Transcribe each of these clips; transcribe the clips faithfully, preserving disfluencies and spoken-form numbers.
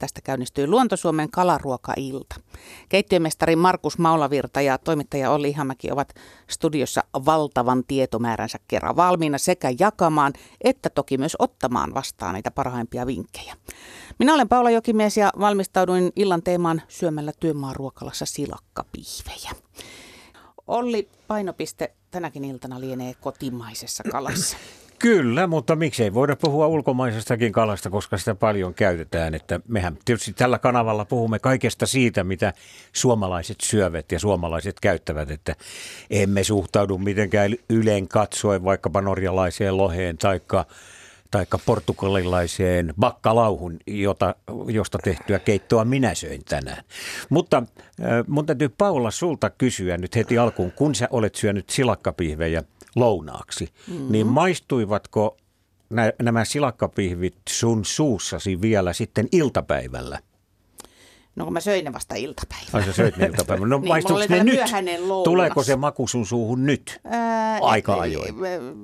Tästä käynnistyi Luonto-Suomen kalaruokailta. Keittiömestari Markus Maulavirta ja toimittaja Olli Ihamäki ovat studiossa valtavan tietomääränsä kerran valmiina sekä jakamaan että toki myös ottamaan vastaan niitä parhaimpia vinkkejä. Minä olen Paula Jokimies ja valmistauduin illan teemaan syömällä työmaan ruokalassa silakkapihvejä. Olli, painopiste tänäkin iltana lienee kotimaisessa kalassa. Kyllä, mutta miksei voida puhua ulkomaisestakin kalasta, koska sitä paljon käytetään. Että mehän tietysti tällä kanavalla puhumme kaikesta siitä, mitä suomalaiset syövät ja suomalaiset käyttävät. Että emme suhtaudu mitenkään yleen katsoen vaikkapa norjalaiseen loheen taikka, taikka portugalilaiseen bakkalauhun, jota, josta tehtyä keittoa minä söin tänään. Mutta äh, mun täytyy Paula sulta kysyä nyt heti alkuun, kun sä olet syönyt silakkapihvejä lounaaksi, mm-hmm. niin maistuivatko nä- nämä silakkapihvit sun suussasi vielä sitten iltapäivällä? No kun mä söin ne vasta iltapäivällä. Ai sä söit ne iltapäivällä. No niin, maistuuko ne nyt? Tuleeko se lounas. maku sun suuhun nyt? Ää, Aika et, ajoin.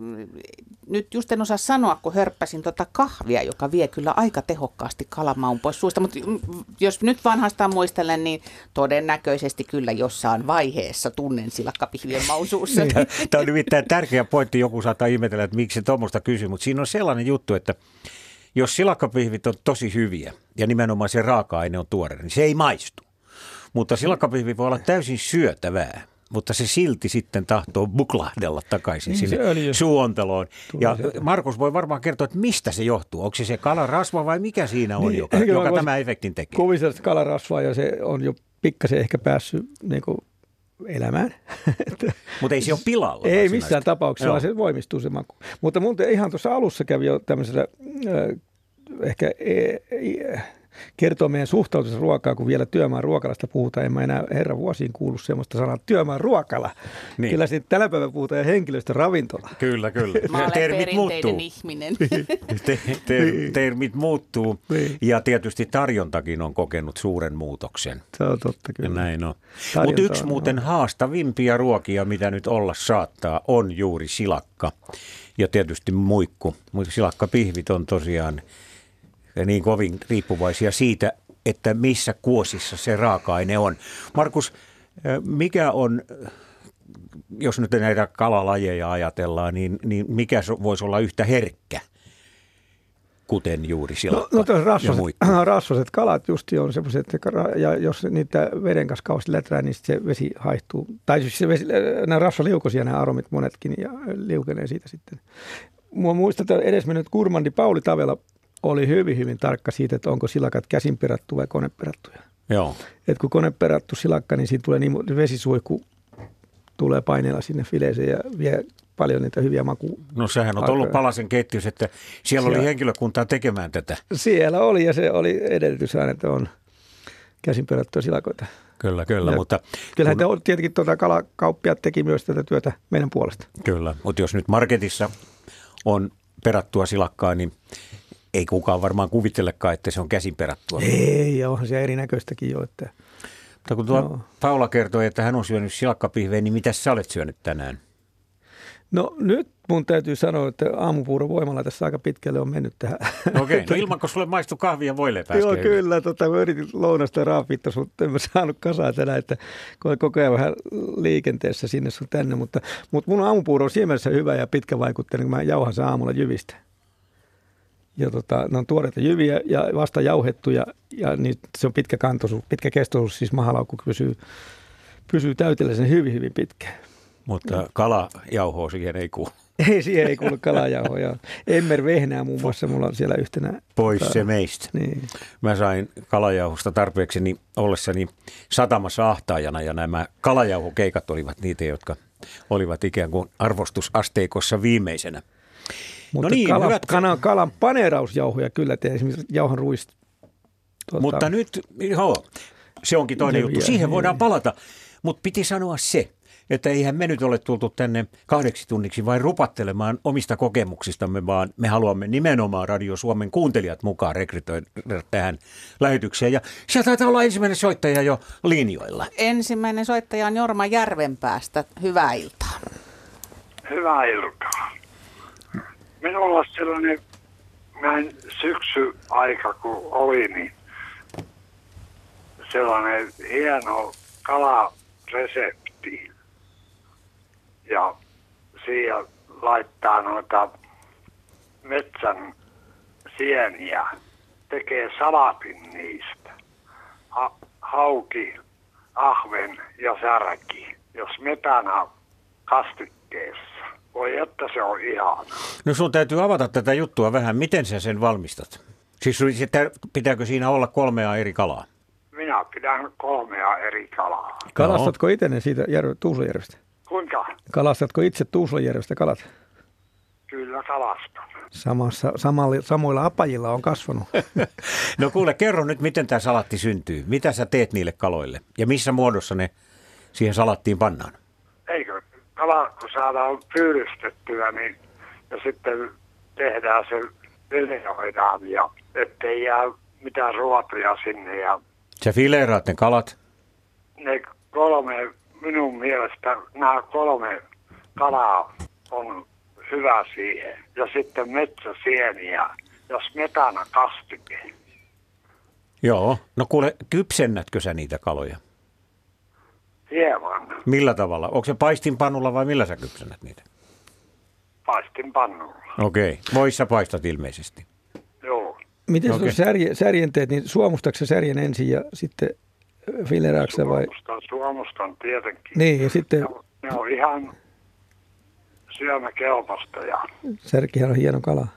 Nyt just en osaa sanoa, kun hörppäsin tota kahvia, joka vie kyllä aika tehokkaasti kalamaun pois suusta. Mutta jos nyt vanhastaan muistelen, niin todennäköisesti kyllä jossain vaiheessa tunnen silakkapihvien maun suussa. Tämä on nimittäin tärkeä pointti. Joku saattaa ihmetellä, että miksi se tuommoista kysyy. Mutta siinä on sellainen juttu, että jos silakkapihvit on tosi hyviä ja nimenomaan se raaka-aine on tuore, niin se ei maistu. Mutta silakkapihvi voi olla täysin syötävää, mutta se silti sitten tahtoo buklahdella takaisin niin sinne suonteloon. Ja sieltä. Markus voi varmaan kertoa, että mistä se johtuu. Onko se se kalarasva vai mikä siinä on, niin, joka, joka tämä efektin tekee? Kuvitella kalarasvaa ja se on jo pikkasen ehkä päässyt niin kuin elämään. Mutta ei se ole pilalla. Ei missään tapauksessa, vaan se voimistuu se maku. Mutta muuten ihan tuossa alussa kävi jo tämmöisellä äh, ehkä äh, kertoo meidän suhtautumisessa ruokaa, kun vielä työmaan ruokalasta puhutaan. En mä enää herran vuosiin kuullut semmoista sanaa työmaan ruokala. Niin. Kyllä sitten tänä päivänä puhutaan henkilöstä ravintola. Kyllä, kyllä. Mä olen termit muuttuu. ihminen. Te, ter, termit muuttuu niin. Ja tietysti tarjontakin on kokenut suuren muutoksen. Se on totta kyllä. Näin on. Mutta yksi on, muuten on. haastavimpia ruokia, mitä nyt olla saattaa, on juuri silakka ja tietysti muikku. Mutta silakkapihvit on tosiaan niin kovin riippuvaisia siitä, että missä kuosissa se raaka-aine on. Markus, mikä on, jos nyt näitä kalalajeja ajatellaan, niin, niin mikä voisi olla yhtä herkkä, kuten juuri silakka no, no, rasvaset, ja muikku? Rasvaset kalat justi on semmoiset, ja jos niitä veden kanssa kauheasti läträä, niin se vesi haihtuu. Tai siis se vesi, nämä rasvaliukoisia nämä aromit monetkin, ja liukenee siitä sitten. Mua muistetaan edesmennyt gurmandi Pauli Tavela oli hyvin, hyvin tarkka siitä, että onko silakat käsinperattu vai koneperattuja. Joo. Et kun koneperattu silakka, niin siinä tulee niin, vesisuihku tulee paineella sinne fileeseen ja vie paljon niitä hyviä makuja. No sehän on ollut Palasen keittiössä, että siellä, siellä oli henkilökuntaa tekemään tätä. Siellä oli ja se oli edellytys aina, että on käsinperattuja silakoita. Kyllä, kyllä. Ja mutta kyllähän kun, te, tietenkin tuota kalakauppiaat teki myös tätä työtä meidän puolesta. Kyllä, mutta jos nyt marketissa on perattua silakkaa, niin ei kukaan varmaan kuvittelekaan, että se on käsin perattua. Ei, ja onhan se erinäköistäkin jo. Että mutta kun tuo no. Paula kertoi, että hän on syönyt silakkapihvejä, niin mitä sä olet syönyt tänään? No nyt mun täytyy sanoa, että aamupuuron voimalla tässä aika pitkälle on mennyt tähän. Okei, okay, no ilman, kun sulle maistui kahvia voileipää äsken. Joo, kyllä. Tota, mä yritin lounasta raapittaa, mutta en mä saanut kasaa tänään, että koko ajan vähän liikenteessä sinne sun tänne. Mutta, mutta mun aamupuuro on siemenessä hyvä ja pitkävaikutteinen, kun mä jauhan sen aamulla jyvistä. Ja tota, ne on tuoreita jyviä ja vasta jauhettuja ja niin se on pitkä kantoisuus, pitkä kestoisuus, siis mahalaukku pysyy, pysyy täyteläisen hyvin, hyvin pitkään. Mutta kalajauhoa siihen ei kuulu. Ei, siihen ei kuulu kalajauhoja. Emmer vehnää muun muassa, mulla on siellä yhtenä. Pois ta- se meistä. Niin. Mä sain kalajauhosta tarpeekseni ollessani satamassa ahtaajana ja nämä kalajauhokeikat olivat niitä, jotka olivat ikään kuin arvostusasteikossa viimeisenä. Mutta no niin, kala, hyvät... kanan, kalan paneerausjauhoja kyllä tee, esimerkiksi jauhan ruista. Tuota... Mutta nyt, joo, se onkin toinen juttu. Siihen voidaan palata, mutta piti sanoa se, että eihän me nyt ole tultu tänne kahdeksi tunniksi vain rupattelemaan omista kokemuksistamme, vaan me haluamme nimenomaan Radio Suomen kuuntelijat mukaan rekrytoida tähän lähetykseen. Ja siellä taitaa olla ensimmäinen soittaja jo linjoilla. Ensimmäinen soittaja on Jorma Järvenpäästä. Hyvää iltaa. Hyvää iltaa. Minulla sellainen näin syksy aika kun oli, niin sellainen hieno kalaresepti. Ja siihen laittaa noita metsän sieniä, tekee salatin niistä. Ha- hauki, ahven ja särki, jos metana kastikkeessa. Voi että se on ihana. No sun täytyy avata tätä juttua vähän. Miten sä sen valmistat? Siis pitääkö siinä olla kolmea eri kalaa? Minä pidän kolmea eri kalaa. Kalastatko itse ne siitä järve, Tuusulajärvestä? Kuinka? Kalastatko itse Tuusulajärvestä kalat? Kyllä kalastan. Samassa, samalla, samoilla apajilla on kasvanut. No kuule, kerro nyt, miten tämä salatti syntyy. Mitä sä teet niille kaloille? Ja missä muodossa ne siihen salattiin pannaan? Eikö? Kala, kun saadaan pyydystettyä, niin ja sitten tehdään se fileoidaan ja ettei jää mitään ruotoja sinne. Ja Sä fileeraat ne kalat? ne kolme, minun mielestä nämä kolme kalaa on hyvä siihen. Ja sitten metsäsieniä ja smetana kastike. Joo. No kuule, kypsennätkö sä niitä kaloja? Hieman Millä tavalla? Onko se paistinpannulla vai millä sä kypsennät niitä? paistin pannulla. Okei. Okay. Voissa paistat ilmeisesti. Joo. Miten Okei. okay. särje, särjen teet, niin suomustatko sä särjen ensin ja sitten fileeraatko vai? Suomustan, suomustan tietenkin. Niin, ja sitten Ne on, ne on ihan syömäkelpoista ja särkihän on hieno kala.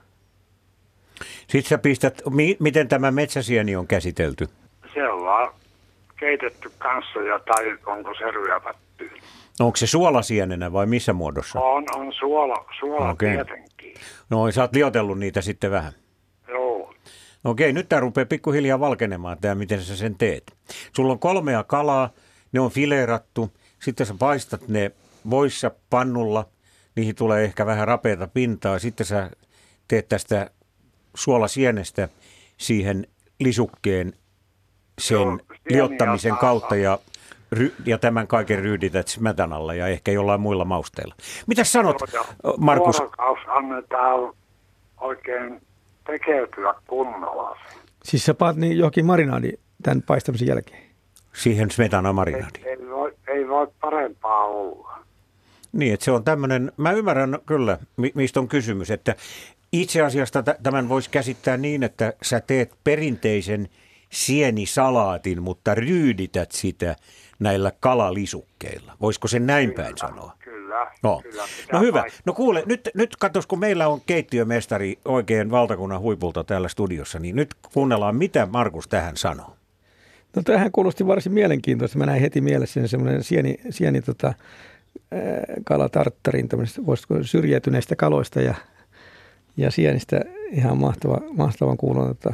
Sitten sä pistät, mi- miten tämä metsäsieni on käsitelty? se ollaan keitetty kanssa ja tai onko se ryöpätty. No onko se suolasienenä vai missä muodossa? On, on suola, suola Okei. tietenkin. No sä oot liotellut niitä sitten vähän. Joo. Okei, nyt tämä rupeaa pikkuhiljaa valkenemaan, tämä miten sä sen teet. Sulla on kolmea kalaa, ne on fileerattu, sitten sä paistat ne voissa pannulla, niihin tulee ehkä vähän rapeata pintaa, sitten sä teet tästä suolasienestä siihen lisukkeen sen Joo, sieniä liottamisen saa- kautta ja, ry- ja tämän kaiken ryydität smetanalla ja ehkä jollain muilla mausteilla. Mitäs sanot, Ja Markus? vuorokaus annetaan oikein tekeytyä kunnolla. Siis sä paat niin johonkin marinaadi tämän paistamisen jälkeen. Siihen smetanamarinaadiin. Ei, ei, voi, ei voi parempaa olla. Niin, että se on tämmöinen, mä ymmärrän kyllä, mi- mistä on kysymys, että itse asiassa t- tämän voisi käsittää niin, että sä teet perinteisen sienisalaatin, mutta ryydität sitä näillä kalalisukkeilla. Voisiko sen näin päin sanoa? Kyllä, No, kyllä. no hyvä. No kuule, nyt, nyt katos, kun meillä on keittiömestari oikein valtakunnan huipulta täällä studiossa, niin nyt kuunnellaan, mitä Markus tähän sanoo. No tämähän kuulosti varsin mielenkiintoista. Mä näin heti mielessä semmoinen sieni, sieni tota, ää, kalatarttarin, tämmöistä, voisiko syrjäytyneistä kaloista ja, ja sienistä ihan mahtava, mahtavan kuulon tota,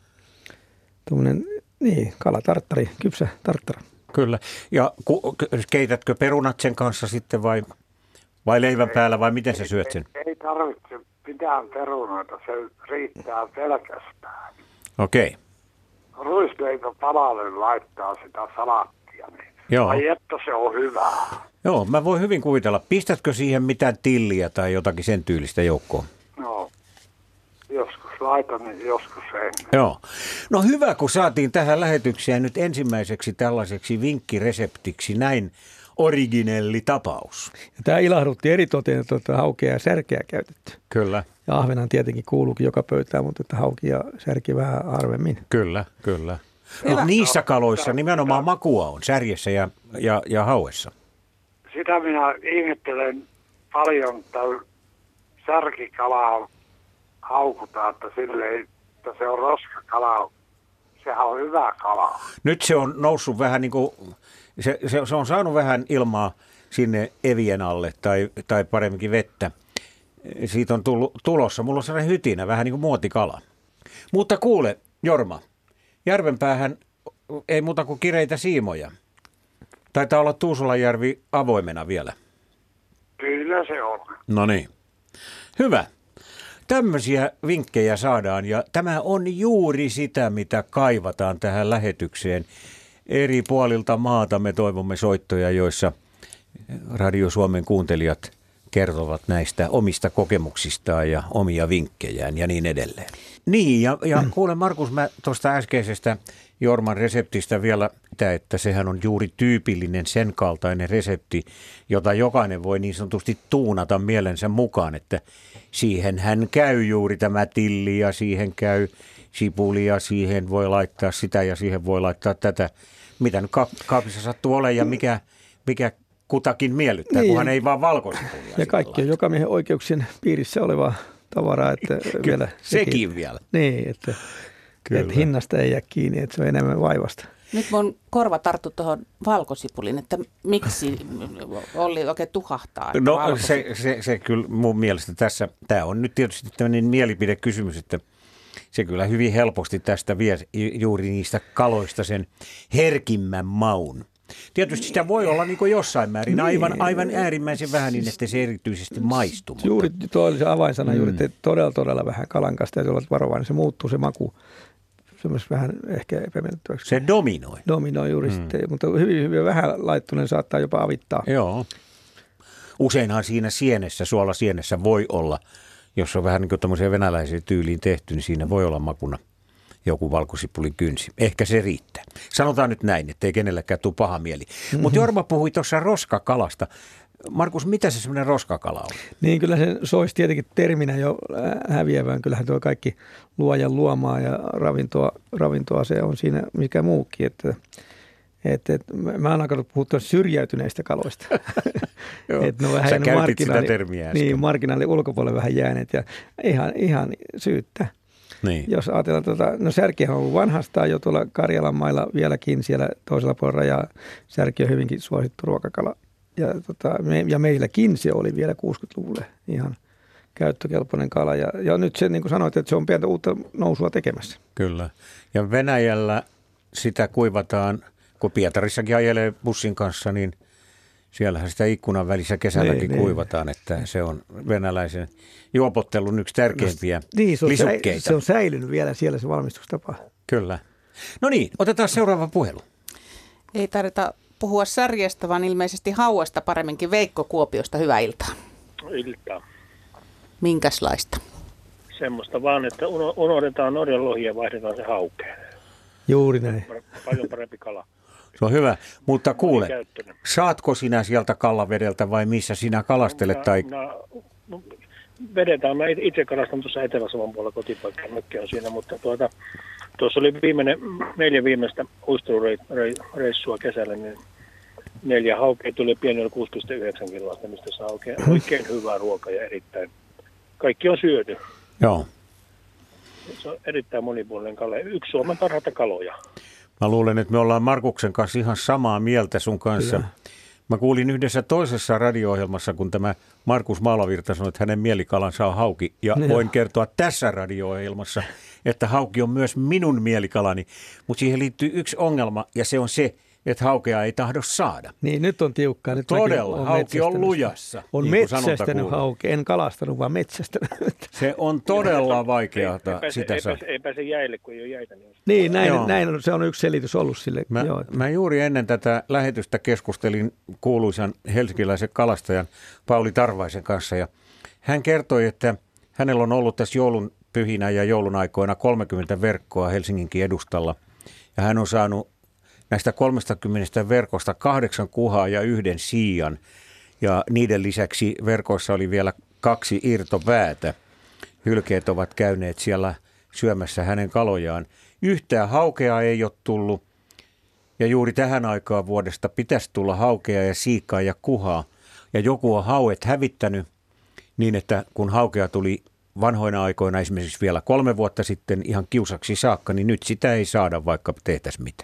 tuommoinen, niin, kalatarttari, kypsä tarttara. Kyllä. Ja ku, keitätkö perunat sen kanssa sitten vai, vai leivän päällä vai miten sä syöt sen? Ei, ei tarvitse mitään perunoita, se riittää pelkästään. Okei. Ruisleipä palalle laittaa sitä salaattia, niin Joo. ai että se on hyvää. Joo, mä voin hyvin kuvitella. Pistätkö siihen mitään tilliä tai jotakin sen tyylistä joukkoon? No, joskus laitan, niin joskus en. Joo. No hyvä, kun saatiin tähän lähetykseen nyt ensimmäiseksi tällaiseksi vinkkireseptiksi näin originelli tapaus. Ja tämä ilahdutti eritoten, että tuota, haukea ja särkeä käytetty. Kyllä, Ja ahvenan tietenkin kuuluukin joka pöytään, mutta että hauki ja särki vähän harvemmin. kyllä, kyllä. Mutta niissä kaloissa nimenomaan makua on, särjessä ja, ja, ja hauessa. Sitä minä ihmettelen paljon, että särkikalaa haukutaan, että silleen, että se on roskakala. Sehän on hyvä kala. Nyt se on noussut vähän niin kuin, se, se, se on saanut vähän ilmaa sinne evien alle tai, tai paremminkin vettä. Siitä on tullut, tulossa, mulla on sellainen hytinä, vähän niin kuin muotikala. Mutta kuule, Jorma, järvenpäähän ei muuta kuin kireitä siimoja. Taitaa olla Tuusulanjärvi avoimena vielä. Kyllä se on. No niin. Hyvä. Tämmöisiä vinkkejä saadaan ja tämä on juuri sitä, mitä kaivataan tähän lähetykseen. Eri puolilta maata me toivomme soittoja, joissa Radio Suomen kuuntelijat kertovat näistä omista kokemuksistaan ja omia vinkkejään ja niin edelleen. Niin, ja, ja kuule Markus, mä tuosta äskeisestä Jorman reseptistä vielä, että sehän on juuri tyypillinen sen kaltainen resepti, jota jokainen voi niin sanotusti tuunata mielensä mukaan, että siihen hän käy juuri tämä tilli ja siihen käy sipulia, siihen voi laittaa sitä ja siihen voi laittaa tätä, mitä nyt kaapissa sattuu olemaan ja mikä, mikä kutakin miellyttää, niin, kunhan ei vaan valkosipulia. Ja kaikki on jokamiehen oikeuksien piirissä olevaa tavaraa, että vielä sekin, sekin vielä. Niin, että, että hinnasta ei jää kiinni, että se on enemmän vaivasta. Nyt mun korva tarttu tuohon valkosipulin, että miksi Olli oikein tuhahtaa? No se, se, se kyllä mun mielestä tässä, tämä on nyt tietysti tämmöinen mielipidekysymys, että se kyllä hyvin helposti tästä vie juuri niistä kaloista sen herkimmän maun. Tietysti sitä voi olla niin kuin jossain määrin aivan, aivan äärimmäisen vähän niin, että se erityisesti maistuu. Mutta... Juuri tuo oli se avainsana, mm. juuri että todella todella vähän kalan kanssa täytyy olla varovainen. Se muuttuu se maku semmoisesti vähän ehkä epämiellyttäväksi. Se dominoi. Dominoi juuri mm. sitten, mutta hyvin, hyvin vähän laittuneen saattaa jopa avittaa. Joo. Useinhan siinä sienessä, suola sienessä voi olla, jos on vähän niin kuin tämmöiseen venäläiseen tyyliin tehty, niin siinä voi olla makuna joku valkosipulin kynsi. Ehkä se riittää. Sanotaan nyt näin, ettei kenellekään tule paha mieli. Mm-hmm. Mutta Jorma puhui tuossa roskakalasta. Markus, mitä se semmoinen roskakala on? Niin kyllä se soisi tietenkin terminä jo häviävään. Kyllähän tuo kaikki luojan luomaa ja ravintoa, ravintoa se on siinä mikä muukin. Että, että, että mä oon alkanut puhua syrjäytyneistä kaloista. Että no vähän sä käytit sitä termiä äsken. Niin, marginaalin ulkopuolelle vähän jääneet ja ihan, ihan syyttä. Niin. Jos ajatellaan, tuota, no särkihän on ollut vanhastaan jo tuolla Karjalan mailla vieläkin siellä toisella puolella rajaa. Särki on hyvinkin suosittu ruokakala. Ja, tota, me, ja meilläkin se oli vielä kuusikymmentäluvulle ihan käyttökelpoinen kala. Ja, ja nyt se, niin kuin sanoit, että se on pientä uutta nousua tekemässä. Kyllä. Ja Venäjällä sitä kuivataan, kun Pietarissakin ajelee bussin kanssa, niin siellähän sitä ikkunan välissä kesälläkin niin, kuivataan, niin. Että se on venäläisen juopottelun yksi tärkeimpiä no, niin, se on lisukkeita. Sä, se on säilynyt vielä siellä se valmistustapa. Kyllä. No niin, otetaan seuraava puhelu. Ei tarvita puhua särjestä, vaan ilmeisesti hauesta paremminkin. Veikko Kuopiosta, hyvää iltaa. Iltaa. Minkäslaista? Semmoista vaan, että unohdetaan Norjan lohi ja vaihdetaan se haukeen. Juuri näin. Paljon parempi kala. Se on hyvä, mutta kuule, saatko sinä sieltä kallavedeltä vai missä sinä kalastelet? No, tai... no, no, vedetään. Mä itse kalastan tuossa Etelä-Savon puolella, kotipaikka mökki on siinä, mutta tuota, tuossa oli viimeinen, neljä viimeistä uistelureissua kesällä, niin neljä haukea tuli pienellä kuusi pilkku yhdeksän kiloa, mistä saa oikein, oikein hyvää ruokaa ja erittäin. Kaikki on syöty. Joo. Se on erittäin monipuolinen kala. Yksi Suomen parhaita kaloja. Mä luulen, että me ollaan Markuksen kanssa ihan samaa mieltä sun kanssa. Kyllä. Mä kuulin yhdessä toisessa radio-ohjelmassa, kun tämä Markus Maulavirta sanoi, että hänen mielikalansa on hauki. Ja no. voin kertoa tässä radio-ohjelmassa, että hauki on myös minun mielikalani. Mutta siihen liittyy yksi ongelma ja se on se, että haukea ei tahdo saada. Niin, nyt on tiukkaa. Nyt todella, hauki on lujassa. On niin metsästänyt hauki, en kalastanut, vaan metsästänyt. Se on todella vaikeaa sitä ei, ei, ei pääse jäille, kun ei ole jäitä. Niin, niin näin, näin on, se on yksi selitys ollut sille. Mä, joo. mä juuri ennen tätä lähetystä keskustelin kuuluisan helsinkiläisen kalastajan Pauli Tarvaisen kanssa. Ja hän kertoi, että hänellä on ollut tässä joulun pyhinä ja joulun aikoina kolmekymmentä verkkoa Helsinginkin edustalla. Ja hän on saanut näistä kolmekymmentä verkosta kahdeksan kuhaa ja yhden siian. Ja niiden lisäksi verkoissa oli vielä kaksi irtopäätä. Hylkeet ovat käyneet siellä syömässä hänen kalojaan. Yhtään haukea ei ole tullut. Ja juuri tähän aikaan vuodesta pitäisi tulla haukea ja siikaa ja kuhaa. Ja joku on hauet hävittänyt niin, että kun haukea tuli vanhoina aikoina, esimerkiksi vielä kolme vuotta sitten ihan kiusaksi saakka, niin nyt sitä ei saada, vaikka tehtäisiin mitä.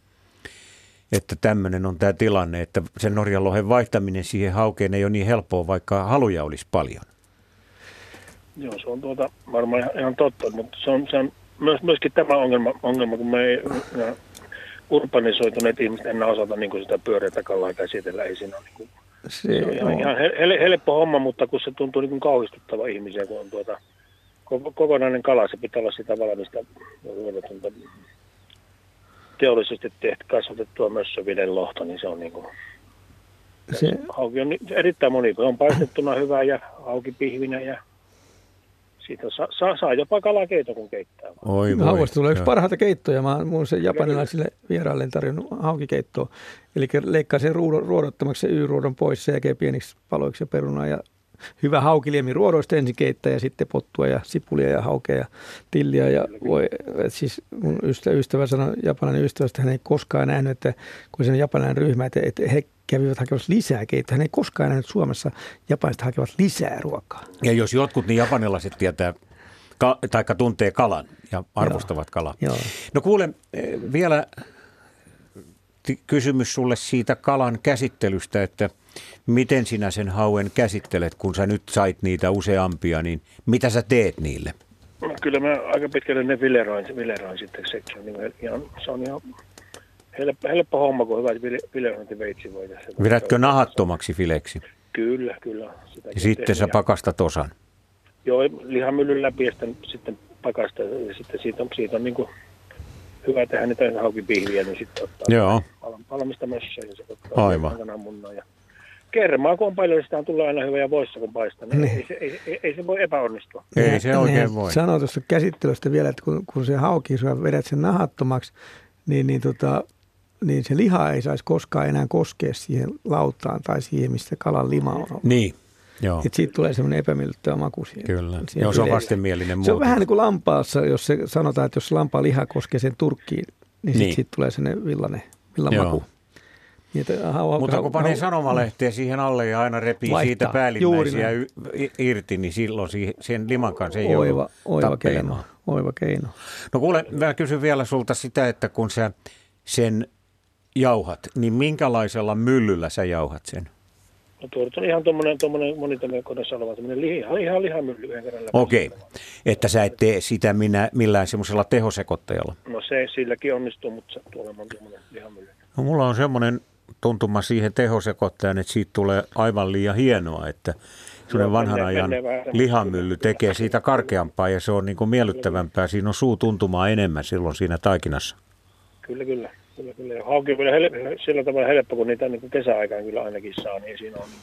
Että tämmöinen on tämä tilanne, että sen Norjan lohen vaihtaminen siihen haukeen ei ole niin helppoa, vaikka haluja olisi paljon. Joo, se on tuota varmaan ihan, ihan totta, mutta se on, se on myös, myöskin tämä ongelma, ongelma kun me ei ja urbanisoituneet ihmiset enää osata niin sitä pyöreätä kalaa käsitellä. Ei siinä ole, niin kuin, se, se on ihan, ihan hel, helppo homma, mutta kun se tuntuu niin kuin kauhistuttava ihmisiä, kun on tuota, kokonainen kala, se pitää olla sitä valmista teollisesti tehty, kasvatettua mössöviden lohta, niin se on niin kuin, Se, Hauki on erittäin moni, on paistettuna hyvä ja haukipihvinä ja siitä saa, saa, saa jopa kalakeito, kun keittää. Oi voi. Hauesta tulee yksi Joo. parhaita keittoja. Mä oon sen japanilaisille vieraille tarjonnut haukikeittoa. Eli leikkaa sen ruodon, ruodottomaksi se Y-ruodon pois, se jälkeen pieniksi paloiksi ja perunaa ja hyvä haukiliemi ruodoista ensin keittää ja sitten pottua ja sipulia ja haukea ja tilliä. Ja voi, siis mun ystävä, ystävä sanoi, japanilainen ystävä, että hän ei koskaan nähnyt, että kun se on japanilainen ryhmä, että, että he kävivät hakemassa lisää keittoa. Hän ei koskaan nähnyt Suomessa japanista hakevat lisää ruokaa. Ja jos jotkut, niin japanilaiset tietää ka- tai tuntee kalan ja arvostavat kalaa. Joo. No kuule, vielä kysymys sulle siitä kalan käsittelystä, että miten sinä sen hauen käsittelet, kun sä nyt sait niitä useampia, niin mitä sä teet niille? No, kyllä mä aika pitkälle ne vileroin, vileroin sitten sekin. On niin ihan, se on ihan helppo, helppo homma, kun hyvät vilerointiveitsi voi tehdä. Vedätkö nahattomaksi fileksi? Kyllä, kyllä. Ja sitten sä pakastat osan? Joo, lihamyllyn läpi ja sitten, sitten pakasta. Ja sitten siitä on, siitä on niin kuin hyvä tehdä niitä haukipihviä, niin sitten ottaa Joo. valmista mössöä ja se ottaa aivan munnaa. Ja kermaa, kun on paljon, niin sitä tulee aina hyvä ja voissa, kun paistaa. Niin ei, se, ei, ei, ei se voi epäonnistua. Ei se oikein Nehän voi. Sanoo tuosta käsittelystä vielä, että kun, kun se hauki, sä vedät sen nahattomaksi, niin, niin, tota, niin se liha ei saisi koskaan enää koskea siihen lautaan tai siihen, mistä kalan lima on. Niin, joo. Että siitä tulee semmoinen epämiellyttävä maku siihen. Kyllä. siihen Joo, se on fileelle. vastenmielinen muoto. Se on vähän niin kuin lampaassa, jos se sanotaan, että jos lampaan liha koskee sen turkkiin, niin, Niin. sit siitä tulee sellainen villainen, villan Joo. maku. Niin, että hau, Mutta kun hau- panee hau- sanomalehtiä siihen alle ja aina repii Vaihtaa. siitä päällimmäisiä Juuri y- irti, niin silloin siihen, sen liman kanssa ei Oiva, joudu oiva keino. tappelemaan. Oiva keino. No kuule, mä kysyn vielä sulta sitä, että kun sä sen jauhat, niin minkälaisella myllyllä sä jauhat sen? No tuo on ihan tuommoinen, tuommoinen monitoimien kodassa oleva, tuommoinen liha, ihan lihamylly yhden kerran läpi. Okei, että sä et tee sitä minä, millään semmoisella tehosekoittajalla. No se silläkin onnistuu, mutta sattuu olemaan tuommoinen lihamylly. No mulla on semmoinen tuntuma siihen tehosekoittajan, että siitä tulee aivan liian hienoa, että semmoinen vanhan menee- ajan menee vähän semmoista- lihamylly tekee siitä karkeampaa ja se on niin kuin miellyttävämpää. Siinä on suutuntumaa enemmän silloin siinä taikinassa. Kyllä, kyllä. Kyllä, kyllä. Ja hauki on kyllä hel- sillä tavalla helppo, kun niitä niin kuin kesäaikaan kyllä ainakin saa, niin siinä on.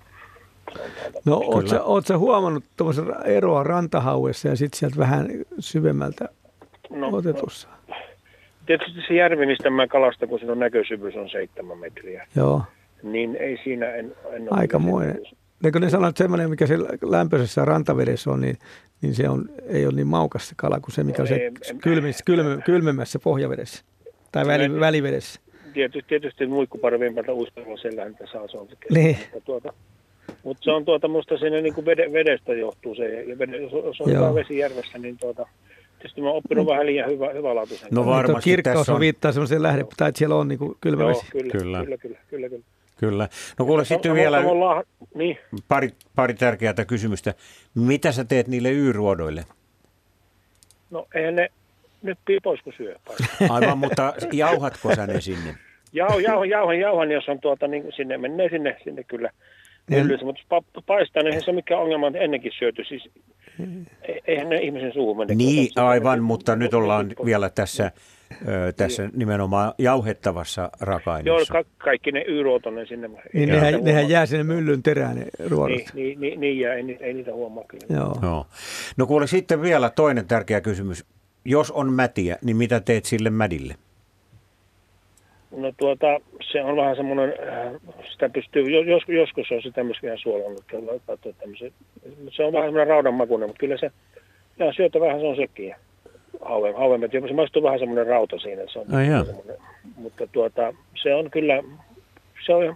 Se on tuota- No oot Kyllä. sä, oot sä huomannut tuommoisen eroa rantahauessa ja sitten sieltä vähän syvemmältä no, otetussa? no, tietysti se järvi, mistä mä kalastan, kun siinä on näkösyvyys on seitsemän metriä, Joo, niin ei siinä en, en ole... aikamoinen. Eikö ne sanoo, että semmoinen, mikä se lämpöisessä rantavedessä on, niin, niin se on, ei ole niin maukas se kala kuin se, mikä on se Ei, en- kylmissä, kylmä, kylmemmässä pohjavedessä tai väli, Kyllä. välivedessä. Tietysti, tietysti muikkuparvimpalta uispelua sellähän niitä saa, se on se Niin. Mutta, tuota, mutta se on tuota, musta siinä niin kuin vede, vedestä johtuu se, ja vede, jos, jos on Joo. hyvä vesi järvessä, niin tuota, tietysti mä oon oppinut vähän liian hyvä, hyvälaatuisen. No Tuo varmasti kirkkaus tässä on on, viittaa semmoiseen lähde, tai että siellä on niin kuin kylmä Joo, vesi. kyllä, Kyllä. kyllä, kyllä, kyllä, kyllä. kyllä. No kuule sitten Sam- vielä samalla ollaan- niin, pari, pari tärkeää kysymystä. Mitä sä teet niille Y-ruodoille? no eihän ne nyt pois kun syö. Aivan, mutta jauhatko sä ne sinne? Jauh, jauh, jauhan, jauhan, jos on tuota, niin sinne menee sinne, sinne kyllä myllyssä, mutta jos pa- paistaa, niin eihän se mikä ongelma on ennenkin syöty. Siis, e- eihän ne ihmisen suuhun mene. Niin, Kun- aivan, mutta nyt ollaan vielä tässä, ö, tässä nimenomaan jauhettavassa Joo, raaka-aineessa. ka- kaikki ne Y-ruot on ne sinne. Niin Ei nehän, niitä nehän huomaa. jää sinne myllyn terään ne ruodot. Niin, niin, niin, niin jää, ei, ni- ei niitä huomaa kyllä. Joo. Joo. No kuule sitten vielä toinen tärkeä kysymys. Jos on mätiä, niin mitä teet sille mädille? No tuota, se on vähän semmoinen, äh, sitä pystyy, jos, joskus on sitä myös vielä suolannut. Se on vähän semmoinen raudanmakuinen, mutta kyllä se, ja syötä vähän se on sekin. Ja hauen, hauemmet, jopa se maistuu vähän semmoinen rauta siinä. Se on Ai jaa. semmoinen, mutta tuota, se on kyllä, se on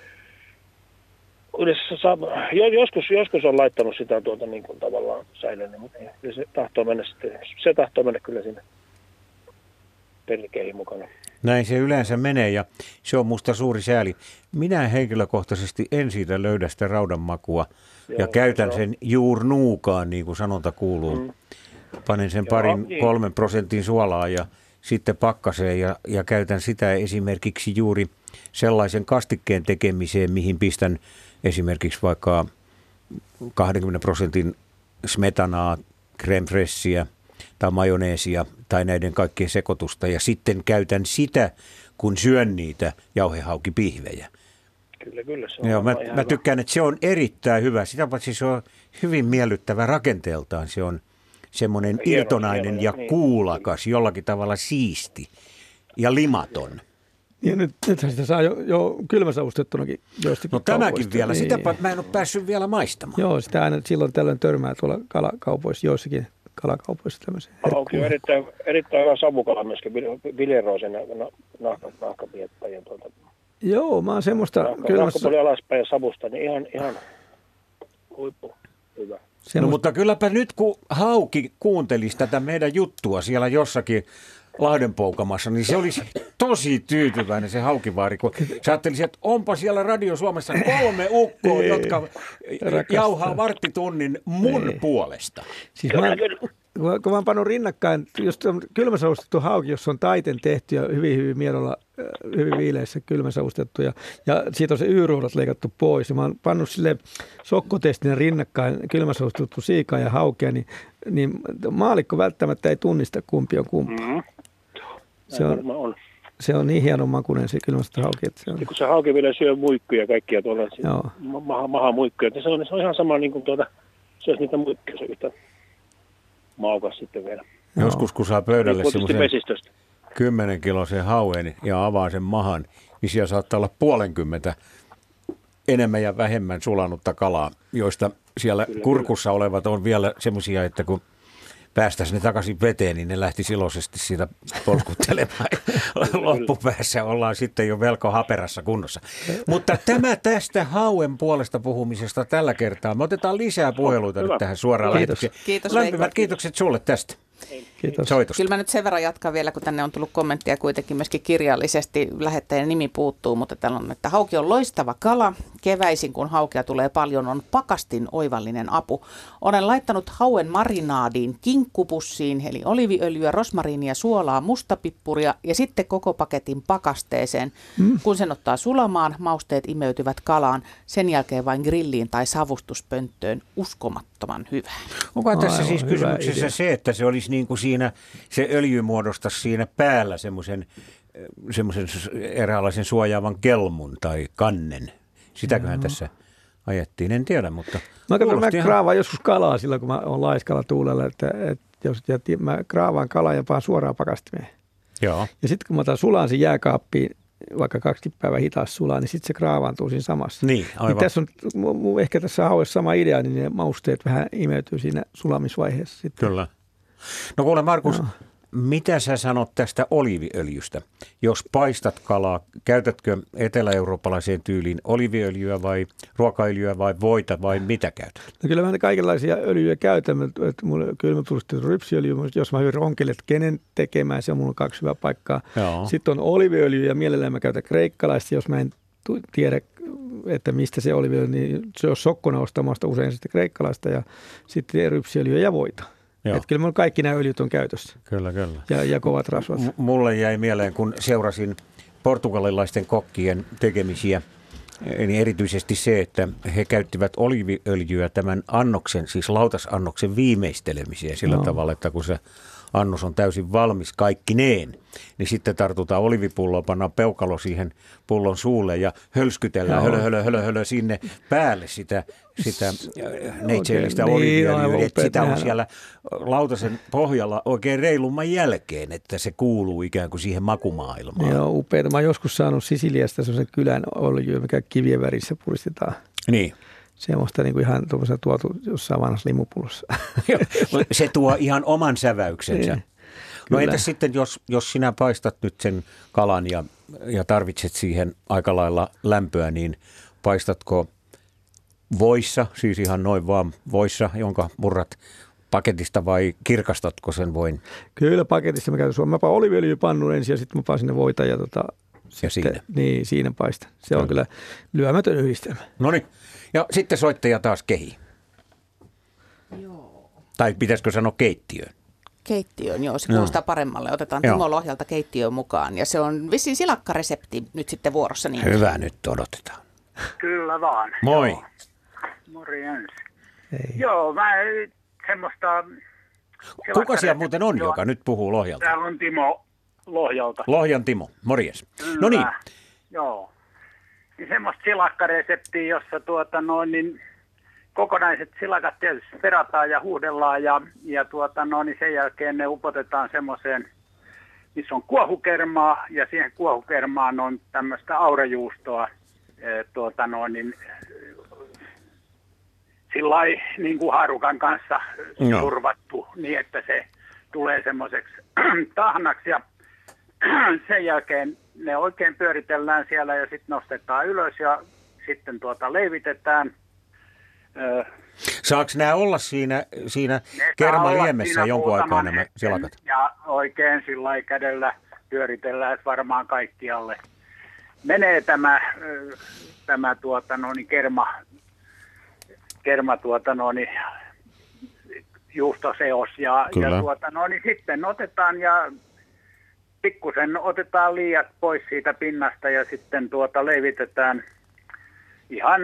yleensä saa, jo, joskus, joskus on laittanut sitä tuota niin kuin tavallaan säilönyt, mutta ei, kyllä se tahtoo mennä sitten, se tahtoo mennä kyllä sinne perkeihin mukana. Näin se yleensä menee ja se on musta suuri sääli. Minä henkilökohtaisesti en siitä löydä sitä raudanmakua ja Joo, käytän joo. sen juurnuukaan, niin kuin sanonta kuuluu. Mm. Panen sen Joo, parin, niin. kolmen prosentin suolaa ja sitten pakkaseen ja, ja käytän sitä esimerkiksi juuri sellaisen kastikkeen tekemiseen, mihin pistän esimerkiksi vaikka kaksikymmentä prosentin smetanaa, crème fraichea tai majoneesia tai näiden kaikkien sekoitusta ja sitten käytän sitä, kun syön niitä jauhehaukipihvejä. Kyllä, kyllä. Se on Joo, mä, ihan mä hyvä. tykkään, että se on erittäin hyvä. Sitä paitsi se on hyvin miellyttävä rakenteeltaan. Se on semmoinen Hieno, irtonainen hieno, ja niin. kuulakas, jollakin tavalla siisti ja limaton. Ja nyt, nythän sitä saa jo, jo kylmäsavustettunakin joistakin No tämäkin kaupoista. vielä, Niin. sitä pa- mä en ole päässyt vielä maistamaan. Joo, sitä aina silloin tällöin törmää tuolla kalakaupoissa, joissakin kalakaupoissa tämmöisiä. Hauki on erittäin, erittäin hyvä savukala myöskin, Vileroosen nahka, nahkapiettäjien tuolta. Joo, mä oon semmoista kylmässä. Nahkapuoli alaspäin ja savusta, niin ihan, ihan huippu hyvä. No semmoista- mutta kylläpä nyt kun Hauki kuuntelisi tätä meidän juttua siellä jossakin Lahdenpoukamassa, niin se olisi tosi tyytyväinen se Haukivaari, kun sä ajattelisit, että onpa siellä Radio Suomessa kolme ukkoa, Ei, jotka rakastaa. jauhaa varttitunnin mun Ei. puolesta. Siis mä, oon- kun, kun mä oon pannut rinnakkain, jos on kylmäsavustettu hauki, jos on taiten tehty ja hyvin, hyvin miedolla, äh, hyvin viileissä kylmäsavustettu ja, ja siitä on se Y-ruudat leikattu pois. Ja mä oon pannut sille sokkotestinä rinnakkain kylmäsavustettu siikaa ja haukea, niin, niin maalikko välttämättä ei tunnista kumpi on kumpi. Mm-hmm. Se on, on. se on niin hienon makuinen se kylmäsavustettu hauki, että se on. Ja kun se hauki vielä syö muikkuja ja kaikkia tuolla, Joo. maha, maha muikkuja, niin se on, se on ihan sama niin kuin tuota, se olisi niitä muikkuja, se on yhtä maukas sitten vielä. Joo. Joskus kun saa pöydälle Riippuu tietysti semmoisen vesistöstä. kymmenen kilosen hauen ja avaa sen mahan, niin siellä saattaa olla puolenkymmentä enemmän ja vähemmän sulanutta kalaa, joista siellä Kyllä, kurkussa olevat on vielä semmoisia, että kun päästäisiin ne takaisin veteen, niin ne lähti iloisesti siitä polskuttelemaan. Loppupäässä ollaan sitten jo velko haperassa kunnossa. Mutta tämä tästä hauen puolesta puhumisesta tällä kertaa. Me otetaan lisää puheluita Hyvä. nyt tähän suoraan Kiitos. lähetykseen. Kiitos, Lämpimät Veikko. kiitokset sulle tästä Kiitos. soitosta. Kyllä mä nyt sen verran jatkan vielä, kun tänne on tullut kommenttia kuitenkin myöskin kirjallisesti. Lähettäjän nimi puuttuu, mutta täällä on, että hauki on loistava kala. Keväisin, kun haukea tulee paljon, on pakastin oivallinen apu. Olen laittanut hauen marinaadiin kinkkupussiin, eli oliviöljyä, rosmariinia, suolaa, mustapippuria ja sitten koko paketin pakasteeseen. Mm. Kun sen ottaa sulamaan, mausteet imeytyvät kalaan. Sen jälkeen vain grilliin tai savustuspönttöön. Uskomattoman hyvä. Onko tässä Aivan, siis hyvä kysymyksessä idea. se, että se olisi niin kuin siinä, se öljy muodostaisi siinä päällä semmoisen semmoisen eräänlaisen suojaavan kelmun tai kannen? Sitäköhän tässä ajettiin, en tiedä, mutta Mä, katson, mä kuulosti ihan- kraavaan joskus kalaa silloin, kun mä oon laiskalla tuulella, että, että jos ja ti- mä kraavaan kalaa ja paan suoraan pakastimeen. Joo. Ja sitten kun mä otan sulaan sen jääkaappiin, vaikka kaksi päivää hitaasti sulaa, niin sitten se kraavaantuu siinä samassa. Niin, aivan. Niin tässä on mu, mu, ehkä tässä hauessa sama idea, niin ne mausteet vähän imeytyy siinä sulamisvaiheessa sitten. Kyllä. No kuule Markus, No. mitä sä sanot tästä oliiviöljystä? Jos paistat kalaa, käytätkö etelä-eurooppalaiseen tyyliin oliiviöljyä vai ruokaöljyä vai voita vai mitä käytät? No kyllä mä kaikenlaisia öljyjä käytän, että mulla kyllä mä puristettu rypsiöljy, jos mä hyvin ronkille, että kenen tekemään, se on mulla kaksi hyvää paikkaa. Joo. Sitten on oliiviöljy ja mielellään mä käytän kreikkalaista, jos mä en tu- tiedä, että mistä se oliiviöljy, niin se on sokkona ostamasta usein sitten kreikkalaista ja sitten rypsiöljyä ja voita. Joo. Että kyllä mulla kaikki nämä öljyt on käytössä Kyllä, kyllä. ja, ja kovat rasvat. M- mulle jäi mieleen, kun seurasin portugalilaisten kokkien tekemisiä, niin erityisesti se, että he käyttivät oliiviöljyä tämän annoksen, siis lautasannoksen viimeistelemiseen sillä No. tavalla, että kun se annos on täysin valmis kaikkineen, niin sitten tartutaan olivipulloa, pannaan peukalo siihen pullon suulle ja hölskytellään Joo. hölö, hölö, hölö, hölö sinne päälle sitä, sitä neitseellistä Oikein, niin, oliiviöljyä, aivan että sitä on upeat siellä lautasen pohjalla oikein reilumman jälkeen, että se kuuluu ikään kuin siihen makumaailmaan. Ne on upeita. Mä oon joskus saanut Sisiliasta sellaisen kylän öljyä, mikä kivien värissä puristetaan. Niin. Semmoista niin kuin ihan tuommoista tuotu jossain vanhassa limupullossa. Se tuo ihan oman säväyksensä. Niin, No kyllä. entäs sitten, jos, jos sinä paistat nyt sen kalan ja, ja tarvitset siihen aika lailla lämpöä, niin paistatko voissa, siis ihan noin vaan voissa, jonka murrat paketista vai kirkastatko sen voin Kyllä paketissa mä käytän suomen. Mä paan oliviöljypannun ensin ja sitten mä paan sinne voita ja tota, ja sitten, siinä? niin siinä paistan. Se on kyllä lyömätön yhdistelmä. No niin, ja sitten soittaja taas kehi. Joo. Tai pitäisikö sanoa keittiöön? Keittiöön, joo, se kuulostaa paremmalle. Otetaan Joo. Timo Lohjalta keittiöön mukaan. Ja se on vissiin silakkaresepti nyt sitten vuorossa. Niin Hyvä, nyt odotetaan. Kyllä vaan. Moi. Joo. Morjens. Ei. Joo, mä semmoista... Kuka siellä muuten on, Joo, joka nyt puhuu Lohjalta? Täällä on Timo Lohjalta. Lohjan Timo, morjes. Kyllä. No niin, Joo. niin semmoista silakkareseptiä, jossa tuota noin, niin kokonaiset silakat tietysti perataan ja huudellaan ja, ja tuota noin, niin sen jälkeen ne upotetaan semmoiseen, missä on kuohukermaa ja siihen kuohukermaan on tämmöistä aurajuustoa e, tuota noin, niin sillai niin kuin haarukan kanssa no. turvattu niin, että se tulee semmoiseksi tahnaksi ja sen jälkeen ne oikein pyöritellään siellä ja sitten nostetaan ylös ja sitten tuota leivitetään. Saako nämä olla siinä, siinä kermaliemessä jonkun aikaa nämä silakat? Ja oikein sillä lailla kädellä pyöritellään, että varmaan kaikkialle menee tämä, tämä tuota, no, niin kerma, kerma tuota, no, niin, juustoseos ja, ja tuota, no, niin sitten otetaan ja pikkusen otetaan liiat pois siitä pinnasta ja sitten tuota leivitetään ihan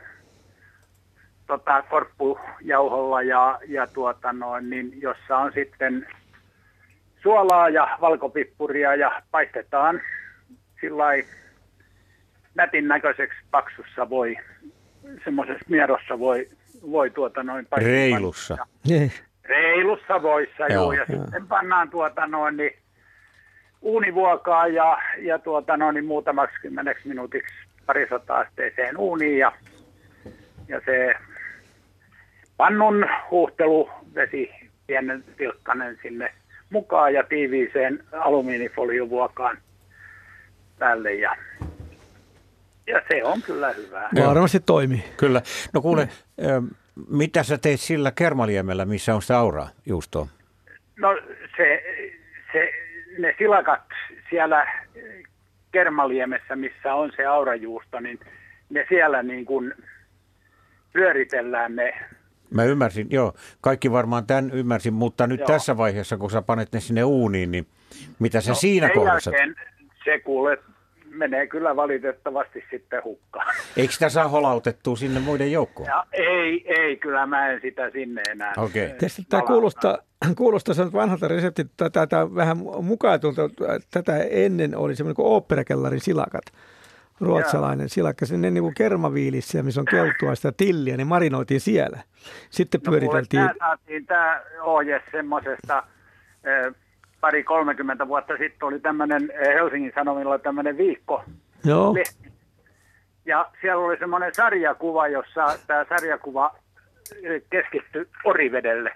tota, korppujauholla ja, ja tuota noin, niin jossa on sitten suolaa ja valkopippuria ja paistetaan sillai nätin näköiseksi paksussa voi, semmoisessa miedossa voi, voi tuota noin paistaa. Reilussa. Reilussa voissa, joo, ja joo. Sitten pannaan tuota noin niin uunivuokaa ja, ja tuota noin niin muutamaksi kymmeneksi minuutiksi parisata asteeseen uuniin ja, ja se pannun huuhtelu vesi pienen tilkkanen sinne mukaan ja tiiviiseen alumiinifoliuvuokaan päälle ja, ja se on kyllä hyvää. Varmasti toimii. Kyllä. No kuule, mm. mitä sä teet sillä kermaliemellä, missä on sitä auraa juustoa? No se, se, ne silakat siellä kermaliemessä, missä on se aurajuusto, niin ne siellä niin kuin pyöritellään ne. Mä ymmärsin, joo. Kaikki varmaan tämän ymmärsin, mutta nyt joo. Tässä vaiheessa, kun sä panet ne sinne uuniin, niin mitä sä no, siinä kohdassa? Se kuule menee kyllä valitettavasti sitten hukkaan. Eikö sitä saa holautettua sinne muiden joukkoon? Ja ei, ei, kyllä mä en sitä sinne enää. Okei. Okay. Tämä kuulostaa, kuulostaa vanhalta reseptiltä, tätä vähän mukailtulta. Tätä ennen oli semmoinen kuin oopperakellarin silakat. Ruotsalainen silakka, sinne niin kuin kermaviilissä, missä on keltua sitä tilliä, niin marinoitiin siellä. Sitten no, pyöriteltiin. Tämä saatiin tämä ohje semmoisesta, eh, pari kolmekymmentä vuotta sitten oli tämmöinen Helsingin Sanomilla tämmöinen viikko. Joo. Ja siellä oli semmoinen sarjakuva, jossa tämä sarjakuva keskittyi Orivedelle.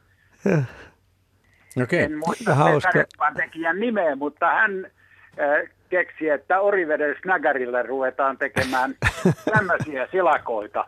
Okei. En muista sen sarjakuvan tekijän nimeä, mutta hän eh, keksi, että Oriveden snägärillä ruvetaan tekemään tämmöisiä silakoita.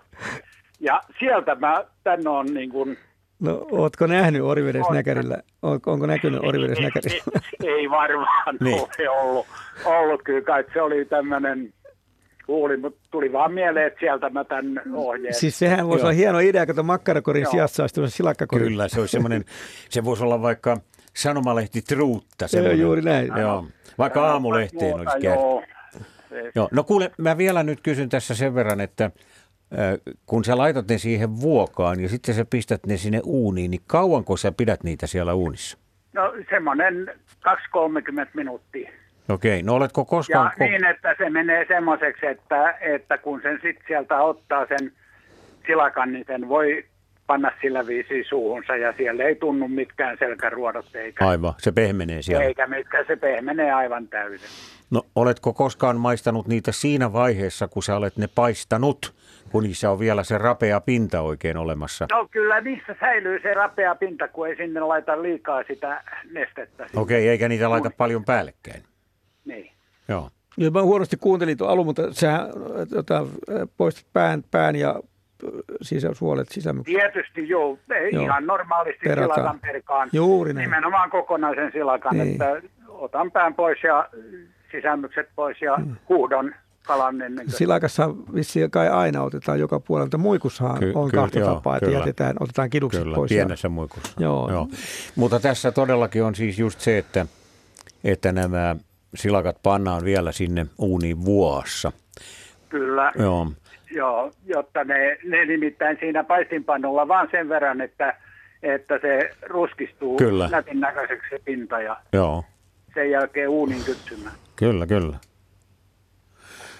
Ja sieltä mä tänne on niin kuin... No, ootko nähnyt Oriveden snägärillä? Onko näkynyt Oriveden snägärillä? Ei, ei varmaan niin. Ole ollut, ollut kyllä kai. Se oli tämmöinen kuuli, mutta tuli vaan mieleen, että sieltä mä tämän ohjeen. Siis sehän voisi olla hieno idea, kun makkarakorin sijassa olisi tuollainen silakkakorin. Kyllä, se olisi semmoinen, se voisi olla vaikka sanomalehti Truutta. Se on juuri näin. Joo. Vaikka aamulehteen olisi käynyt. Joo. No kuule, mä vielä nyt kysyn tässä sen verran, että äh, kun sä laitat ne siihen vuokaan ja sitten sä pistät ne sinne uuniin, niin kauanko sä pidät niitä siellä uunissa? No semmoinen kaksi kolmekymmentä minuuttia. Okei, no oletko koskaan... Ja niin, että se menee semmoiseksi, että, että kun sen sitten sieltä ottaa sen silakan, niin sen voi panna sillä viisiin suuhunsa ja siellä ei tunnu mitkään selkäruodot eikä... Aivan, se pehmenee siellä. Eikä mitkään, se pehmenee aivan täysin. No oletko koskaan maistanut niitä siinä vaiheessa, kun sä olet ne paistanut, kun niissä on vielä se rapea pinta oikein olemassa? No kyllä niissä säilyy se rapea pinta, kun ei sinne laita liikaa sitä nestettä. Okei, eikä niitä laita paljon päällekkäin. Niin. Joo. Ja mä huonosti kuuntelin tuon alun, mutta sä tota, poistat pään, pään ja sisä, suolet sisämykset. Tietysti joo, ei joo. Ihan normaalisti Perataan. Silakan perkaan. Juuri näin. Nimenomaan kokonaisen silakan, niin. Että otan pään pois ja sisämykset pois ja hmm. huudon kalan ennen kuin... Silakassa vissiin kai aina otetaan joka puolelta. Muikussahan Ky- on ky- kahta joo, tapaa, että jätetään, otetaan kidukset kyllä, pois. Pienessä muikussa. Joo. Joo. Mutta tässä todellakin on siis just se, että, että nämä silakat pannaan vielä sinne uuniin vuossa. Kyllä. Joo. Joo, jotta ne, ne nimittäin siinä paistinpannulla vaan sen verran, että, että se ruskistuu kyllä. Nätin näköiseksi se pinta ja joo. Sen jälkeen uunin kypsymään. Kyllä, kyllä.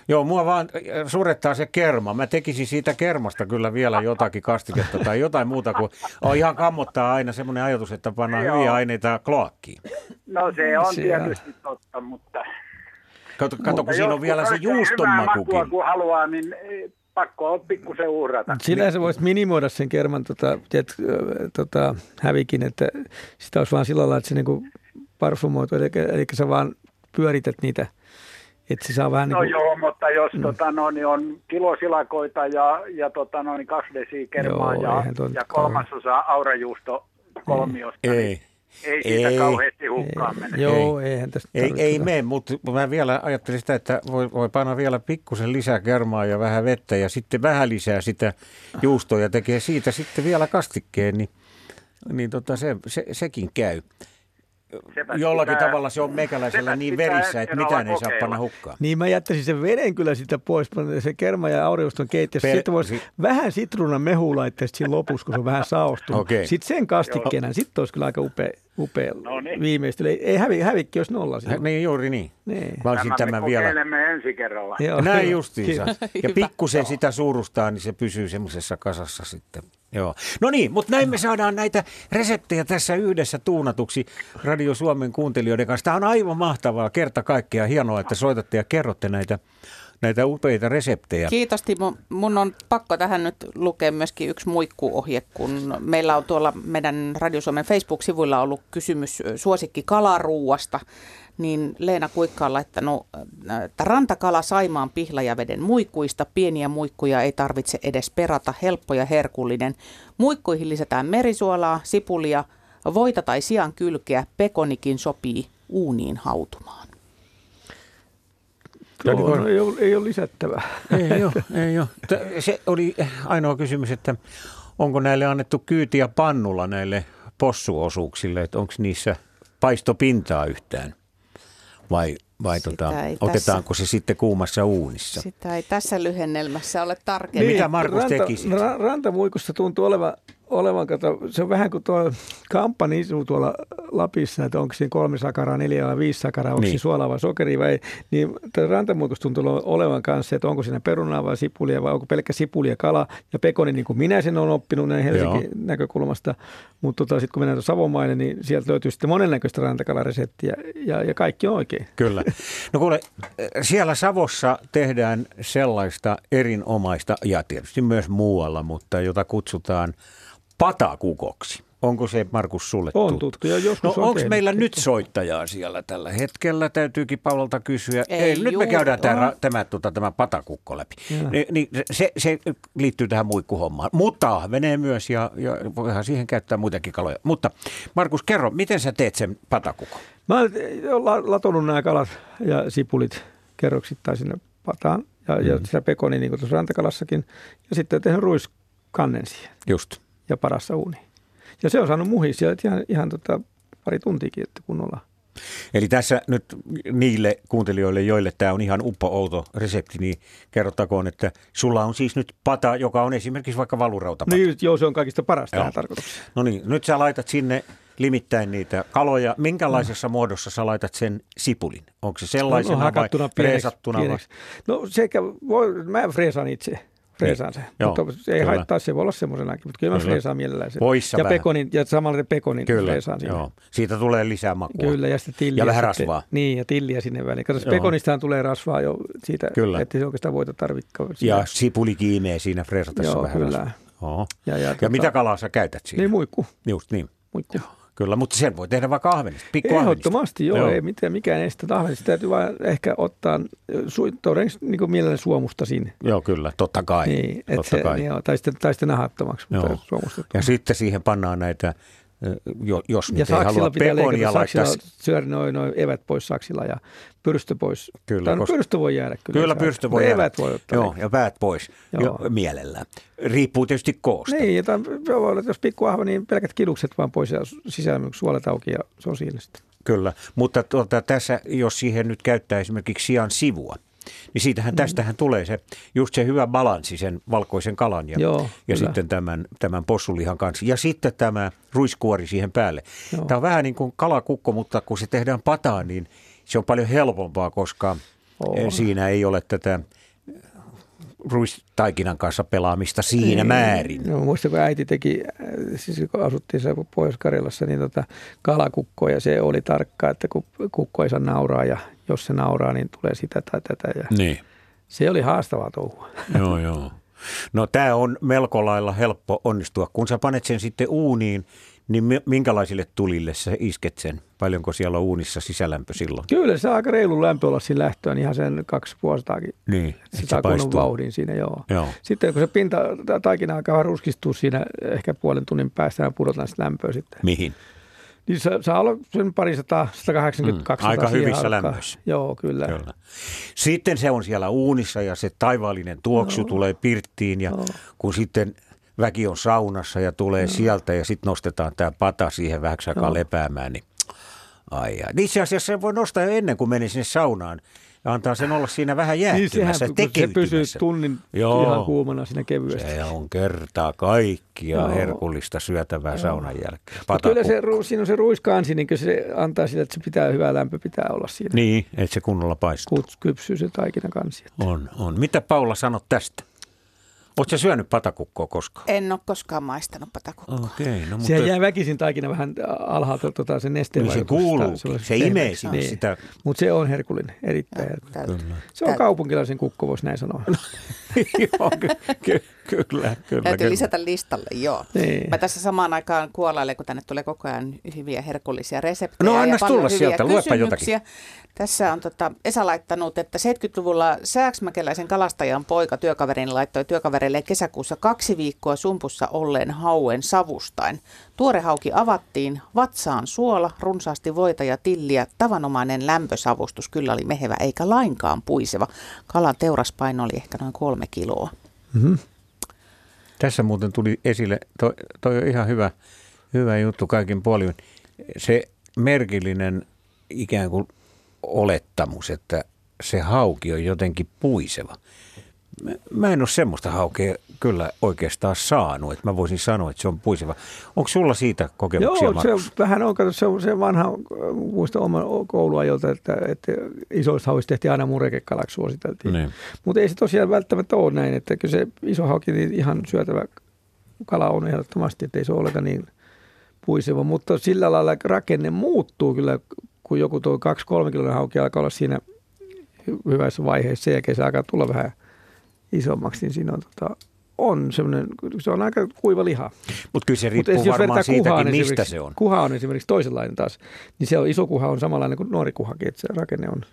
Joo, mua vaan surettaa se kerma. Mä tekisin siitä kermasta kyllä vielä jotakin kastiketta tai jotain muuta, kun on ihan kammottaa aina semmoinen ajatus, että pannaan Joo. hyviä aineita kloakkiin. No se on Se tietysti on. totta, mutta... Kato, kato kun siinä on joskus vielä se oikein hyvää juuston makua, makukin. kun haluaa, niin eh, pakko on pikkusen uhrata. Sillä sä voisit minimoida sen kerman tota, tiedät, tota, hävikin, että sitä olisi vaan sillä lailla, että se niinku parfumoitu, eli, eli sä vaan pyörität niitä, että se saa vähän No niin kuin... joo, mutta jos mm. tota, no, niin on kilosilakoita ja, ja tota, no, niin kaksi desiä kermaa Joo, ja, eihän toi ja nyt kolmasosa aurajuusto kolmiosta, Ei. niin ei siitä Ei. kauheasti hukkaan mene. Joo, eihän tästä Ei, tarvitse ei olla. mene, mutta mä vielä ajattelin sitä, että voi, voi panna vielä pikkusen lisää kermaa ja vähän vettä ja sitten vähän lisää sitä juustoa ja tekee siitä sitten vielä kastikkeen, niin, niin tota se, se, sekin käy. Sepä Jollakin pitää- tavalla se on meikäläisellä sepä niin pitää verissä, että ensin mitään olla ei saa panna kokeilla. hukkaan. Niin mä jättäisin sen veden kyllä sitä pois, se kerma ja aurajuuston keittiössä. Per- Sitten voisi si- vähän sitruunan mehua laittaa siinä lopussa, kun se on vähän saostunut. Okei. Sitten sen kastikkeena, sitten olisi kyllä aika upea, upea No niin. viimeistely. Ei, ei hävi, hävikki olisi nolla silloin. Niin juuri niin. Niin. Mä olisin Tämän me tämän vielä. kokeilemme ensi kerralla. Joo, Näin hyvä. justiinsa. Kiitos. Ja Hyvä. pikkusen sitä suurustaa, niin se pysyy semmoisessa kasassa sitten. Joo. No niin, mutta näin me saadaan näitä reseptejä tässä yhdessä tuunatuksi Radio Suomen kuuntelijoiden kanssa. Tämä on aivan mahtavaa, kerta kaikkiaan. Hienoa, että soitatte ja kerrotte näitä, näitä upeita reseptejä. Kiitos Timo. Mun on pakko tähän nyt lukea myöskin yksi muikkuohje, kun meillä on tuolla meidän Radio Suomen Facebook-sivuilla ollut kysymys suosikki kalaruuasta. Niin Leena Kuikka on laittanut, että rantakala Saimaan pihlajaveden muikuista. Pieniä muikkuja ei tarvitse edes perata, helppo ja herkullinen. Muikkuihin lisätään merisuolaa, sipulia, voita tai sian kylkeä. Pekonikin sopii uuniin hautumaan. Joo, no, ei, ole, ei ole lisättävää. Ei ole, ei ole. T- Se oli ainoa kysymys, että onko näille annettu kyytiä pannulla näille possuosuuksille, että onko niissä paistopintaa yhtään vai, vai Sitä tota, ei otetaanko se sitten kuumassa uunissa? Sitä ei tässä lyhennelmässä ole Niin. tarkemmin. Mitä Markus ranta, tekisit? Ra, rantamuikusta tuntuu olevan, olevan kato, se on vähän kuin tuo kamppanisu tuolla Lapissa, että onko siinä kolme sakaraa, neljä vai viisi sakaraa, onko Niin. siinä suolaa vai sokeria vai, niin rantamuikusta tuntuu olevan kanssa, että onko siinä perunaa vai sipulia vai onko pelkkä sipuli ja kala ja pekoni, niin kuin minä sen olen oppinut näin Helsingin Joo. näkökulmasta, mutta tota, sitten kun mennään Savomaille, niin sieltä löytyy sitten monennäköistä rantakalareseptiä ja, ja kaikki on oikein. Kyllä. No kuule, siellä Savossa tehdään sellaista erinomaista, ja tietysti myös muualla, mutta jota kutsutaan patakukoksi. Onko se, Markus, sulle On tuttu? tuttu ja joskus No on onko tehnyt. meillä nyt soittajaa siellä tällä hetkellä? Täytyykin Paulalta kysyä. Ei Ei, nyt me juuri käydään tämä, ole. tämä, tota, tämä patakukko läpi. Jaa. Ni, niin se, se liittyy tähän muikkuhommaan. Mutta ahvenee myös ja, ja voihan siihen käyttää muitakin kaloja. Mutta Markus, kerro, miten sä teet sen patakukon? Mä olen la- latonut nämä kalat ja sipulit kerroksittain sinne pataan ja, mm. ja sitä pekoni niin kuin tuossa rantakalassakin. Ja sitten tehnyt ruiskannen siihen Just. ja parassa uuniin. Ja se on saanut muhia sieltä ihan, ihan tota pari tuntiakin, että kunnolla. Eli tässä nyt niille kuuntelijoille, joille tämä on ihan uppo-outo resepti, niin kerrottakoon, että sulla on siis nyt pata, joka on esimerkiksi vaikka valurautapata. Niin, joo, se on kaikista parasta Joo. tähän tarkoitukseen. No niin, nyt sä laitat sinne limittäin niitä kaloja. Minkälaisessa muodossa sä laitat sen sipulin? Onko se sellaisena vai hakattuna pieneksi, freesattuna? Vai? pieneksi. No sekä, voi, mä freesaan itse. Freesaan Niin, se, joo, mutta se ei kyllä. haittaa, se voi olla semmoisenakin, mutta kyllä mä Kyllä. freesaan mielellään sen. Voissa ja vähän. pekonin, ja samalla pekonin Kyllä, freesaan sinne. joo. Siitä tulee lisää makua. Kyllä, ja sitten tilliä. Ja vähän sitten, rasvaa. Niin, ja tilliä sinne väliin. Kato, Joo. pekonistahan tulee rasvaa jo siitä, Kyllä. että se oikeastaan voita tarvitkaa. Ja sipuli kiimee siinä freesatessa Joo, vähän kyllä. rasvaa. Oho. Ja, ja, Ja tota, mitä kalaa sä käytät siinä? Niin muikku. Just niin. muikku. Kyllä, mutta sen voi tehdä vaikka ahvenista, pikku ahvenista. Ehdottomasti joo, Joo. ei mitään, mikään estä tahvenista. Täytyy vaan ehkä ottaa su, todennäköisesti niin mielellä suomusta sinne. Joo, kyllä, totta kai. Niin, et totta se, kai. niin joo, tai, sitten, tai sitten nahattomaksi, mutta Joo. suomustettu. Ja sitten siihen pannaan näitä, jo- jos Ja nyt ei halua saksilla pitää pekonia leikata, laittaa. saksilla syödä noin noi evät pois saksilla ja pyrstö pois. Kyllä, Tai no, koska- pyrstö voi jäädä kyllä. Kyllä saa. pyrstö voi No, jäädä. Evät voi ottaa. Joo, ja päät pois. Joo. Jo, mielellään. Riippuu tietysti koosta. Niin, jotain, voi olla, että jos pikku ahva, niin pelkät kidukset vaan pois ja sisällä suolet auki ja se on siinä sitten. Kyllä, mutta tuota, tässä, jos siihen nyt käyttää esimerkiksi sian sivua, niin siitähän, tästähän tulee se, just se hyvä balanssi sen valkoisen kalan ja, Joo, ja kyllä. sitten tämän, tämän possulihan kanssa. Ja sitten tämä ruiskuori siihen päälle. Joo. Tämä on vähän niin kuin kalakukko, mutta kun se tehdään pataan, niin se on paljon helpompaa, koska On. Siinä ei ole tätä ruistaikinan kanssa pelaamista siinä ei, määrin. No, muistan, kun äiti teki, siis kun asuttiin Pohjois-Karjalassa, niin tota, kalakukkoa ja se oli tarkkaa, että kun kukko ei saa nauraa ja jos se nauraa, niin tulee sitä tai tätä. Ja niin. Se oli haastavaa touhua. Joo, joo. No tämä on melko lailla helppo onnistua. Kun sä panet sen sitten uuniin, niin minkälaisille tulille sä isket sen? Paljonko siellä on uunissa sisälämpö silloin? Kyllä se aika reilu lämpö olla siinä lähtöön, ihan sen kaksi vuositaakin. Niin, se saa kunnon vauhdin siinä, joo. joo. Sitten kun se pinta taikina alkaa ruskistua siinä ehkä puolen tunnin päästä ja pudotaan sitä lämpöä sitten. Mihin? Niin saa, saa olla sen parisataa, sata kahdeksankymmentä, kaksisataa. Aika hyvissä alkaa. lämmöissä. Joo, kyllä. kyllä. Sitten se on siellä uunissa ja se taivaallinen tuoksu no. tulee pirttiin ja no. kun sitten väki on saunassa ja tulee no. sieltä ja sitten nostetaan tämä pata siihen vähäksi aikaa no. lepäämään, niin ai ai. Itse asiassa se voi nostaa jo ennen kuin meni sinne saunaan ja antaa sen olla siinä vähän jäähtymässä, niin sehän, se pysyy tunnin Joo. ihan kuumana siinä kevyesti. Se on kertaa kaikkia no. herkullista syötävää no. saunan jälkeen. Kyllä se, siinä on se ruiskansi, niin se antaa sitä, että se pitää hyvää lämpö pitää olla siinä. Niin, että se kunnolla paistuu. Kuts, kypsyy se taikina kansi. Että. On, on. Mitä Paula sanot tästä? Oletko sä syönyt patakukkoa koskaan? En ole koskaan maistanut patakukkoa. Okei, no mutta... Sehän jää väkisin taikina vähän alhaalta tota, se nesteen. No se kuuluu, se, se imee sinne niin. sitä. Mutta se on herkullinen, erittäin. Ja, kyllä. Se on Täyt... kaupunkilaisen kukko, voisi näin sanoa. Joo, ky- ky- kyllä, kyllä. Täytyy kyllä. lisätä listalle, joo. Niin. Mä tässä samaan aikaan kuolailen, kun tänne tulee koko ajan hyviä herkullisia reseptejä. No annas ja tulla sieltä, luepa jotakin. Tässä on tota, Esa laittanut, että seitsemänkymmentäluvulla sääksmäkeläisen kalastajan poika työkaverini laittoi työkaverille kesäkuussa kaksi viikkoa sumpussa olleen hauen savustain. Tuore hauki avattiin, vatsaan suola, runsaasti voita ja tilliä. Tavanomainen lämpösavustus kyllä oli mehevä eikä lainkaan puiseva. Kalan teuraspaino oli ehkä noin kolme kiloa. Mm-hmm. Tässä muuten tuli esille, toi, toi on ihan hyvä, hyvä juttu kaikin puolin. Se merkillinen ikään kuin olettamus, että se hauki on jotenkin puiseva. Mä en ole semmoista haukea kyllä oikeastaan saanut, että mä voisin sanoa, että se on puiseva. Onko sulla siitä kokemuksia, Joo, Markus? se vähän on, se on se vanha, muista oman kouluajolta, että, että isoista hauista tehtiin aina murekekalaksi suositeltiin. Niin. Mutta ei se tosiaan välttämättä ole näin, että kyllä se iso hauki niin ihan syötävä kala on ehdottomasti, että ei se ole ollenkaan niin puiseva. Mutta sillä lailla rakenne muuttuu kyllä, kun joku tuo kaksi kolme kiloinen hauki alkaa olla siinä hyvässä vaiheessa, sen jälkeen se alkaa tulla vähän isommaksi, niin siinä on, tota, on semmoinen, se on aika kuiva liha. Mutta kyllä se riippuu Mut varmaan siitäkin, mistä se on. Kuha on esimerkiksi toisenlainen taas, niin se on, iso kuha on samanlainen kuin nuori kuhakin, että se rakenne on.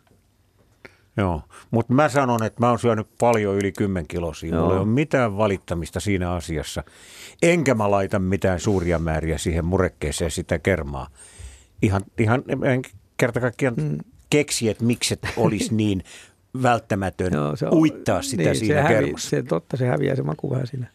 Joo, mutta mä sanon, että mä oon syönyt paljon yli kymmen kilosia. Mulla ei ole mitään valittamista siinä asiassa. Enkä mä laita mitään suuria määriä siihen murekkeeseen sitä kermaa. Ihan, ihan en kerta kaikkiaan mm. keksi, että miksi et olisi niin välttämätön Joo, on, uittaa sitä niin, siinä se kermassa. Se totta, se häviää se maku vähän siinä.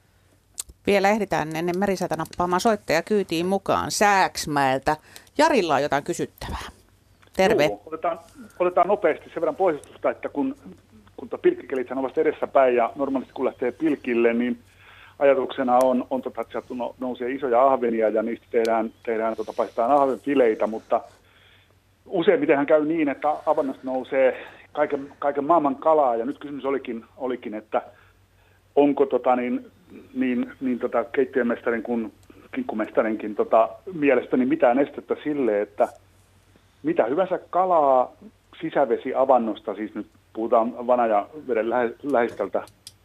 Vielä ehditään ennen Merisätä nappaamaan soittaja kyytiin mukaan Sääksmäeltä. Jarilla on jotain kysyttävää. Terve. Joo, otetaan, otetaan nopeasti sen verran pohjustusta, että kun, kun pilkkikelit on vasta edessäpäin ja normaalisti kun lähtee pilkille, niin ajatuksena on, on tota, että sieltä nousee isoja ahvenia ja niistä tehdään, tehdään tota, paistetaan ahvenfileitä, mutta useimmitenhän käy niin, että avannosta nousee kaiken, kaiken maailman kalaa ja nyt kysymys olikin, olikin että onko tota, niin, niin, niin, tota, keittiömestarin kuin kinkkumestarinkin tota, mielestäni mitään estettä sille, että mitä hyvänsä kalaa sisävesiavannosta, siis nyt puhutaan Vanajaveden lähistöltä,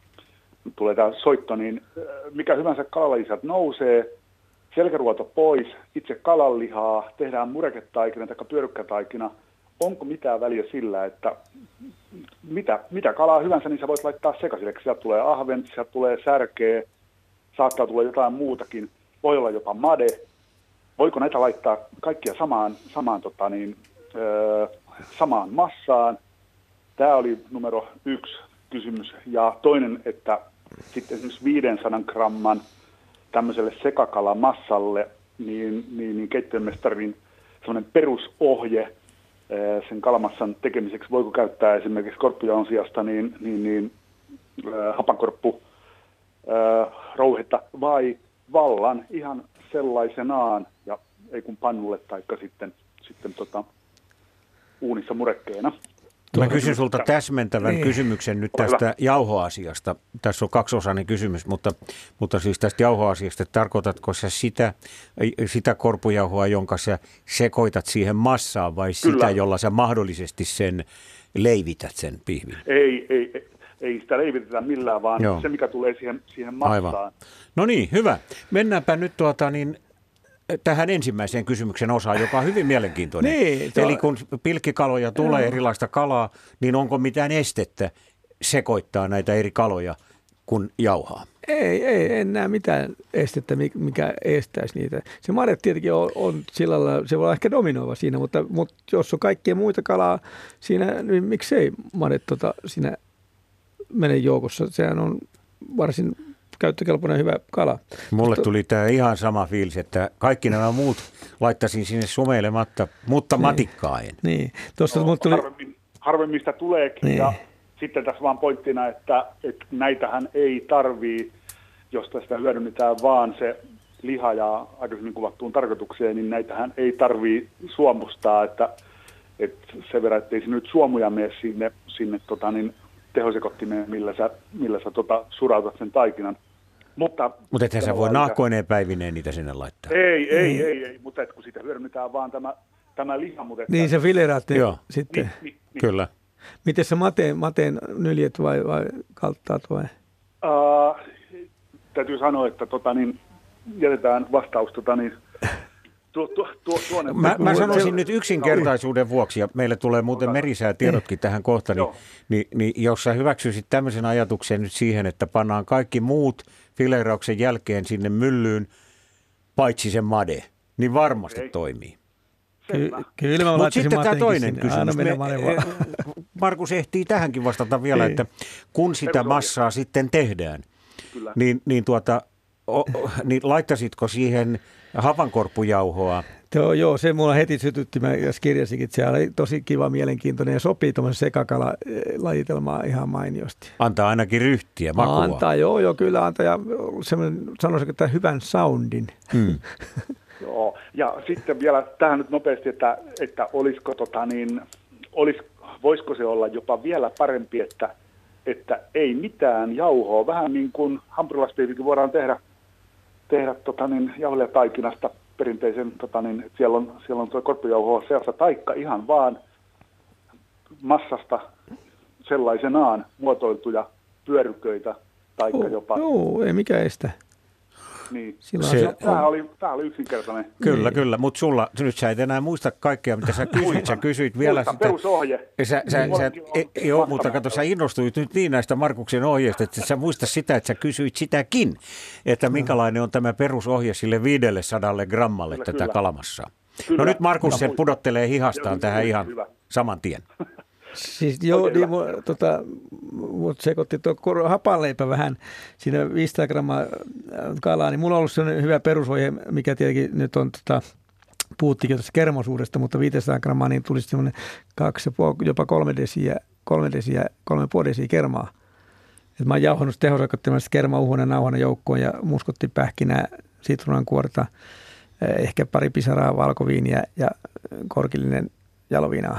tulee tämä soitto, niin mikä hyvänsä kalalajisat nousee, selkäruoto pois, itse kalanlihaa, tehdään mureketaikina tai pyörykkätaikina. Onko mitään väliä sillä, että mitä, mitä kalaa hyvänsä, niin sä voit laittaa sekaisin. Sieltä tulee ahven, sieltä tulee särkeä, saattaa tulla jotain muutakin, voi olla jopa made. Voiko näitä laittaa kaikkia samaan, samaan, tota niin, öö, samaan massaan? Tämä oli numero yksi kysymys. Ja toinen, että sitten esimerkiksi viisisataa gramman tämmöiselle sekakalamassalle, niin, niin, niin keittiönmestarin semmoinen perusohje sen kalamassan tekemiseksi, voiko käyttää esimerkiksi korppujaon sijasta niin, niin, niin, äh, hapankorppu äh, rouhetta vai vallan ihan sellaisenaan, ja ei kun pannulle taikka sitten, sitten tota, uunissa murekkeena. Mä kysyn sulta täsmentävän niin. kysymyksen nyt tästä jauhoasiasta. Tässä on kaksiosainen kysymys, mutta, mutta siis tästä jauhoasiasta. Tarkoitatko sä sitä, sitä korpujauhoa, jonka sä sekoitat siihen massaan vai Kyllä. sitä, jolla sä mahdollisesti sen leivität sen pihvin? Ei, ei, ei, ei sitä leivitetä millään, vaan Joo. se, mikä tulee siihen, siihen massaan. Aivan. No niin, hyvä. Mennäänpä nyt tuota niin... tähän ensimmäiseen kysymyksen osaan, joka on hyvin mielenkiintoinen. Niin, Eli kun pilkkikaloja tulee, no. erilaista kalaa, niin onko mitään estettä sekoittaa näitä eri kaloja, kun jauhaa? Ei, ei, en näe mitään estettä, mikä estäisi niitä. Se made tietenkin on, on sillä lailla, se voi olla ehkä dominoiva siinä, mutta, mutta jos on kaikkia muita kalaa siinä, niin miksei made tota, siinä mene joukossa. Sehän on varsin käyttökelpoinen hyvä kala. Mulle Mutta, tuli tämä ihan sama fiilis, että kaikki nämä muut laittaisin sinne sumeilematta, mutta niin, matikkaa en. Niin. Tuossa no, tuli... harvemmin, harvemmin sitä tuleekin niin. Ja sitten tässä vaan pointtina, että, että näitähän ei tarvii, jos tästä hyödynnetään vaan se liha ja aikaisemmin kuvattuun tarkoitukseen, niin näitähän ei tarvii suomustaa, että, että sen verran, ettei se nyt suomuja mene sinne, sinne tota niin, tehosekottimeen, millä sä, millä sä tota, surautat sen taikinan. Mutta Mut ethän sä voi nahkoineen päivineen niitä sinne laittaa. Ei, ei, ei, ei, ei mutta et, kun sitä hyödynnetään vaan tämä, tämä liha. Mutta niin se fileraatti sitten. Niin, niin, niin. Kyllä. Miten sä mateen, mateen nyljet vai, vai kalttaat vai? Uh, täytyy sanoa, että tota, niin, jätetään vastaus tota, niin, tuo, tuo, tuo, tuonne. Mä, mä sanoisin nyt yksinkertaisuuden vuoksi, ja meille tulee muuten merisäätiedotkin tähän kohta, niin, niin, niin jos sä hyväksyisit tämmöisen ajatuksen nyt siihen, että pannaan kaikki muut fileerauksen jälkeen sinne myllyyn, paitsi se made, niin varmasti Ei. toimii. Ky- kyllä mä Mutta sitten tämä toinen sinne. kysymys. Me, Markus ehtii tähänkin vastata vielä, että kun sitä massaa sitten tehdään, niin, niin, tuota, o, o, niin laittaisitko siihen hapankorppujauhoa? Joo, joo, se mulla heti sytytti, mä kirjasinkin, että se oli tosi kiva, mielenkiintoinen ja sopii tuommoisen sekakala-lajitelmaan ihan mainiosti. Antaa ainakin ryhtiä, makua. Antaa, joo, joo, kyllä antaa ja sanoisinko, että hyvän soundin. Hmm. Joo, ja sitten vielä tähän nyt nopeasti, että, että olisiko tota niin, olis, voisiko se olla jopa vielä parempi, että, että ei mitään jauhoa, vähän niin kuin hampurilaspiivikin voidaan tehdä, tehdä tota niin, jauhelijataikinasta perinteisen, tota niin, siellä on, siellä on tuo korppujauhoa seassa, taikka ihan vaan massasta sellaisenaan muotoiltuja pyöryköitä, taikka oh, jopa. Joo, ei mikä estä. Niin. Se, tämä, oli, tämä oli yksinkertainen. Kyllä, niin. kyllä, mutta sulla, nyt sä et enää muista kaikkea, mitä sä kysyit. Sä kysyit vielä Muista, sitä. Perusohje. Sä, sä, sä, e, joo, mutta kato, sä innostuit nyt niin näistä Markuksen ohjeista, että sä muista sitä, että sä kysyit sitäkin, että minkälainen on tämä perusohje sille viidessäsadalla grammalle kyllä, tätä kyllä. kalamassaa. Kyllä. No nyt Markus se pudottelee hihastaan tähän ihan hyvä. Saman tien. Siis joo, niin mu, tota, mut sekoitti tuo hapanleipä vähän, siinä viisisataa grammaa kalaa, niin mulla on ollut sellainen hyvä perusohje, mikä tietenkin nyt on, tota, puhuttikin tuossa kermosuudesta, mutta viisisataa grammaa, niin tulisi semmoinen kaksi, jopa kolme desiä, kolme desiä, kolme puoli desiä kermaa. Et mä oon jauhannut tehosekottimellisesti kermaa uhunen nauhana joukkoon ja muskottipähkinää, sitruunankuorta, ehkä pari pisaraa valkoviiniä ja korkillinen jaloviinaa.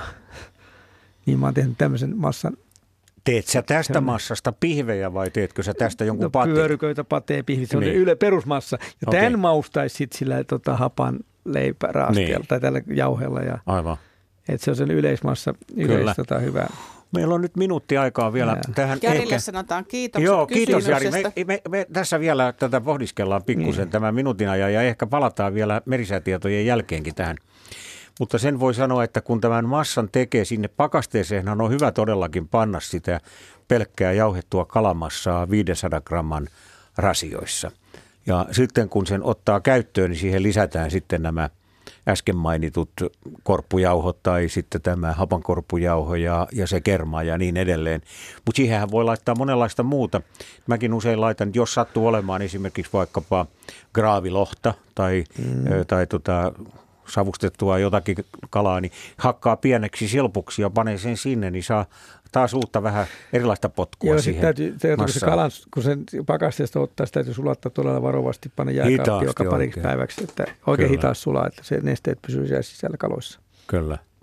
Niin mä oon tehnyt tämmöisen massan. Teet sä tästä massasta pihvejä vai teetkö sä tästä jonkun no, pateen? Pyöryköitä, patee, pihvit, se on niin. yle perusmassa. Ja okay. Tämän maustaisi sitten sillä tota, hapan leipäraasteella niin. tai tällä jauheella. Ja, aivan. Että se on sen yleismassa, yleis tota, hyvä. Meillä on nyt minuutti aikaa vielä ja. tähän. Jarille ehkä... sanotaan kiitokset Joo, kiitos Jari. Me, me, me tässä vielä tätä pohdiskellaan pikkusen niin. tämän minuutin ajan ja ehkä palataan vielä merisäätietojen jälkeenkin tähän. Mutta sen voi sanoa, että kun tämän massan tekee sinne pakasteeseenhan on hyvä todellakin panna sitä pelkkää jauhettua kalamassaa viisisataa gramman rasioissa. Ja sitten kun sen ottaa käyttöön, niin siihen lisätään sitten nämä äsken mainitut korppujauhot tai sitten tämä hapankorppujauho ja, ja se kerma ja niin edelleen. Mutta siihenhän voi laittaa monenlaista muuta. Mäkin usein laitan, jos sattuu olemaan esimerkiksi vaikkapa graavilohta tai, mm. tai tota, savustettua jotakin kalaa, niin hakkaa pieneksi silpuksi ja panee sen sinne, niin saa taas uutta vähän erilaista potkua Joo, siihen täytyy, täytyy, se kalan, kun sen pakasteesta ottaa, sitä täytyy sulattaa todella varovasti, panna jääkaappi joka pariksi päiväksi, että oikein hitaasti sulaa, että se nesteet pysyy siellä sisällä kaloissa. Kyllä.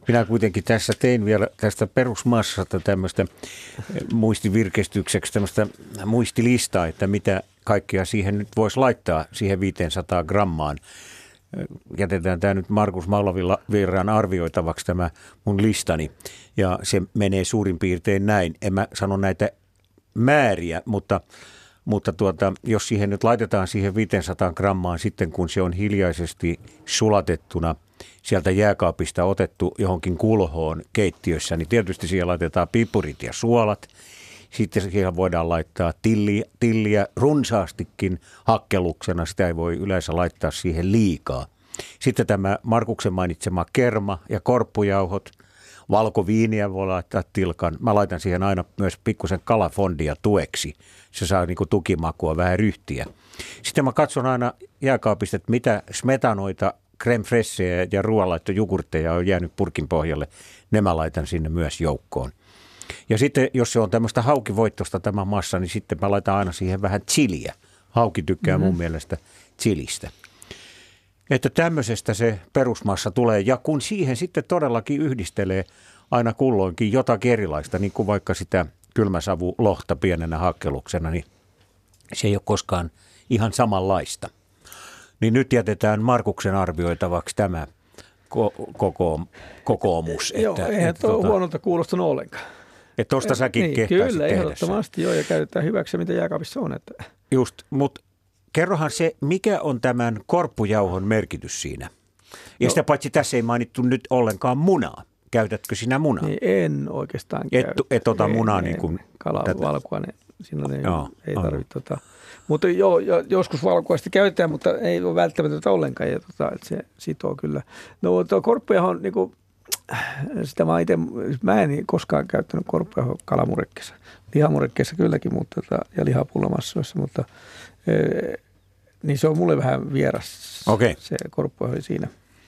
Minä kuitenkin tässä tein vielä tästä perusmassasta tämmöistä muistivirkistykseksi tämmöistä muistilistaa, että mitä kaikkea siihen nyt voisi laittaa siihen viisisataa grammaan. Jätetään tämä nyt Markus Maulavirran arvioitavaksi tämä mun listani ja se menee suurin piirtein näin. En mä sano näitä määriä, mutta, mutta tuota, jos siihen nyt laitetaan siihen viisisataa grammaan sitten kun se on hiljaisesti sulatettuna sieltä jääkaapista otettu johonkin kulhoon keittiössä, niin tietysti siihen laitetaan pipurit ja suolat. Sitten siihen voidaan laittaa tilliä, tilliä runsaastikin hakkeluksena, sitä ei voi yleensä laittaa siihen liikaa. Sitten tämä Markuksen mainitsema kerma ja korppujauhot, valkoviiniä voi laittaa tilkan. Mä laitan siihen aina myös pikkusen kalafondia tueksi, se saa niinku tukimakua, vähän ryhtiä. Sitten mä katson aina jääkaapista, että mitä smetanoita, crème fraîcheja ja ruoanlaittojugurtteja on jäänyt purkin pohjalle, ne mä laitan sinne myös joukkoon. Ja sitten, jos se on tämmöistä haukivoittosta tämä massa, niin sitten mä laitan aina siihen vähän chiliä. Hauki tykkää mm-hmm. mun mielestä chilistä. Että tämmöisestä se perusmassa tulee. Ja kun siihen sitten todellakin yhdistelee aina kulloinkin jotakin erilaista, niin kuin vaikka sitä kylmäsavulohta pienenä hakkeluksena, niin se ei ole koskaan ihan samanlaista. Niin nyt jätetään Markuksen arvioitavaksi tämä ko- koko, kokoomus. Joo, että, eihän että, tuo tuota, huonolta kuulostanut ollenkaan. Että tuosta säkin niin, kehtaisit kyllä, tehdä ehdottomasti joo, ja käytetään hyväksi, mitä jääkaapissa on. Että. Just, mutta kerrohan se, mikä on tämän korppujauhon merkitys siinä? Ja no, sitä paitsi tässä ei mainittu nyt ollenkaan munaa. Käytätkö sinä munaa? Niin en oikeastaan et, käytä. Et ota en, munaa en, niin kuin kala, tätä. valkuainen, siinä ei, joo, ei tarvitse. Tota. Mutta joo, joskus valkuaista käytetään, mutta ei ole välttämättä ollenkaan. Ja tota, että se sitoo kyllä. No tuo korppujauho, niin kuin, sitä mä itse, mä en koskaan käyttänyt korppujauhoa kalamurekkeessa. Lihamurekkeessa kylläkin, mutta, tota, ja lihapullomassoissa, mutta e, niin se on mulle vähän vieras okay. se korppujauho siinä.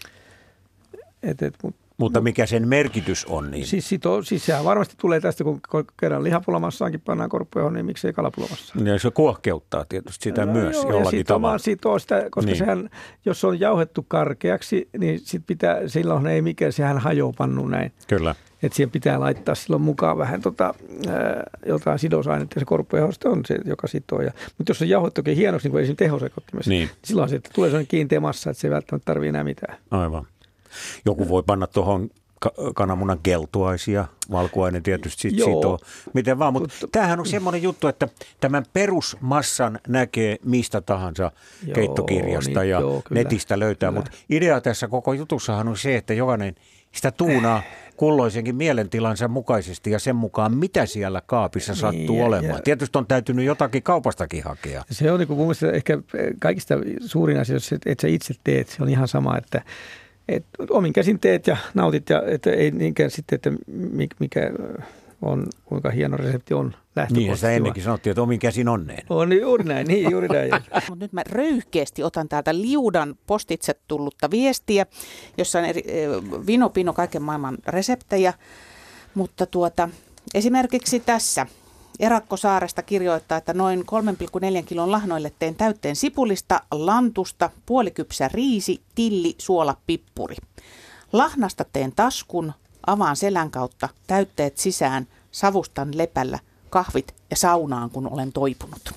Et, et, mut, Mutta mikä sen merkitys on? Niin? Siis, sito, siis sehän varmasti tulee tästä, kun kerran lihapullamassaankin pannaan korppujauhoon, niin miksei kalapullamassaan. Ja se kuohkeuttaa tietysti sitä no, myös joo, jollakin ja tavalla. Sitoo sitä, koska niin. sehän, jos se on jauhettu karkeaksi, niin sit pitää, silloin ei mikään, sehän hajoaa pannu näin. Kyllä. Että siihen pitää laittaa silloin mukaan vähän tota, ää, jotain sidosainetta, ja se korppujauho on se, joka sitoo. Ja, mutta jos se jauhettu oikein hienoksi, niin kuin esimerkiksi tehosekottimessa, niin. niin silloin se tulee sellainen kiinteä massa, että se ei välttämättä tarvitse enää mitään. Aivan. Joku voi panna tuohon kananmunan keltuaisia, valkuainen tietysti sit sitoo, miten vaan. Mutta Tut... tämähän on semmoinen juttu, että tämän perusmassan näkee mistä tahansa joo, keittokirjasta niin, ja joo, netistä löytää. Mutta idea tässä koko jutussahan on se, että jokainen sitä tuunaa kulloisenkin mielentilansa mukaisesti ja sen mukaan, mitä siellä kaapissa sattuu niin, ja, olemaan. Ja... Tietysti on täytynyt jotakin kaupastakin hakea. Se on niin kuin mun mielestä ehkä kaikista suurin asia, että sä itse teet. Se on ihan sama, että et omin käsin teet ja nautit, ja että ei niinkään sitten, että mikä on, kuinka hieno resepti on lähtökohtaisesti. Niin, sitä ennenkin sanottiin, että omin käsin onneen. On juuri näin, niin juuri näin. Mutta nyt mä röyhkeästi otan täältä Liudan postitse tullutta viestiä, jossa on eri, vino pino kaiken maailman reseptejä, mutta tuota, esimerkiksi tässä Erakko Saaresta kirjoittaa, että noin kolme pilkku neljä kilon lahnoille teen täytteen sipulista, lantusta, puolikypsä riisi, tilli, suola, pippuri. Lahnasta teen taskun, avaan selän kautta, täytteet sisään, savustan lepällä, kahvit ja saunaan, kun olen toipunut.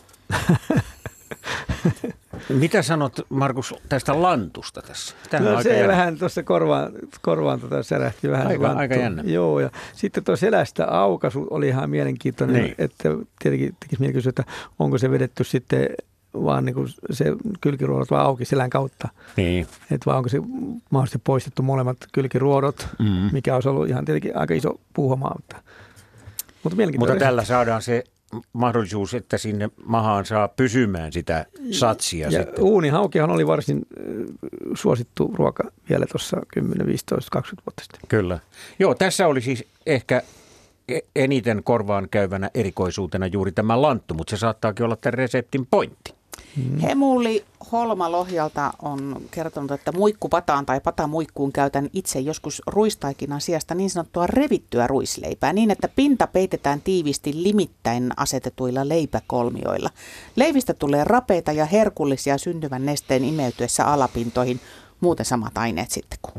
Mitä sanot, Markus, tästä lantusta tässä? Tähän no se jännä. Vähän tuossa korvaan, korvaan tota särähti vähän. Aika, aika jännä. Joo, ja sitten tuo selästä aukaisu oli ihan mielenkiintoinen, niin. Että tietenkin tekisi mieli kysyä, että onko se vedetty sitten vaan niin kuin se kylkiruodot vaan auki selän kautta. Niin. Että vaan onko se mahdollisesti poistettu molemmat kylkiruodot, mm-hmm. mikä olisi ollut ihan tietenkin aika iso puuhamaa. Mutta, mutta, mutta tällä saadaan se mahdollisuus, että sinne mahaan saa pysymään sitä satsia. Ja sitten. Uunihaukihan oli varsin suosittu ruoka vielä tuossa kymmenen, viisitoista, kaksikymmentä vuotta sitten. Kyllä. Joo, tässä oli siis ehkä eniten korvaan käyvänä erikoisuutena juuri tämä lanttu, mutta se saattaakin olla tämän reseptin pointti. Hmm. Hemuli Holma Lohjalta on kertonut, että muikkupataan tai patamuikkuun käytän itse joskus ruistaikinan sijasta niin sanottua revittyä ruisleipää niin, että pinta peitetään tiivisti limittäin asetetuilla leipäkolmioilla. Leivistä tulee rapeita ja herkullisia syntyvän nesteen imeytyessä alapintoihin, muuten samat aineet sitten kuin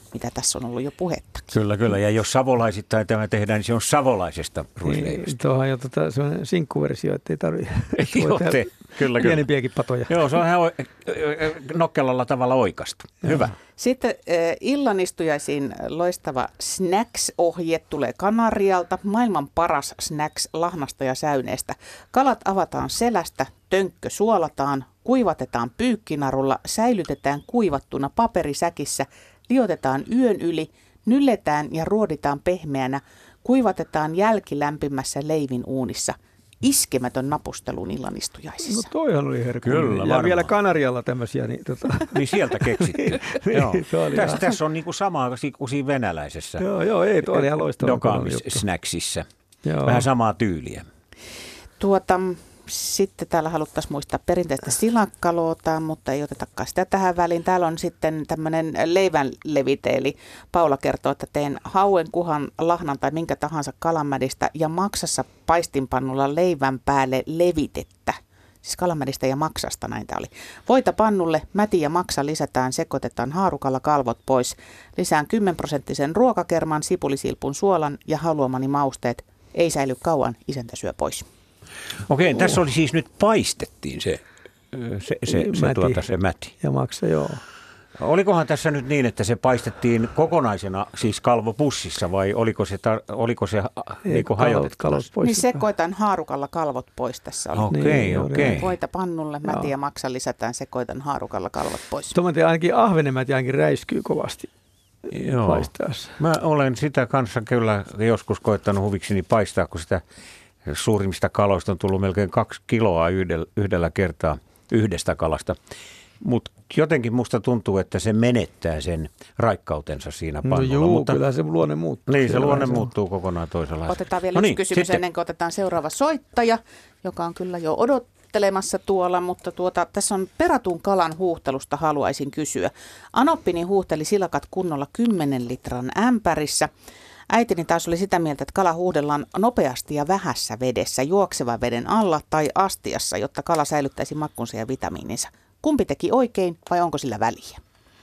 mitä tässä on ollut jo puhetta. Kyllä, kyllä. Ja jos savolaisittain tämä tehdään, niin se on savolaisesta ruisleivistä. Niin, tuohan jo tota, se on sinkkuversio, ettei tarvitse. Joo, te, kyllä, pienempiäkin patoja. Joo, se on ihan nokkelalla tavalla oikasta. Hyvä. Sitten äh, illanistujaisiin loistava snacks-ohje tulee Kanarialta. Maailman paras snacks lahnasta ja säyneestä. Kalat avataan selästä, tönkkö suolataan, kuivatetaan pyykkinarulla, säilytetään kuivattuna paperisäkissä, liotetaan yön yli, nylletään ja ruoditaan pehmeänä, kuivatetaan jälkilämpimässä leivin uunissa. Iskemätön napustelun illanistujaisissa. No toihan oli herkullinen. Kyllä, ja varmaan. vielä Kanarialla tämmöisiä. Niin, tota. niin sieltä keksittiin. Joo. Tässä, tässä on niin kuin sama kuin siinä venäläisessä. Joo, joo, ei, tuo oli ihan loistava. Dokaamis-snacksissa. Vähän samaa tyyliä. Tuota... Sitten täällä haluttaisiin muistaa perinteistä silakkaloota, mutta ei otetakaan sitä tähän väliin. Täällä on sitten tämmöinen leivänlevite, eli Paula kertoo, että teen hauen, kuhan, lahnan tai minkä tahansa kalanmädistä ja maksassa paistinpannulla leivän päälle levitettä. Siis kalanmädistä ja maksasta näin tämä oli. Voita pannulle, mäti ja maksa lisätään, sekoitetaan haarukalla kalvot pois. Lisään kymmenen prosenttisen ruokakerman, sipulisilpun suolan ja haluamani mausteet. Ei säily kauan, isäntä syö pois. Okei, oh. Tässä oli siis nyt paistettiin se, se, se, se, mäti. Tuota, se mäti. Ja maksa, joo. Olikohan tässä nyt niin, että se paistettiin kokonaisena siis kalvopussissa vai oliko se, tar- oliko se niin hajotettu? Niin sekoitan haarukalla kalvot pois tässä oli. Okei, niin, okei. Okay. Voita pannulle, mäti ja maksa lisätään, sekoitan haarukalla kalvot pois. Tuommoinen ainakin ahvenemät ainakin räiskyy kovasti. Joo. Paistaessa. Mä olen sitä kanssa kyllä joskus koittanut huvikseni paistaa, kun sitä suurimmista kaloista on tullut melkein kaksi kiloa yhdellä, yhdellä kertaa yhdestä kalasta. Mutta jotenkin musta tuntuu, että se menettää sen raikkautensa siinä pannulla. No juu, mutta kyllä se luonne muuttuu. Niin, se luonne muuttuu kokonaan toisenlaista. Otetaan vielä no yksi niin, kysymys sitten ennen kuin otetaan seuraava soittaja, joka on kyllä jo odottelemassa tuolla, mutta tuota, tässä on peratun kalan huuhtelusta haluaisin kysyä. Anoppini huuhteli silakat kunnolla kymmenen litran ämpärissä. Äitini taas oli sitä mieltä, että kala huuhdellaan nopeasti ja vähässä vedessä, juoksevan veden alla tai astiassa, jotta kala säilyttäisi makkunsa ja vitamiininsa. Kumpi teki oikein vai onko sillä väliä?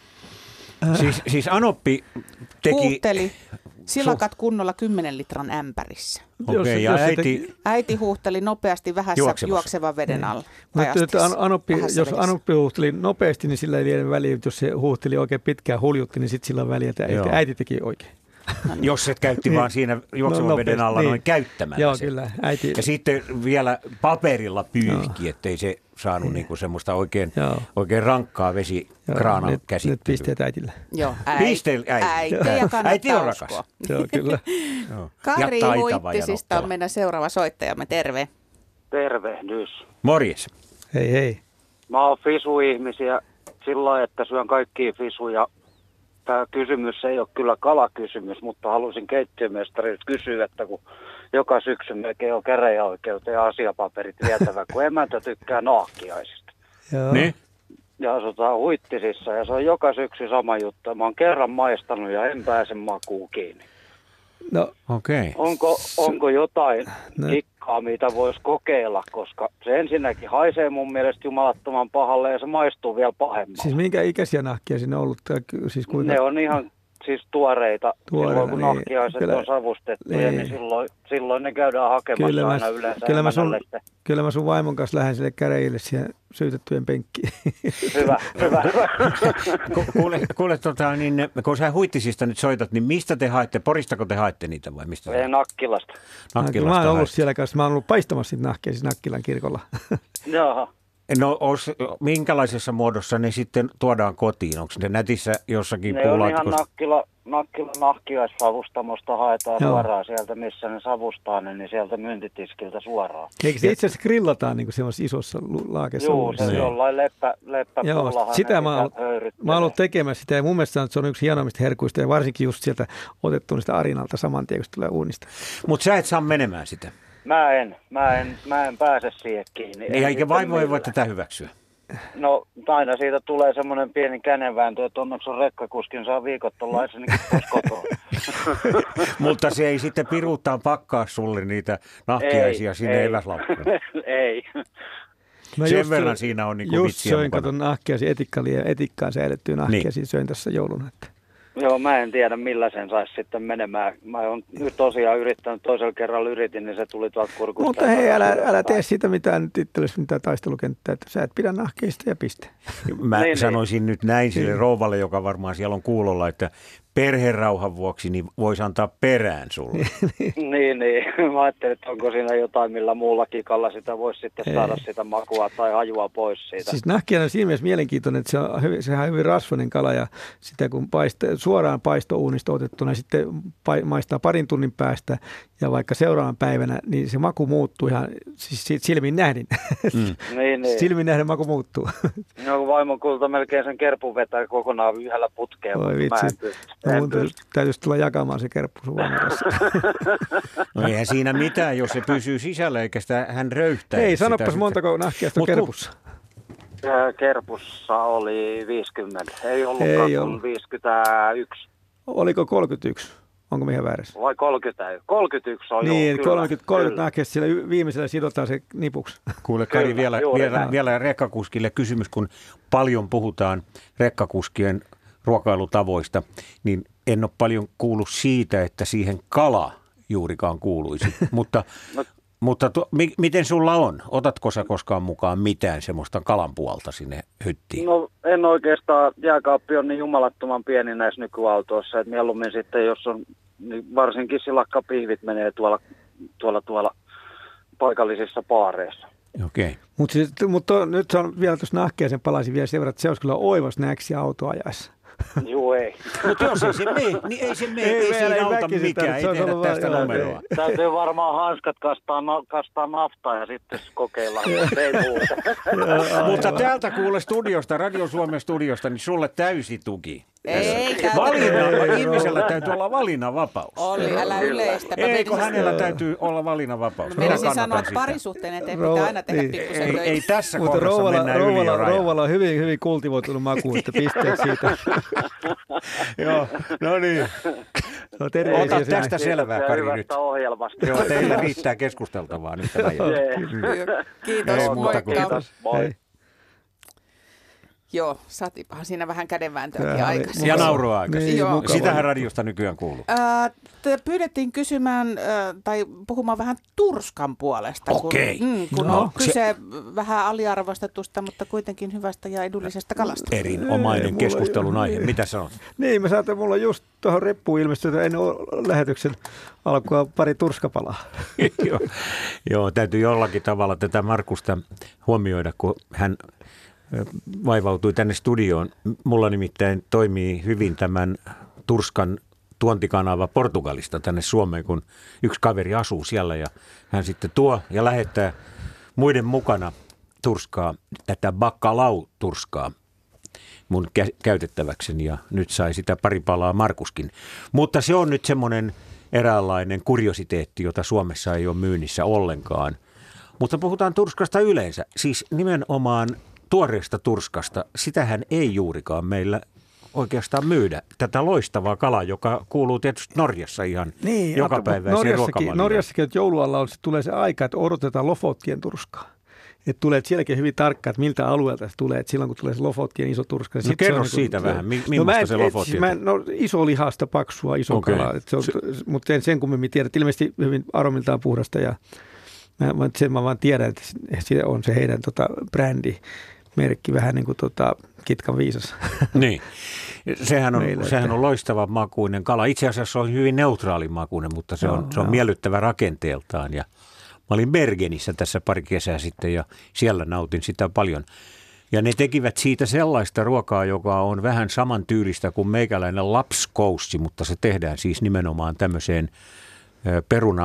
Siis, siis Anoppi teki... Huuhteli silakat kunnolla kymmenen litran ämpärissä. Okei, okay, ja äiti... Teki... Äiti huuhteli nopeasti vähässä juoksevan veden alla. Niin. Mutta Anoppi, jos vedessä. Anoppi huuhteli nopeasti, niin sillä ei vielä väliä. Jos se huuhteli oikein pitkään, huljutti, niin sitten sillä on väliä, että äiti, äiti teki oikein. No niin. Jos et käytti niin. vaan siinä juoksevan no, veden alla niin. noin käyttämällä. Joo, sen. Kyllä. Äiti... Ja sitten vielä paperilla pyyhki, no. ettei se saanut niinku semmoista oikein, oikein rankkaa vesikraanan nyt, käsittelyä. Nyt pisteet äitille. Joo, äiti. Pisteet äiti. Äiti ja kannattaa äiti on rakas. Joo, kyllä. Kari Huittisista on meidän seuraava soittajamme. Terve. Tervehdys. Morjes. Hei hei. Mä oon fisu-ihmisiä sillä lailla, että syön kaikkia fisuja. Tämä kysymys ei ole kyllä kalakysymys, mutta halusin keittiömestarilta kysyä, että kun joka syksy melkein on käräjäoikeuteen ja asiapaperit vietävä, kun emäntä tykkää nahkiaisista. Joo. Niin? Ja asutaan Huittisissa ja se on joka syksy sama juttu. Mä oon kerran maistanut ja en pääse makuun kiinni. No, okay. Onko, onko jotain no. kikkaa, mitä voisi kokeilla, koska se ensinnäkin haisee mun mielestä jumalattoman pahalle ja se maistuu vielä pahemmalle. Siis minkä ikäisiä nahkia siinä on ollut? Siis kuinka... Ne on ihan siis tuoreita. Tuoreena, silloin kun niin, nahkiaiset kyllä, on savustettuja, niin, niin silloin, silloin ne käydään hakemassa kyllä aina mä, yleensä. Kyllä mä, sun, kyllä mä sun vaimon kanssa lähden sille käräjille siihen syytettyjen penkkiin. Hyvä, hyvä. kuule, kuule tota, niin, kun sä Huittisista nyt soitat, niin mistä te haette? Poristako te haette niitä vai mistä? Ei, Nakkilasta. Nakkilasta mä oon ollut haette. siellä kanssa. Mä oon ollut paistamassa niitä nahkeja siis Nakkilan kirkolla. Jaha. No os, minkälaisessa muodossa ne sitten tuodaan kotiin? Onko ne nätissä jossakin puulaatikossa? Ne on ihan Nakkila, Nakkila nahkiaissavustamosta haetaan Joo. suoraan sieltä, missä ne savustaa ne, niin sieltä myyntitiskiltä suoraan. Eikö se itse asiassa grillataan niin kuin semmoisessa isossa laakessa? Joo, se on jollain leppä, leppäpullahan. Sitä mä oon ollut tekemässä sitä ja mun mielestä se on yksi hienoimmista herkuista ja varsinkin just sieltä otettu sitä arinalta saman tien, kun se tulee uunista. Mutta sä et saa menemään sitä. Mä en, mä en, mä en pääse siihen kiinni. Niin, eikä vaimo ei voi tätä hyväksyä. No aina siitä tulee semmoinen pieni kädenvääntö, että onneksi on rekkakuskin, saa viikoittolaisenikin pois kotoa. Mutta se ei sitten piruuttaan pakkaa sulle niitä nahkiaisia ei, sinne eväslaukkuun. Ei. Mä Sen just, verran siinä on niin kuin just vitsiä söin, mukana. katon nahkiasi, etikkaa, etikkaa säädettyä nahkiasi, niin. söin tässä jouluna. Että Joo, mä en tiedä millä sen saisi sitten menemään. Mä oon nyt tosiaan yrittänyt, toisella kerralla yritin, niin se tuli tuolta kurkusta. Mutta hei, älä, älä tee sitä mitään nyt itsellesi mitään taistelukenttää, että sä et pidä nahkeista ja piste. Mä niin, sanoisin niin. nyt näin sille rouvalle, joka varmaan siellä on kuulolla, että perherauhan vuoksi niin voisi antaa perään sulle. niin, niin. Mä ajattelin, että onko siinä jotain, millä muulla kikalla sitä voisi sitten Ei. saada sitä makua tai hajua pois siitä. Siis nahkihan on siinä mielessä mielenkiintoinen, että se on hyvin, sehän on hyvin rasvainen kala ja sitä kun paiste, suoraan paistouunista otettuna sitten maistaa parin tunnin päästä ja vaikka seuraavan päivänä, niin se maku muuttuu ihan siis siitä silmin nähdin. Mm. niin, niin. Silmin nähdin maku muuttuu. No kun vaimon kulta melkein sen kerpun vetää kokonaan yhdellä putkeen, Oi mutta vitsi. mä en pysty. En Mun pysty. täytyisi tulla jakamaan se kerppu sun vaimon kanssa. No eihän siinä mitään, jos se pysyy sisällä eikä sitä hän röyhtää. Hei, sitä sanopas sitten. montako nahkiasta on Mut ku- kerpussa. Kerpussa oli viisikymmentä. Ei ollutkaan Ei kuin ollut. viisikymmentäyksi. Oliko kolmekymmentäyksi? Onko mihin väärässä? Vai kolmekymmentä? kolmekymmentäyksi on Niin, joo, kyllä, kolmekymmentä, kolmekymmentä kyllä. nahkeesta siellä y- viimeisellä sidotaan se nipuksi. Kuule Kari, Kyllä, vielä, juuri vielä, näin. vielä rekkakuskille kysymys, kun paljon puhutaan rekkakuskien ruokailutavoista, niin en ole paljon kuullut siitä, että siihen kala juurikaan kuuluisi. mutta No. mutta tu, mi, miten sulla on? Otatko sä koskaan mukaan mitään semmoista kalan puolta sinne hyttiin? No en oikeastaan, jääkaappi on niin jumalattoman pieni näissä nykyautoissa, että mieluummin sitten, jos on, niin varsinkin silakkapihvit menee tuolla, tuolla, tuolla paikallisissa baareissa. Okei. Okay. Mutta siis, mut nyt se on vielä tuossa nahkeeseen palaisin vielä sen verran, että se olisi kyllä oivas näksi autoajaessa. Juu, ei. Mutta jos ei se mene, niin ei se mene, ei, ei meillä siinä auta väkisin mikään, tarvitse, ei se on tehdä ollut tästä vaan- numeroa. Täytyy varmaan hanskat kastaa, no, kastaa naftaa ja sitten kokeilla, mutta ei muuta. Mutta täältä kuule studiosta, Radio Suomen studiosta, niin sulle täysi tuki. Ei, täältä- Valinnan, Ei, ihmisellä Rova. täytyy olla valinnanvapaus. Olli, älä yleistä. Mä Eikö menisin- hänellä täytyy olla valinnanvapaus? Mä Minä menisin kannatan sanoa, että sitä. parisuhteen eteen Rouva, pitää aina tehdä niin. pikkusen Ei, töitä. ei tässä Mutta kohdassa rouvalla, mennään yli jo rouvalla, rajan. rouvalla on hyvin, hyvin kultivoitunut maku, että pisteet siitä. Joo, no niin. No, terveisiä Ota sinne. tästä selvää, Ja Kari, hyvästä nyt. ohjelmasta. Joo, teillä riittää keskusteltavaa nyt tämä jälkeen. Jee. Kiitos, Ei muuta kuin moikka. Kiitos, moi. Hei. Joo, saatipahan siinä vähän kädenvääntöäkin Tämä oli aikaisin. Ja mukava. naurua aikaisin. Niin, Joo. mukava. Sitähän radiosta nykyään kuuluu. Ää, te pyydettiin kysymään ää, tai puhumaan vähän turskan puolesta, Okei. kun, mm, kun No, on kyse vähän aliarvostetusta, mutta kuitenkin hyvästä ja edullisesta kalasta. Erinomainen Ei, mulla keskustelun ei- aihe. Mitä sanot? Niin, mä saatan, mulla on just tuohon reppuun ilmestynyt ennen lähetyksen alkua pari turskapalaa. Joo. Joo, täytyy jollakin tavalla tätä Markusta huomioida, kun hän ö, vaivautui tänne studioon. Mulla nimittäin toimii hyvin tämän Turskan tuontikanava Portugalista tänne Suomeen, kun yksi kaveri asuu siellä ja hän sitten tuo ja lähettää muiden mukana turskaa, tätä bacalao-turskaa mun kä- käytettäväkseni ja nyt sai sitä pari palaa Markuskin. Mutta se on nyt semmoinen eräänlainen kuriositeetti, jota Suomessa ei ole myynnissä ollenkaan. Mutta puhutaan turskasta yleensä, siis nimenomaan tuoreesta turskasta. Sitähän ei juurikaan meillä oikeastaan myydä. Tätä loistavaa kalaa, joka kuuluu tietysti Norjassa ihan Niin, joka mutta päiväiseen Norjassakin, ruokavalioon. Norjassakin, että joulualla on, se tulee se aika, että odotetaan Lofottien turskaa. Että tulee että sielläkin hyvin tarkkaan, että miltä alueelta se tulee. Että silloin kun tulee se Lofottien iso turska. No sit kerro se on siitä niin vähän, mi- no millaista mä en- se et- Lofottien siis mä en- No iso lihasta, paksua, iso Okei. kalaa. Se on, mutta en sen kummemmin tiedä. Että ilmeisesti hyvin aromiltaan puhdasta ja mä, mä, sen mä vaan tiedän, että se on se heidän tota, brändimerkki vähän niin kuin tota, Kitkan viisas. Niin. Sehän on, Meillä, sehän että- on loistava makuinen kala. Itse asiassa se on hyvin neutraali makuinen, mutta se on, Joo, se on joo. miellyttävä rakenteeltaan. Ja mä olin Bergenissä tässä pari kesää sitten ja siellä nautin sitä paljon. Ja ne tekivät siitä sellaista ruokaa, joka on vähän samantyylistä kuin meikäläinen lapskoussi, mutta se tehdään siis nimenomaan tämmöiseen ö,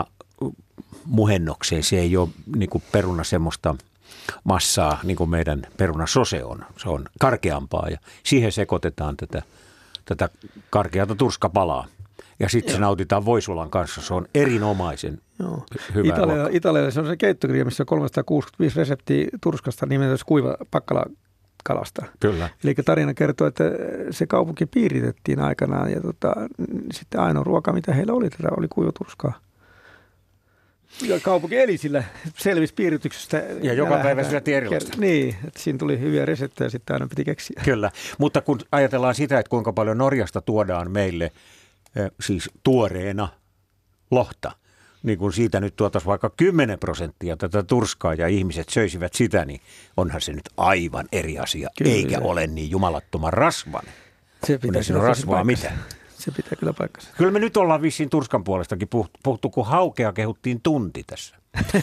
perunamuhennokseen. Se ei ole niin kuin peruna semmoista massaa, niin kuin meidän perunasose on. Se on karkeampaa ja siihen sekoitetaan tätä, tätä karkeata turskapalaa. Ja sitten se nautitaan voisulan kanssa. Se on erinomaisen Joo. hyvä Italia, ruoka. Italialla se on se keittokirja, missä on kolmesataakuusikymmentäviisi reseptiä turskasta nimeltä kuiva pakkalakalasta. Kyllä. Eli tarina kertoo, että se kaupunki piiritettiin aikanaan ja tota, sitten ainoa ruoka, mitä heillä oli, tätä oli kuivaturskaa. Ja kaupunki eli sillä selvisi piirityksestä. Ja joka päivä syötiin erilaista. Niin, että siinä tuli hyviä reseptejä, sitten aina piti keksiä. Kyllä, mutta kun ajatellaan sitä, että kuinka paljon Norjasta tuodaan meille siis tuoreena lohta, niin kun siitä nyt tuotaisiin vaikka kymmenen prosenttia tätä turskaa ja ihmiset söisivät sitä, niin onhan se nyt aivan eri asia, Kyllä. eikä ole niin jumalattoman rasvainen. Se pitää kyllä rasvaa mitään. Se pitää kyllä paikkansa. Kyllä me nyt ollaan vissiin turskan puolestakin puhuttu, kun haukea kehuttiin tunti tässä.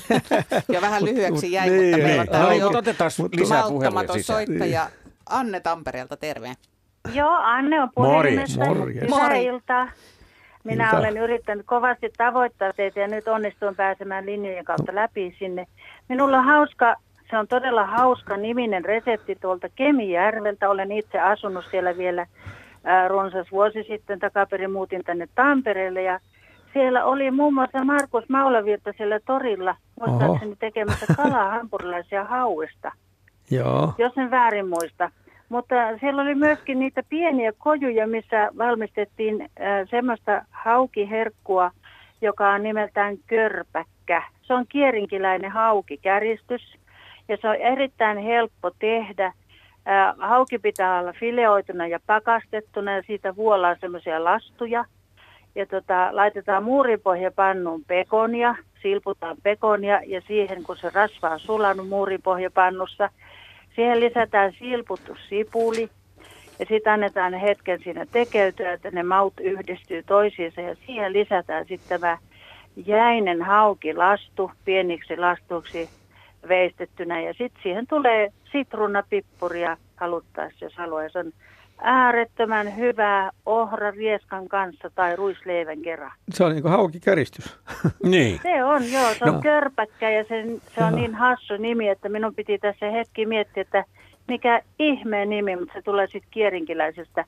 Ja vähän lyhyeksi jäi, niin, mutta meillä on täällä jo otetaan lisää puheluja sisään. soittaja Anne Tampereelta, terve. Joo, Anne on puhelimessa. Morjes. Hyvää iltaa. Minä Ilta. olen yrittänyt kovasti tavoittaa teitä ja nyt onnistuin pääsemään linjojen kautta läpi sinne. Minulla on hauska, se on todella hauska niminen resepti tuolta Kemijärveltä. Olen itse asunut siellä vielä ää, runsas vuosi sitten, takaperin muutin tänne Tampereelle ja siellä oli muun muassa Markus Maulavirta siellä torilla, muistaakseni tekemässä kalahampurilaisia hauesta, Joo. jos en väärin muista. Mutta siellä oli myöskin niitä pieniä kojuja, missä valmistettiin äh, semmoista haukiherkkua, joka on nimeltään körpäkkä. Se on kierinkiläinen haukikäristys ja se on erittäin helppo tehdä. Äh, hauki pitää olla fileoituna ja pakastettuna ja siitä vuollaan semmoisia lastuja. Ja tota, laitetaan muurinpohjapannuun pekonia, silputaan pekonia ja siihen kun se rasva on sulanut muurinpohjapannussa, siihen lisätään silputtu sipuli ja sitten annetaan hetken siinä tekeytyä, että ne maut yhdistyy toisiinsa ja siihen lisätään sitten tämä jäinen haukilastu pieniksi lastuksi veistettynä ja sitten siihen tulee sitruunapippuria haluttaessa, jos haluaa. Se on äärettömän hyvää ohra rieskan kanssa tai ruisleivän kerran. Se on niin kuin haukikäristys. Niin. Se on, joo. Se on no. körpäkkä ja se, se on no. niin hassu nimi, että minun piti tässä hetki miettiä, että mikä ihmeen nimi, mutta se tulee sitten kierinkiläisestä,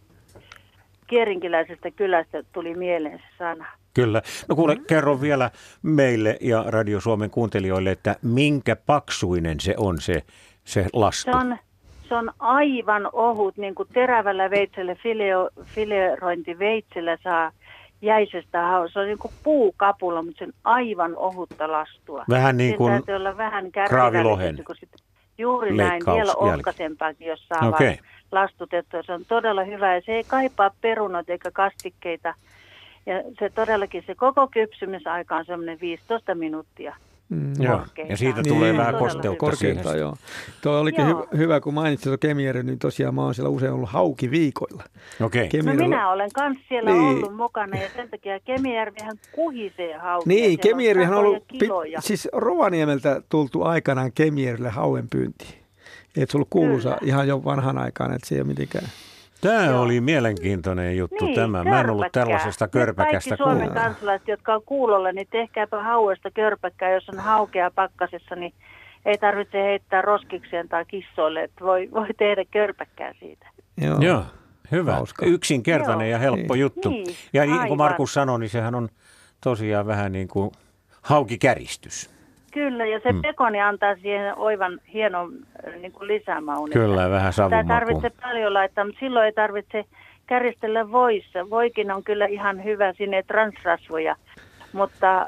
kierinkiläisestä kylästä tuli mieleen se sana. Kyllä. No kuule, mm-hmm. kerro vielä meille ja Radio Suomen kuuntelijoille, että minkä paksuinen se on se, se lastu? Se on, se on aivan ohut, niin kuin terävällä veitsellä, fileo, filerointiveitsellä saa jäisestä hausta. Se on niin kuin puukapula, mutta se on aivan ohutta lastua. Vähän niin kuin täytyy olla vähän kraavilohen juuri näin, vielä ohkaisempaakin, jos saa okay. vaan lastutettua. Se on todella hyvä ja se ei kaipaa perunat eikä kastikkeita. Ja se todellakin, se koko kypsymisaika on semmoinen viisitoista minuuttia. Mm. Joo. Ja siitä niin, tulee vähän kosteutta siihen. Joo. Tuo olikin hy- hyvä, kun mainitsit tuon Kemijärven, niin tosiaan mä oon siellä usein ollut haukiviikoilla. Okay. No minä olen kanssa siellä niin. ollut mukana ja sen takia Kemijärvihän kuhisee haukia. Niin, Kemijärvihän on ollut, kiloja. siis Rovaniemeltä tultu aikanaan Kemijärvelle hauen pyyntiin. Että se on ollut kuuluisa ihan jo vanhan aikaan, että se ei ole mitenkään. Tämä Joo. oli mielenkiintoinen juttu niin, tämä. Mä en ollut tällaisesta körpäkästä kuullut. Kaikki Suomen kansalaiset, jotka on kuulolla, niin tehkääpä hauesta körpäkkää, jos on haukea pakkasessa, niin ei tarvitse heittää roskikseen tai kissoille, että voi, voi tehdä körpäkkää siitä. Joo, Joo hyvä. Hauska. Yksinkertainen Joo. ja helppo niin. juttu. Niin, ja niin kuin Markus sanoi, niin sehän on tosiaan vähän niin kuin haukikäristys. Kyllä, ja se hmm. pekoni antaa siihen oivan hienon niin kuin lisämaun. Kyllä, vähän savun Sitä tarvitsee paljon laittaa, mutta silloin ei tarvitse käristellä voissa. Voikin on kyllä ihan hyvä, sinne ei transrasvoja, mutta äh,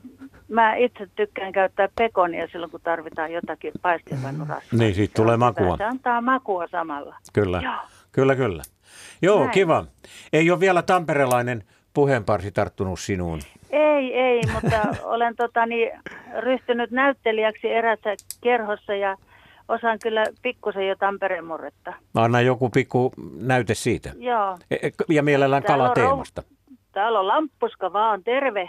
mä itse tykkään käyttää pekonia silloin, kun tarvitaan jotakin paistinpannurasvaa. Niin, siitä tulee makua. Se antaa makua samalla. Kyllä, Joo. kyllä, kyllä. Joo, Näin. Kiva. Ei ole vielä tamperelainen puheenparsi tarttunut sinuun. Ei, ei, mutta olen totani, ryhtynyt näyttelijäksi erässä kerhossa ja osaan kyllä pikkusen jo Tampereen murretta. Anna joku pikku näyte siitä. Joo. Ja mielellään kalateemasta. Täällä on lamppuska vaan, terve.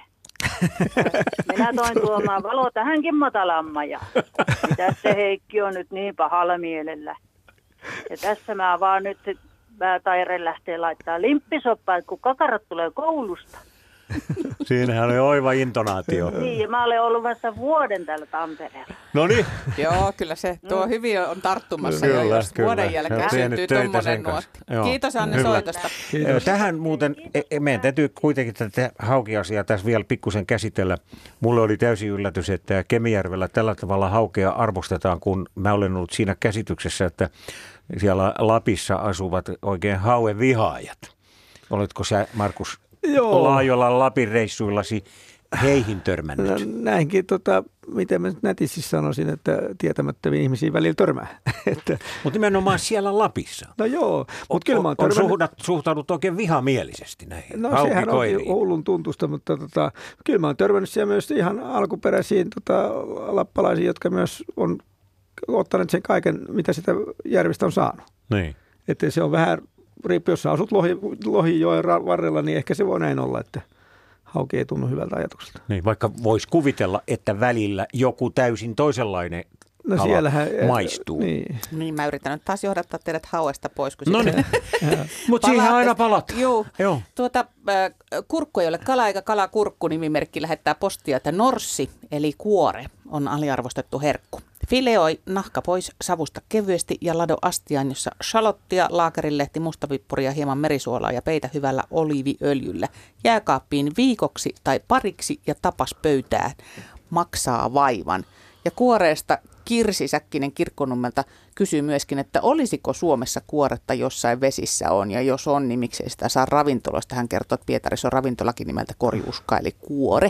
Minä toin tuomaan valoa tähänkin matalamman ja mitä se Heikki on nyt niin pahalla mielellä. Ja tässä mä vaan nyt, mä Taire lähtee laittaa limppisoppaa, kun kakarat tulee koulusta. Siinähän oli oiva intonaatio. Niin, ja mä olen ollut vasta vuoden täällä Tampereella. No niin. Joo, kyllä se tuo mm. hyvin on tarttumassa kyllä, jo, jos kyllä. vuoden jälkeen syntyy tuommoinen nuotti. Kiitos Anne Hyvä. soitosta. Kiitos. Tähän muuten, meidän täytyy kuitenkin tätä haukiasiaa tässä vielä pikkusen käsitellä. Mulle oli täysin yllätys, että Kemijärvellä tällä tavalla haukea arvostetaan, kun mä olen ollut siinä käsityksessä, että siellä Lapissa asuvat oikein hauevihaajat. Oletko sä, Markus, Joo. laajoilla Lapin reissuillasi heihin törmännyt? No, näinkin, tota, miten mä nyt nätisti sanoisin, että tietämättömiä ihmisiä välillä törmää. Mutta nimenomaan siellä Lapissa. No joo, mutta kyllä mä oon on törmännyt... suhtaudut oikein vihamielisesti näihin No sehän haukikoiriin. on Oulun tuntusta, mutta tota, kyllä mä oon törmännyt siellä myös ihan alkuperäisiin tota, lappalaisiin, jotka myös on ottaneet sen kaiken, mitä sitä järvestä on saanut. Niin. Että se on vähän, riippuu, jos sä asut Lohi, Lohijoen varrella, niin ehkä se voi näin olla, että hauki ei tunnu hyvältä ajatukselta. Niin, vaikka voisi kuvitella, että välillä joku täysin toisenlainen no kala siellähän, maistuu. Niin. Niin, mä yritän nyt taas johdattaa teidät hauesta pois. No niin, mutta siihen aina palat. Joo. Joo. Tuota, äh, kurkku ei ole kala eikä kala kurkku nimimerkki lähettää postia, että norssi eli kuore on aliarvostettu herkku. Fileoi nahka pois savusta kevyesti ja lado astiaan, jossa shalottia, laakerilehti, mustavippuria, hieman merisuolaa ja peitä hyvällä oliiviöljyllä. Jääkaappiin viikoksi tai pariksi ja tapas pöytään. Maksaa vaivan. Ja kuoreesta Kirsi Säkkinen Kirkkonummelta kysyy myöskin, että olisiko Suomessa kuoretta jossain vesissä on, ja jos on, niin miksei sitä saa ravintoloista. Hän kertoo, että Pietarissa on ravintolakin nimeltä Korjuuska, eli kuore.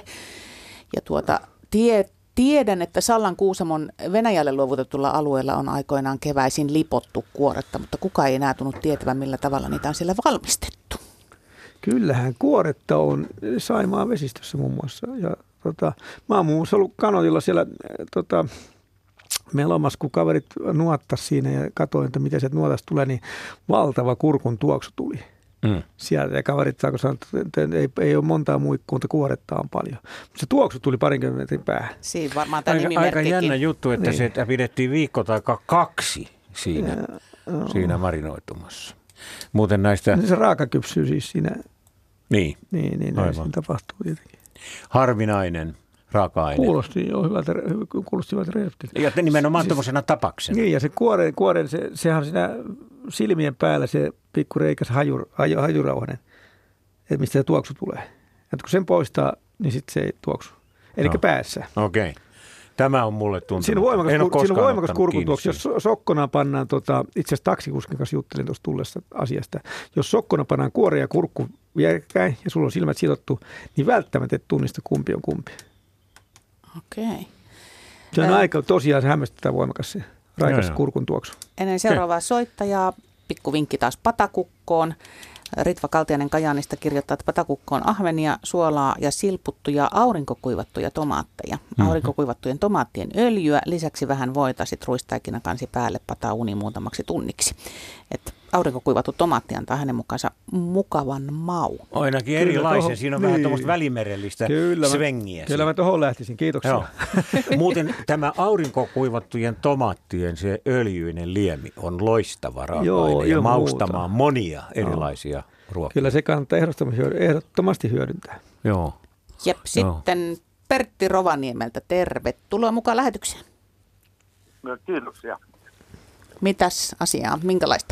Ja tuota, tie, tiedän, että Sallan Kuusamon Venäjälle luovutetulla alueella on aikoinaan keväisin lipottu kuoretta, mutta kukaan ei enää tunnu tietävän, millä tavalla niitä on siellä valmistettu. Kyllähän kuoretta on Saimaan vesistössä muun muassa. Ja, tota, mä oon muun muassa ollut kanotilla siellä tota, melomassa, kun kaverit nuottas siinä ja katsoin, että miten se nuotasta tulee, niin valtava kurkun tuoksu tuli. Mm. Sieltä ja kaverit saako sanoa, että ei, ei ole montaa muikkua, mutta kuoretta on paljon. Mutta se tuoksu tuli parinkymmenen metrin päähän. Siinä varmaan tämä aika, aika jännä juttu, että niin. Se pidettiin viikko tai kaksi siinä, ja, no. siinä marinoitumassa. Muuten näistä... Se raaka kypsyy siis siinä. Niin. Niin, niin näin siinä tapahtuu tietenkin. Harvinainen raaka-aine. Kuulosti jo hyvältä, kuulosti hyvältä reseptiltä. Ja nimenomaan siis, tuollaisena tapaksena. Niin, ja se kuoren, kuoren se, sehän on siinä silmien päällä se pikku reikäs hajur, haju, hajurauhanen, että mistä se tuoksu tulee. Ja kun sen poistaa, niin sitten se ei tuoksu. Eli no. päässä. Okei. Okay. Tämä on mulle tuntunut. Siinä on voimakas, kur, siinä on voimakas kurkuntuoksu. Jos sokkona pannaan, tota, itse asiassa taksikuskin kanssa juttelin tuossa tullessa asiasta, jos sokkona pannaan kuore ja kurkku vierekkäin ja sulla on silmät sidottu, niin välttämättä et tunnista kumpi on kumpi. Okei. Okay. Se on Ää... aika tosiaan se hämmästyttää voimakas se raikas kurkun tuoksu. Ennen seuraavaa soittajaa, pikku vinkki taas patakukkoon. Ritva Kaltiainen Kajaanista kirjoittaa, että patakukkoon ahvenia, suolaa ja silputtuja aurinkokuivattuja tomaatteja. Mm-hmm. Aurinkokuivattujen tomaattien öljyä, lisäksi vähän voita, sit ruistaikina kansi päälle, pataa uni muutamaksi tunniksi. Et aurinkokuivattu tomaatti antaa hänen mukaansa mukavan maun. Ainakin erilaisen, toho, siinä on niin. vähän tuommoista välimerellistä kyllä svengiä. Kyllä mä tuohon lähtisin, kiitoksia. Joo. Muuten tämä aurinkokuivattujen tomaattien se öljyinen liemi on loistava raaka-aine ja maustamaan muuta. Monia erilaisia no. ruokia. Kyllä se kannattaa ehdottomasti hyödyntää. Joo. Jep, sitten Joo. Pertti Rovaniemeltä, tervetuloa mukaan lähetykseen. No, kiitoksia. Mitäs asiaa, minkälaista?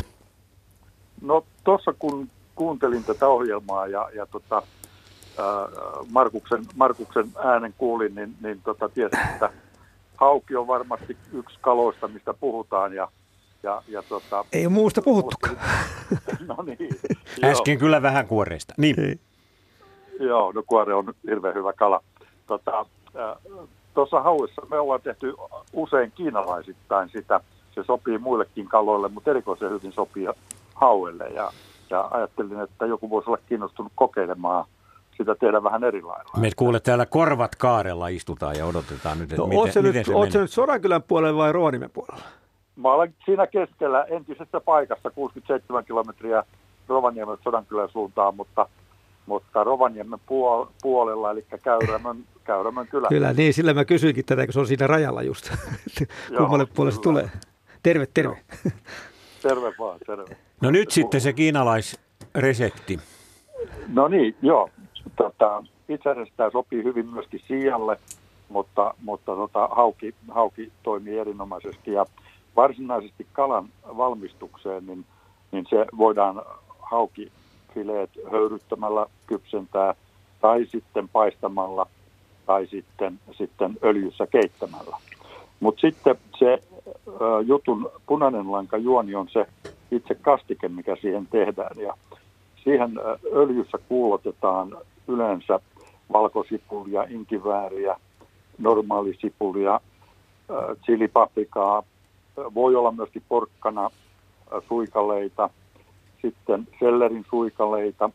No tuossa kun kuuntelin tätä ohjelmaa ja, ja tota, ää, Markuksen, Markuksen äänen kuulin, niin, niin tota, tiesin, että hauki on varmasti yksi kaloista, mistä puhutaan. Ja, ja, ja, tota, ei ole muusta puhuttukaan. No niin. Äsken joo. Kyllä vähän kuoreista. Niin. Joo, no kuore on hirveän hyvä kala. Tota, tuossa hauessa me ollaan tehty usein kiinalaisittain sitä. Se sopii muillekin kaloille, mutta erikoisen hyvin sopii hauelle. Ja, ja ajattelin, että joku voisi olla kiinnostunut kokeilemaan sitä tehdä vähän eri lailla. Me kuule, täällä korvat kaarella istutaan ja odotetaan nyt, että no, miten, oot se miten nyt, se oot se nyt Sodankylän puolella vai Rovaniemen puolella? Mä olen siinä keskellä entisessä paikassa kuusikymmentäseitsemän kilometriä Rovaniemen Sodankylän suuntaan, mutta, mutta Rovaniemen puol- puolella, eli Käyrämön, Käyrämön kylä. Kyllä, niin sillä mä kysyinkin tätä, kun se on siinä rajalla just. Kummalle puolelle se tulee. Terve, terve. Joo. Terve vaan, terve. No nyt sitten se kiinalaisresepti. No niin, joo. Tota, itse asiassa tämä sopii hyvin myöskin siialle, mutta, mutta tota, hauki, hauki toimii erinomaisesti. Ja varsinaisesti kalan valmistukseen, niin, niin se voidaan haukifileet höyryttämällä kypsentää tai sitten paistamalla tai sitten, sitten öljyssä keittämällä. Mutta sitten se ä, jutun punainen lanka juoni on se itse kastike, mikä siihen tehdään. Ja siihen ä, öljyssä kuulotetaan yleensä valkosipulia, inkivääriä, normaalisipulia, chilipaprikaa, voi olla myöskin porkkana, suikaleita, sitten sellerin suikaleita,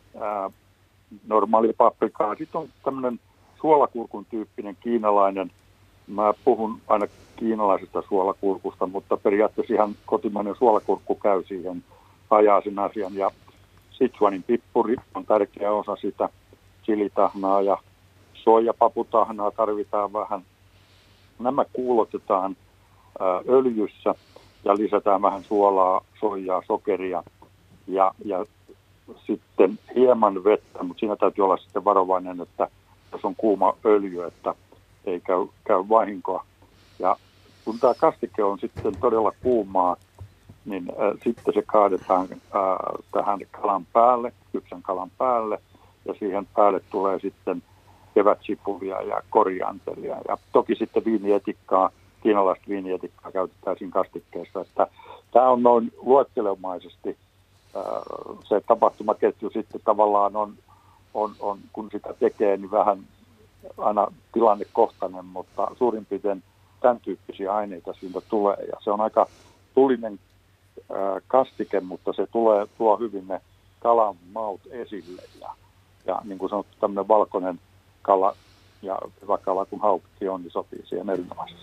normaali paprikaa. Sitten on tämmöinen suolakurkun tyyppinen kiinalainen. Mä puhun aina kiinalaisesta suolakurkusta, mutta periaatteessa ihan kotimainen suolakurkku käy siihen, ajaa sen asian. Ja Sichuanin pippuri on tärkeä osa sitä, chilitahnaa ja soijapaputahnaa tarvitaan vähän. Nämä kuulotetaan öljyssä ja lisätään vähän suolaa, soijaa, sokeria ja, ja sitten hieman vettä, mutta siinä täytyy olla sitten varovainen, että jos on kuuma öljy, että ei käy, käy vahinkoa. Ja kun tämä kastike on sitten todella kuumaa, niin äh, sitten se kaadetaan äh, tähän kalan päälle, kypsän kalan päälle, ja siihen päälle tulee sitten kevätsipulia ja korianteria. Ja toki sitten viinietikkaa, kiinalaista viinietikkaa käytetään siinä kastikkeessa. Että tämä on noin luettelemaisesti äh, se tapahtumaketju sitten tavallaan on, on, on, kun sitä tekee, niin vähän aina tilannekohtainen, mutta suurin piirtein tämän tyyppisiä aineita siitä tulee. Ja se on aika tulinen äh, kastike, mutta se tulee, tuo hyvin ne kalan maut esille. Ja, ja niin kuin sanottu, tämmöinen valkoinen kala ja hyvä kala, kun haukki on, niin sopii siihen erinomaisesti.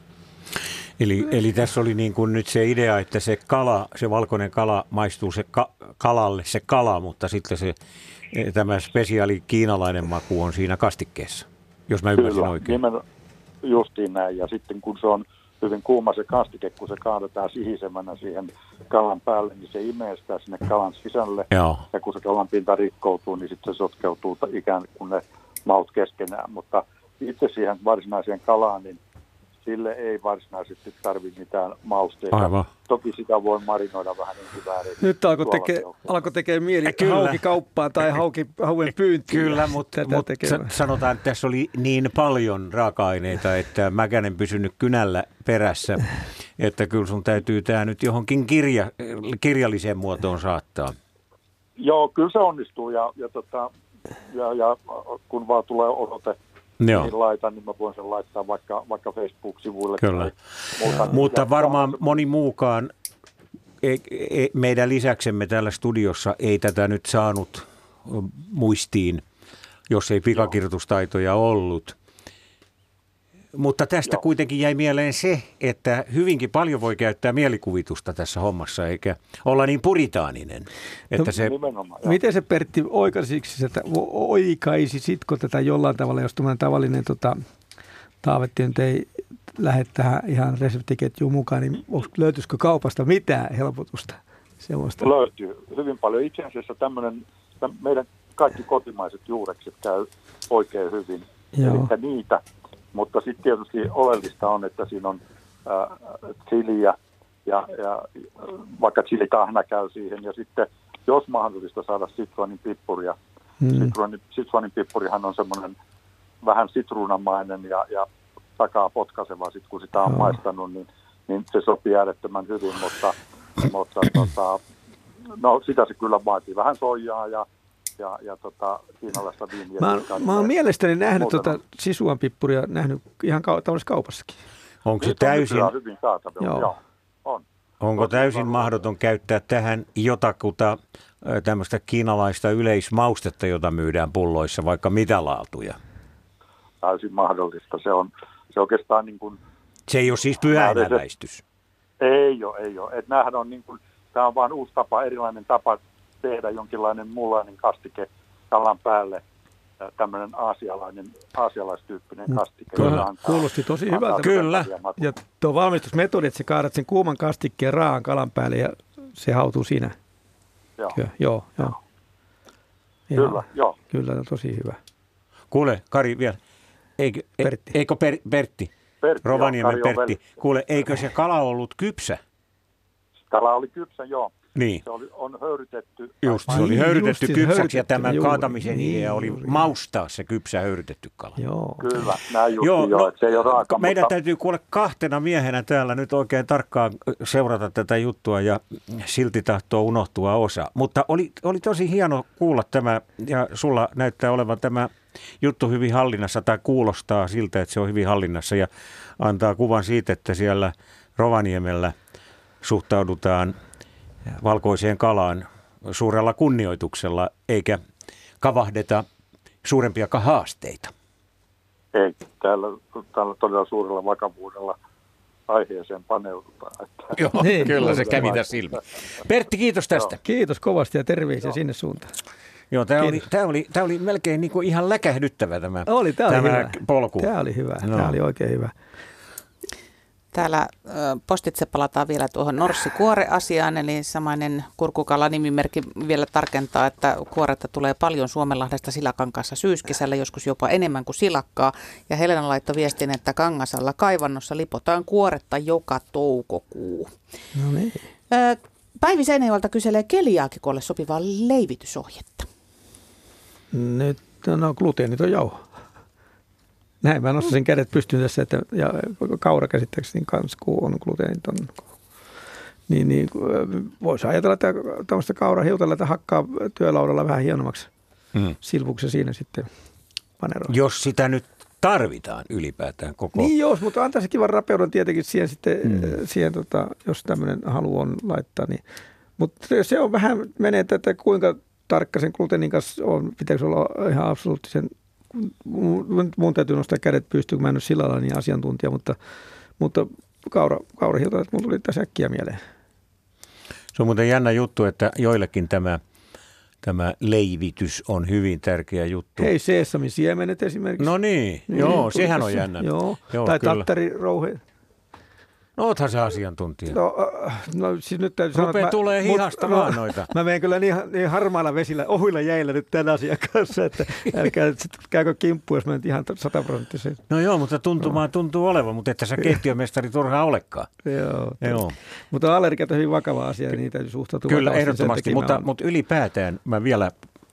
Eli, eli tässä oli niin kuin nyt se idea, että se kala, se valkoinen kala maistuu se ka- kalalle, se kala, mutta sitten se tämä spesiaali kiinalainen maku on siinä kastikkeessa, jos mä ymmärsin Kyllä, oikein. Kyllä, justiin näin. Ja sitten kun se on hyvin kuuma se kastike, kun se kaadetaan sihisemänä siihen kalan päälle, niin se imee sitä sinne kalan sisälle. Joo. Ja kun se kalan pinta rikkoutuu, niin sitten se sotkeutuu ikään kuin ne maut keskenään. Mutta itse siihen varsinaiseen kalaan, niin sille ei varsinaisesti tarvitse mitään mausteita. Aivan. Toki sitä voi marinoida vähän inkivääriä. Nyt alkoi tekee, alko tekee mieli Kyllä. hauki kauppaan tai hauki, hauen pyyntiin. Kyllä, mutta mut sanotaan, että tässä oli niin paljon raaka-aineita, että mäkään en pysynyt kynällä perässä, että kyllä sun täytyy tämä nyt johonkin kirja, kirjalliseen muotoon saattaa. Joo, kyllä se onnistuu ja, ja, tota, ja, ja kun vaan tulee osoite, niin laitan, niin mä voin sen laittaa vaikka, vaikka Facebook-sivuille. Kyllä. Tai mutta varmaan moni muukaan ei, ei, meidän lisäksemme täällä studiossa ei tätä nyt saanut muistiin, jos ei pikakirjoitustaitoja ollut. Mutta tästä Joo. kuitenkin jäi mieleen se, että hyvinkin paljon voi käyttää mielikuvitusta tässä hommassa, eikä olla niin puritaaninen. Että no, se... Miten se Pertti oikaisiksi, että oikaisisitko tätä jollain tavalla, jos tavallinen tota, Taavetti nyt ei lähde tähän ihan reseptiketjuun mukaan, niin löytyisikö kaupasta mitään helpotusta? Semmoista? Löytyy hyvin paljon. Itse asiassa tämmöinen, meidän kaikki kotimaiset juurekset käy oikein hyvin. Joo. Eli niitä. Mutta sitten tietysti oleellista on, että siinä on äh, chiliä ja, ja vaikka chilitahna käy siihen. Ja sitten jos mahdollista saada Sichuanin pippuria. Hmm. Sichuanin pippurihan on semmoinen vähän sitruunamainen ja, ja takaa potkaiseva, sit kun sitä on no. maistanut, niin, niin se sopii äärettömän hyvin. Mutta, mutta tota, no, sitä se kyllä vaatii. Vähän soijaa ja ja, ja tota, kiinalaista viiniä. Mä, mä oon mielestäni nähnyt tuota Sichuan pippuria, nähnyt ihan kau- tavallisessa kaupassakin. Onko se täysin, on hyvin saatavilla? Joo. on. Onko täysin mahdoton käyttää tähän jotakuta tämmöistä kiinalaista yleismaustetta, jota myydään pulloissa, vaikka mitä laatuja? Täysin mahdollista. Se on se oikeastaan niin kuin... Se ei ole siis pyhäinäväistys. Ei ole, ei ole. Et näähän on niin kuin, tämä on vain uusi tapa, erilainen tapa tehdä jonkinlainen muunlainen kastike kalan päälle, tämmöinen aasialainen, aasialaistyyppinen kastike. Kyllä, kuulosti tosi hyvältä. Kyllä. Ja tuo valmistusmetodi, että sä kaadat sen kuuman kastikkeen raahan kalan päälle ja se hautuu siinä. Joo. Kyllä, joo, joo. Kyllä, joo. Kyllä, on tosi hyvä. Kuule, Kari vielä. Eikö, Pertti. Eikö per, Pertti? Pertti Rovaniemen joo, Pertti. Kuule, eikö se kala ollut kypsä? Kala oli kypsä, joo. Niin. Se oli, on höyrytetty. Just, se oli höyrytetty Just, kypsäksi ja tämän juuri, kaatamisen niin, idea oli juuri. maustaa se kypsä höyrytetty kala. Joo. Kyllä, näin just Joo, jo, no, että se ei ole raaka. meidän mutta... täytyy kuule kahtena miehenä täällä nyt oikein tarkkaan seurata tätä juttua ja silti tahtoo unohtua osa. Mutta oli, oli tosi hieno kuulla tämä ja sulla näyttää olevan tämä juttu hyvin hallinnassa tai kuulostaa siltä, että se on hyvin hallinnassa ja antaa kuvan siitä, että siellä Rovaniemellä suhtaudutaan valkoiseen kalaan suurella kunnioituksella eikä kavahdeta suurempiakaan haasteita. Ei, täällä, täällä todella suurella vakavuudella aiheeseen paneudutaan. Että... Joo, Niin, kyllä se kävi tässä ilmi. Pertti, kiitos tästä. Kiitos kovasti ja terveisiä sinne suuntaan. Joo, tämä oli, tämä oli, tämä oli melkein niin kuin ihan läkähdyttävä tämä, oli, tämä, oli tämä hyvä. polku. Tämä oli hyvä, No. tämä oli oikein hyvä. Täällä ö, postitse palataan vielä tuohon norssikuore-asiaan, eli samainen kurkukala-nimimerkki vielä tarkentaa, että kuoretta tulee paljon Suomenlahdesta silakan kanssa syyskesällä, joskus jopa enemmän kuin silakkaa. Ja Helena laittoi viestin, että Kangasalla kaivannossa lipotaan kuoretta joka toukokuu. No niin. Ö, Päivi Seinäjoelta kyselee keliaakikolle sopivaa leivitysohjetta. Nyt no gluteenit on jauho. Näin mä nostaisin kädet pystyyn tässä, että ja kaura käsittääkseni kanssa, kun on gluteenit on. Niin, niin voisi ajatella, että tämmöistä kaurahiutalla, että hakkaa työlaudalla vähän hienommaksi hmm. silpuksi siinä sitten paneroida. Jos sitä nyt tarvitaan ylipäätään koko... Niin jos, mutta antaa se kivan rapeuden tietenkin siihen sitten, Hmm. siihen, tota, jos tämmöinen halu on laittaa. Niin. Mutta se on vähän menee, että kuinka tarkka sen gluteenin kanssa on, pitääkö olla ihan absoluuttisen... Mun täytyy nostaa kädet pystyyn, kun mä en ole sillä lailla niin asiantuntija, mutta, mutta kaura, kaurahiuta, että mun tuli tässä äkkiä mieleen. Se on muuten jännä juttu, että joillekin tämä, tämä leivitys on hyvin tärkeä juttu. Hei, seesamin siemenet esimerkiksi. No niin, niin joo, sehän on jännä. Joo, joo tai kyllä. tattarirouhe. No oothan se asiantuntija. No, no siis nyt täytyy Rupee sanoa, tulee mut, hihasta no, vaan noita. Mä menen kyllä niin, niin harmailla vesillä, ohuilla jäillä nyt tämän asian kanssa, että älkää sit käykö kimppuun, jos mä nyt ihan sataprosenttisen. No joo, mutta tuntumaan tuntuu olevan, mutta että sä keittiömestari turhaan olekaan. Joo. Joo. Mutta allergiat on hyvin vakava asia ja niitä täytyy suhtautua. Kyllä, vakavasti ehdottomasti, sen mutta, on. mutta ylipäätään mä vielä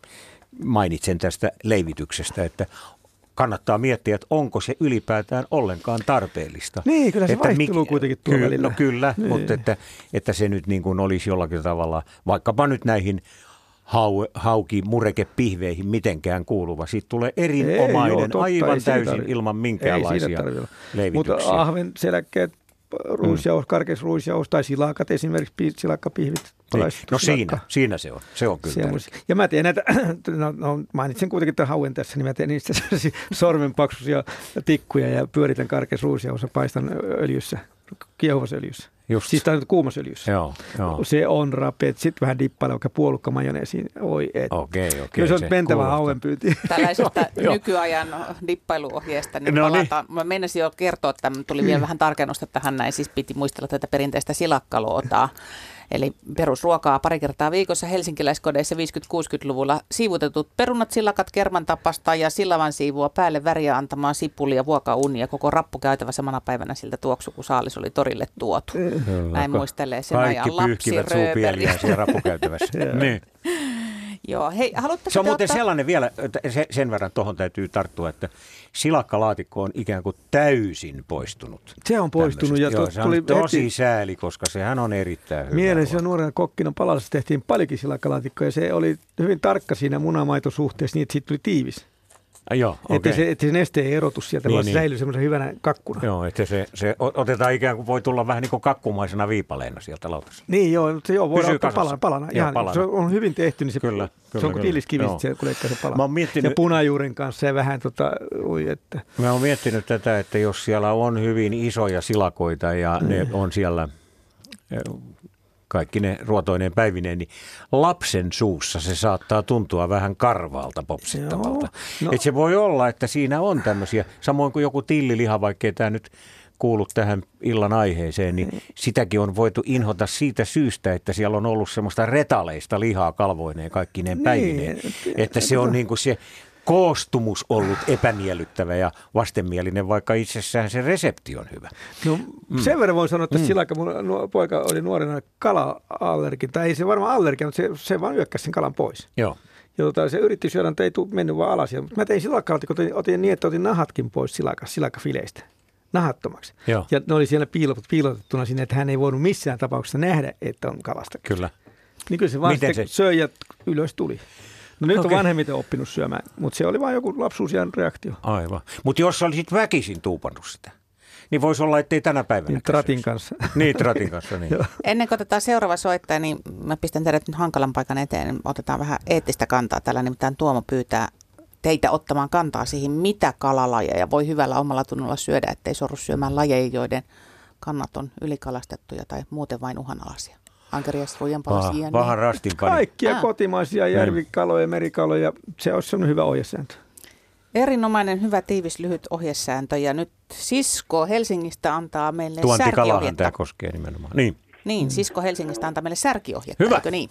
mainitsen tästä leivityksestä, että kannattaa miettiä, että onko se ylipäätään ollenkaan tarpeellista. Niin, kyllä se että vaihtelu mik, kuitenkin tuo ky, välillä. No kyllä, niin. mutta että, että se nyt niin kuin olisi jollakin tavalla, vaikkapa nyt näihin hau, hauki, mureke, pihveihin mitenkään kuuluva. Siitä tulee erinomainen, Ei, joo, totta, aivan täysin tarvi. ilman minkäänlaisia leivityksiä. Mutta ahven selkkeet, ruisjaus, mm. karkeus ruisjaus tai silakat esimerkiksi, silakkapihvit. Niin. No siinä, siinä se on, se on kyllä tärkeä. Ja mä teen näitä, no, no mainitsen kuitenkin tämän hauen tässä, niin mä teen niistä sormenpaksuisia tikkuja ja pyöritän karkeus ruisjaus ja paistan öljyssä, kiehuvassa öljyssä. Just. Siis tämä on kuumassa öljyssä. Joo, joo. Se on rapeet. Sitten vähän dippailla vaikka puolukka majoneesiin. Oi et. Okei, okei. Kyllä se on mentävä hauenpyynti. Tällaisesta nykyajan dippailuohjeesta niin no palataan. Mä meinasin jo kertoa, että tuli vielä vähän tarkennusta tähän näin. Siis piti muistella tätä perinteistä silakkalootaa. Eli perusruokaa pari kertaa viikossa helsinkiläiskodeissa viisikymmentä-kuusikymmentäluvulla siivutetut perunat, silakat, kermantapasta ja sillavan siivua päälle väriä antamaan sipulia, vuokaunia. Koko rappu käytävä samana päivänä siltä tuoksu, kun saalis oli torille tuotu. Kyllä, näin muistelee sen kaikki ajan pyyhkivät suupieliä siellä rappukäytävässä. Niin. Joo, hei, haluatteko Se on muuten ottaa... sellainen vielä, sen verran tuohon täytyy tarttua, että silakkalaatikko on ikään kuin täysin poistunut. Se on poistunut ja Joo, to, se on tuli tosi heti sääli, koska sehän on erittäin hyvä. mielessä jo nuorena kokkina Palasessa tehtiin paljonkin silakkalaatikkoa ja se oli hyvin tarkka siinä munamaitosuhteessa niin, että siitä tuli tiivis. Ah, joo, että, okay. se, että se neste ei erotu sieltä, niin, vaan niin. se säilyy semmoisen hyvänä kakkuna. Joo, että se, se otetaan ikään kuin, voi tulla vähän niin kuin kakkumaisena viipaleena sieltä lautassa. Niin joo, se joo, voidaan Pysyy ottaa kasassa. palana. palana. Joo, Ihan, palana. Se on hyvin tehty, niin se, Kyllä, kyllä, se on kuin kyllä. tiiliskivistä, se, kun leikkaa se palana. Mä oon miettinyt, ja punajuuren kanssa ja vähän tota, ui, että. Mä oon miettinyt tätä, että jos siellä on hyvin isoja silakoita ja mm. ne on siellä kaikki ne ruotoineen päivineen, niin lapsen suussa se saattaa tuntua vähän karvaalta, popsittavalta. No. Että se voi olla, että siinä on tämmöisiä, samoin kuin joku tilliliha, vaikkei tämä nyt kuulu tähän illan aiheeseen, niin mm. sitäkin on voitu inhota siitä syystä, että siellä on ollut semmoista retaleista lihaa kalvoineen kaikkineen päivineen. Niin, että se on niin kuin se koostumus ollut epämiellyttävä ja vastenmielinen, vaikka itsessään se resepti on hyvä. No sen verran voin sanoa, että mm. silloin, kun mun poika oli nuorena kala-allergi, tai ei se varmaan allergia, mutta se, se vaan yökkäsi sen kalan pois. Joo. Ja tota, se yritti syödä, mutta ei tule mennyt vaan alas. Mutta mä tein silakkalalta, kun otin, otin niin, että otin nahatkin pois silakasta, silakkafileistä. Nahattomaksi. Joo. Ja ne oli siellä piilot, piilotettuna sinne, että hän ei voinut missään tapauksessa nähdä, että on kalasta. Kyllä. Niin kyllä se vaan Miten se se? söi ja ylös tuli. No nyt Okei. on vanhemmiten oppinut syömään, mutta se oli vain joku lapsuusian reaktio. Aivan. Mutta jos olisit väkisin tuupannut sitä, niin voisi olla, ettei tänä päivänä. Niin tratin kanssa. Niin, tratin kanssa. Niin. Ennen kuin otetaan seuraava soittaja, niin mä pistän teidät nyt hankalan paikan eteen. Otetaan vähän eettistä kantaa. Tällä nimittäin Tuomo pyytää teitä ottamaan kantaa siihen, mitä kalalajeja voi hyvällä omalla tunnolla syödä, ettei sorru syömään lajeja, joiden kannat on ylikalastettuja tai muuten vain uhanalaisia. Ankerias, ruijanpalasia. Paha, pahan rastin pani. Kaikkia Ah. kotimaisia järvikaloja, merikaloja. Se olisi sellainen hyvä ohjesääntö. Erinomainen, hyvä, tiivis, lyhyt ohjesääntö. Ja nyt Sisko Helsingistä antaa meille Tuontikalahan särkiohjetta. tämä koskee nimenomaan. Niin. Niin, Sisko Helsingistä antaa meille särkiohjetta, Hyvä. eikö niin?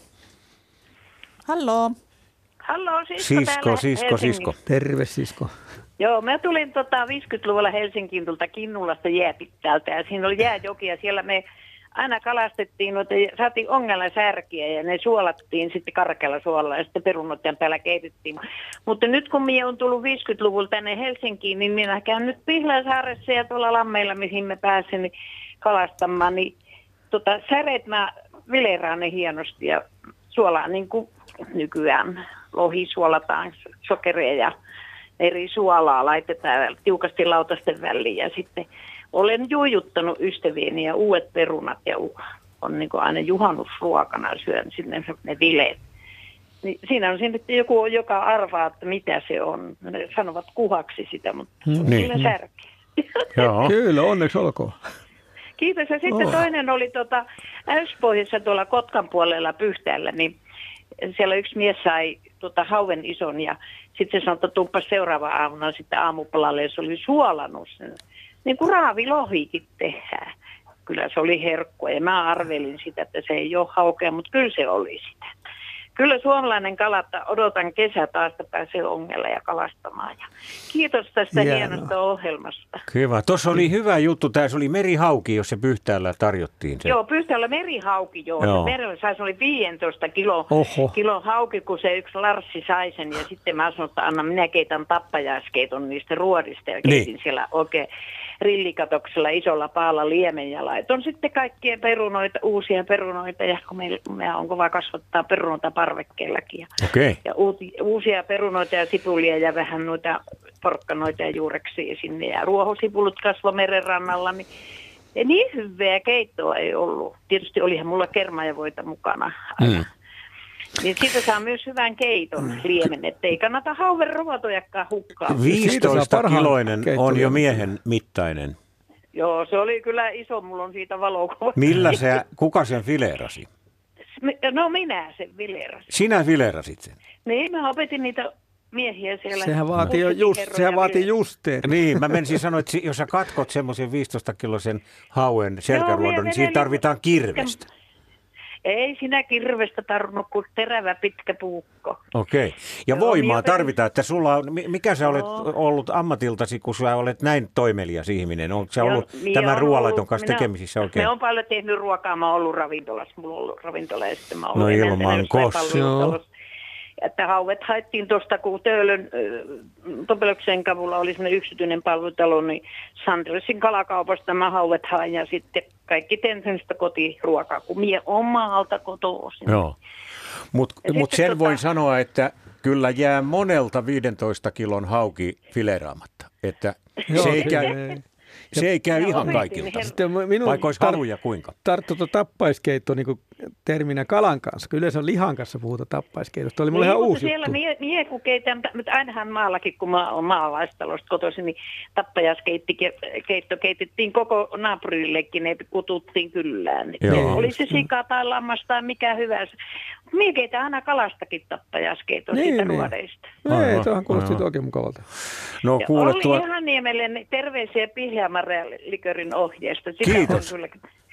Halloo. Halloo, Sisko, Sisko, täällä Sisko, Helsingissä. Sisko. Terve Sisko. Joo, mä tulin tota viisikymmentäluvulla Helsinkiin tuolta Kinnulasta jääpittäältä ja siinä oli jääjoki ja siellä me aina kalastettiin, noita, saatiin ongella särkiä ja ne suolattiin sitten karkealla suolalla ja sitten perunoiden päällä keitettiin. Mutta nyt kun minä on tullut viisikymmentäluvulla tänne Helsinkiin, niin minä käyn nyt Pihlajasaaressa ja tuolla Lammeilla, mihin mä pääsen niin kalastamaan, niin tota, säreet mä vileraan ne hienosti ja suolaan niin kuin nykyään. Lohi suolataan, sokeria ja eri suolaa laitetaan tiukasti lautasten väliin ja sitten olen juijuttanut ystäviini ja uudet perunat ja on niin kuin aina juhannusruokana syön sinne ne bileet. Niin siinä on sitten joku, joka arvaa, että mitä se on. Ne sanovat kuhaksi sitä, mutta se on Niin. kyllä särki. Joo. Kyllä, onneksi olkoon. Kiitos. Ja sitten Oh. toinen oli tuota, Äyspohjassa tuolla Kotkan puolella Pyhtäällä, niin siellä yksi mies sai tuota hauen ison ja sitten se sanoi, että tuuppas seuraava aamuna sitten aamupalalle ja se oli suolannut sen. Niin kuin raavilohikin tehdään. Kyllä se oli herkkua ja mä arvelin sitä, että se ei ole haukea, mutta kyllä se oli sitä. Kyllä suomalainen kalatta, odotan kesä taas, että pääsee ongella ja kalastamaan. Ja kiitos tästä Hienoa. hienosta ohjelmasta. Hyvä. Tuossa oli hyvä juttu. Tämä oli merihauki, jos se Pyhtäällä tarjottiin. Se. Joo, Pyhtäällä merihauki, joo. Joo. joo. Merellä sai, se oli viisitoista kilo, Oho. kilo hauki, kun se yksi Larssi sai sen. Ja sitten mä sanoin, että anna minä keitän tappajaskeiton niistä ruodista. Ja keitin Niin. siellä oikein rillikatoksella isolla paalla liemen ja laiton sitten kaikkia perunoita, uusia perunoita. Ja kun meillä, meillä on kova kasvattaa perunoita parvekkeellakin. Ja, Okei. ja uuti, uusia perunoita ja sipulia ja vähän noita porkkanoita ja juureksia sinne. Ja ruohosipulut kasvoi meren rannalla, niin ja niin hyvää keittoa ei ollut. Tietysti olihan mulla kermajavoita mukana aina. Mm. Niin siitä saa myös hyvän keiton liemen, ettei kannata hauen rovotojakaan hukkaan. viisitoista kiloinen keitto on jo vielä. miehen mittainen. Joo, se oli kyllä iso, mulla on siitä valokuva. Millä se, kuka sen fileerasi? No minä sen vileerasin. Sinä fileerasit sen. Niin, mä opetin niitä miehiä siellä. Sehän vaatii, jo Muistakin just, kerroja sehän vaatii vileerasin. justeet. Niin, mä menisin sanoa, että si- jos sä katkot semmoisen viisitoista kiloisen hauen selkäruodon, minä niin siinä vedelin- tarvitaan kirvestä. Ei sinä kirvestä tarvinnut kuin terävä pitkä puukko. Okei. Ja Joo, voimaa minä- tarvitaan, että sulla on, mi- mikä sä olet Joo. ollut ammatiltasi, kun sä olet näin toimelias ihminen? Onko sä Joo, ollut minä tämän olen ruoanlaiton ollut- kanssa minä- tekemisissä oikein? Me on paljon tehnyt ruokaa, mä oon ollut ravintolassa, mulla on ollut ravintola ja sitten mä oon No ollut ilman enää kossa. palvelutalossa. Että hauet haettiin tuosta, kun Töölön äh, Topeloksen kavulla oli semmoinen yksityinen palvelutalo, niin Sandresin kalakaupasta mä hauet hain ja sitten kaikki teen semmoista kotiruokaa, kun mie omalta kotoisin. Joo. Mutta Ja mut sitten sen voin tota- sanoa, että kyllä jää monelta viidentoista kilon hauki fileeraamatta. Että Joo, se ei kyllä käy, ei. se ei käy Ja ihan opetin kaikilta. her- Sitten minun Vaikka olisi tar- haluja kuinka. tarttu tuo tappaiskeitto niin terminä kalan kanssa. Kyllä yleensä lihan kanssa puhutaan tappaiskeitosta. Tämä oli mulle Niin, ihan mutta uusi siellä juttu. mie, mie kun keitän, mutta ainahan maallakin, kun mä oon maalaistalosta kotoisin, niin tappajaskeitto keitettiin koko naapurillekin, ne kututtiin kyllään. Joo. Oli se sika tai lammas tai mikä hyvänsä. Mie keitän aina kalastakin tappajaskeiton Niin, siitä niin. ruodeista. No ei, Aivan, tuohan kuulosti aivan. oikein mukavalta. No Ja kuule Olli tuo, Ihaniemelle terveisiä Pihlajamarja likörin ohjeesta. Sitä Kiitos. on kyllä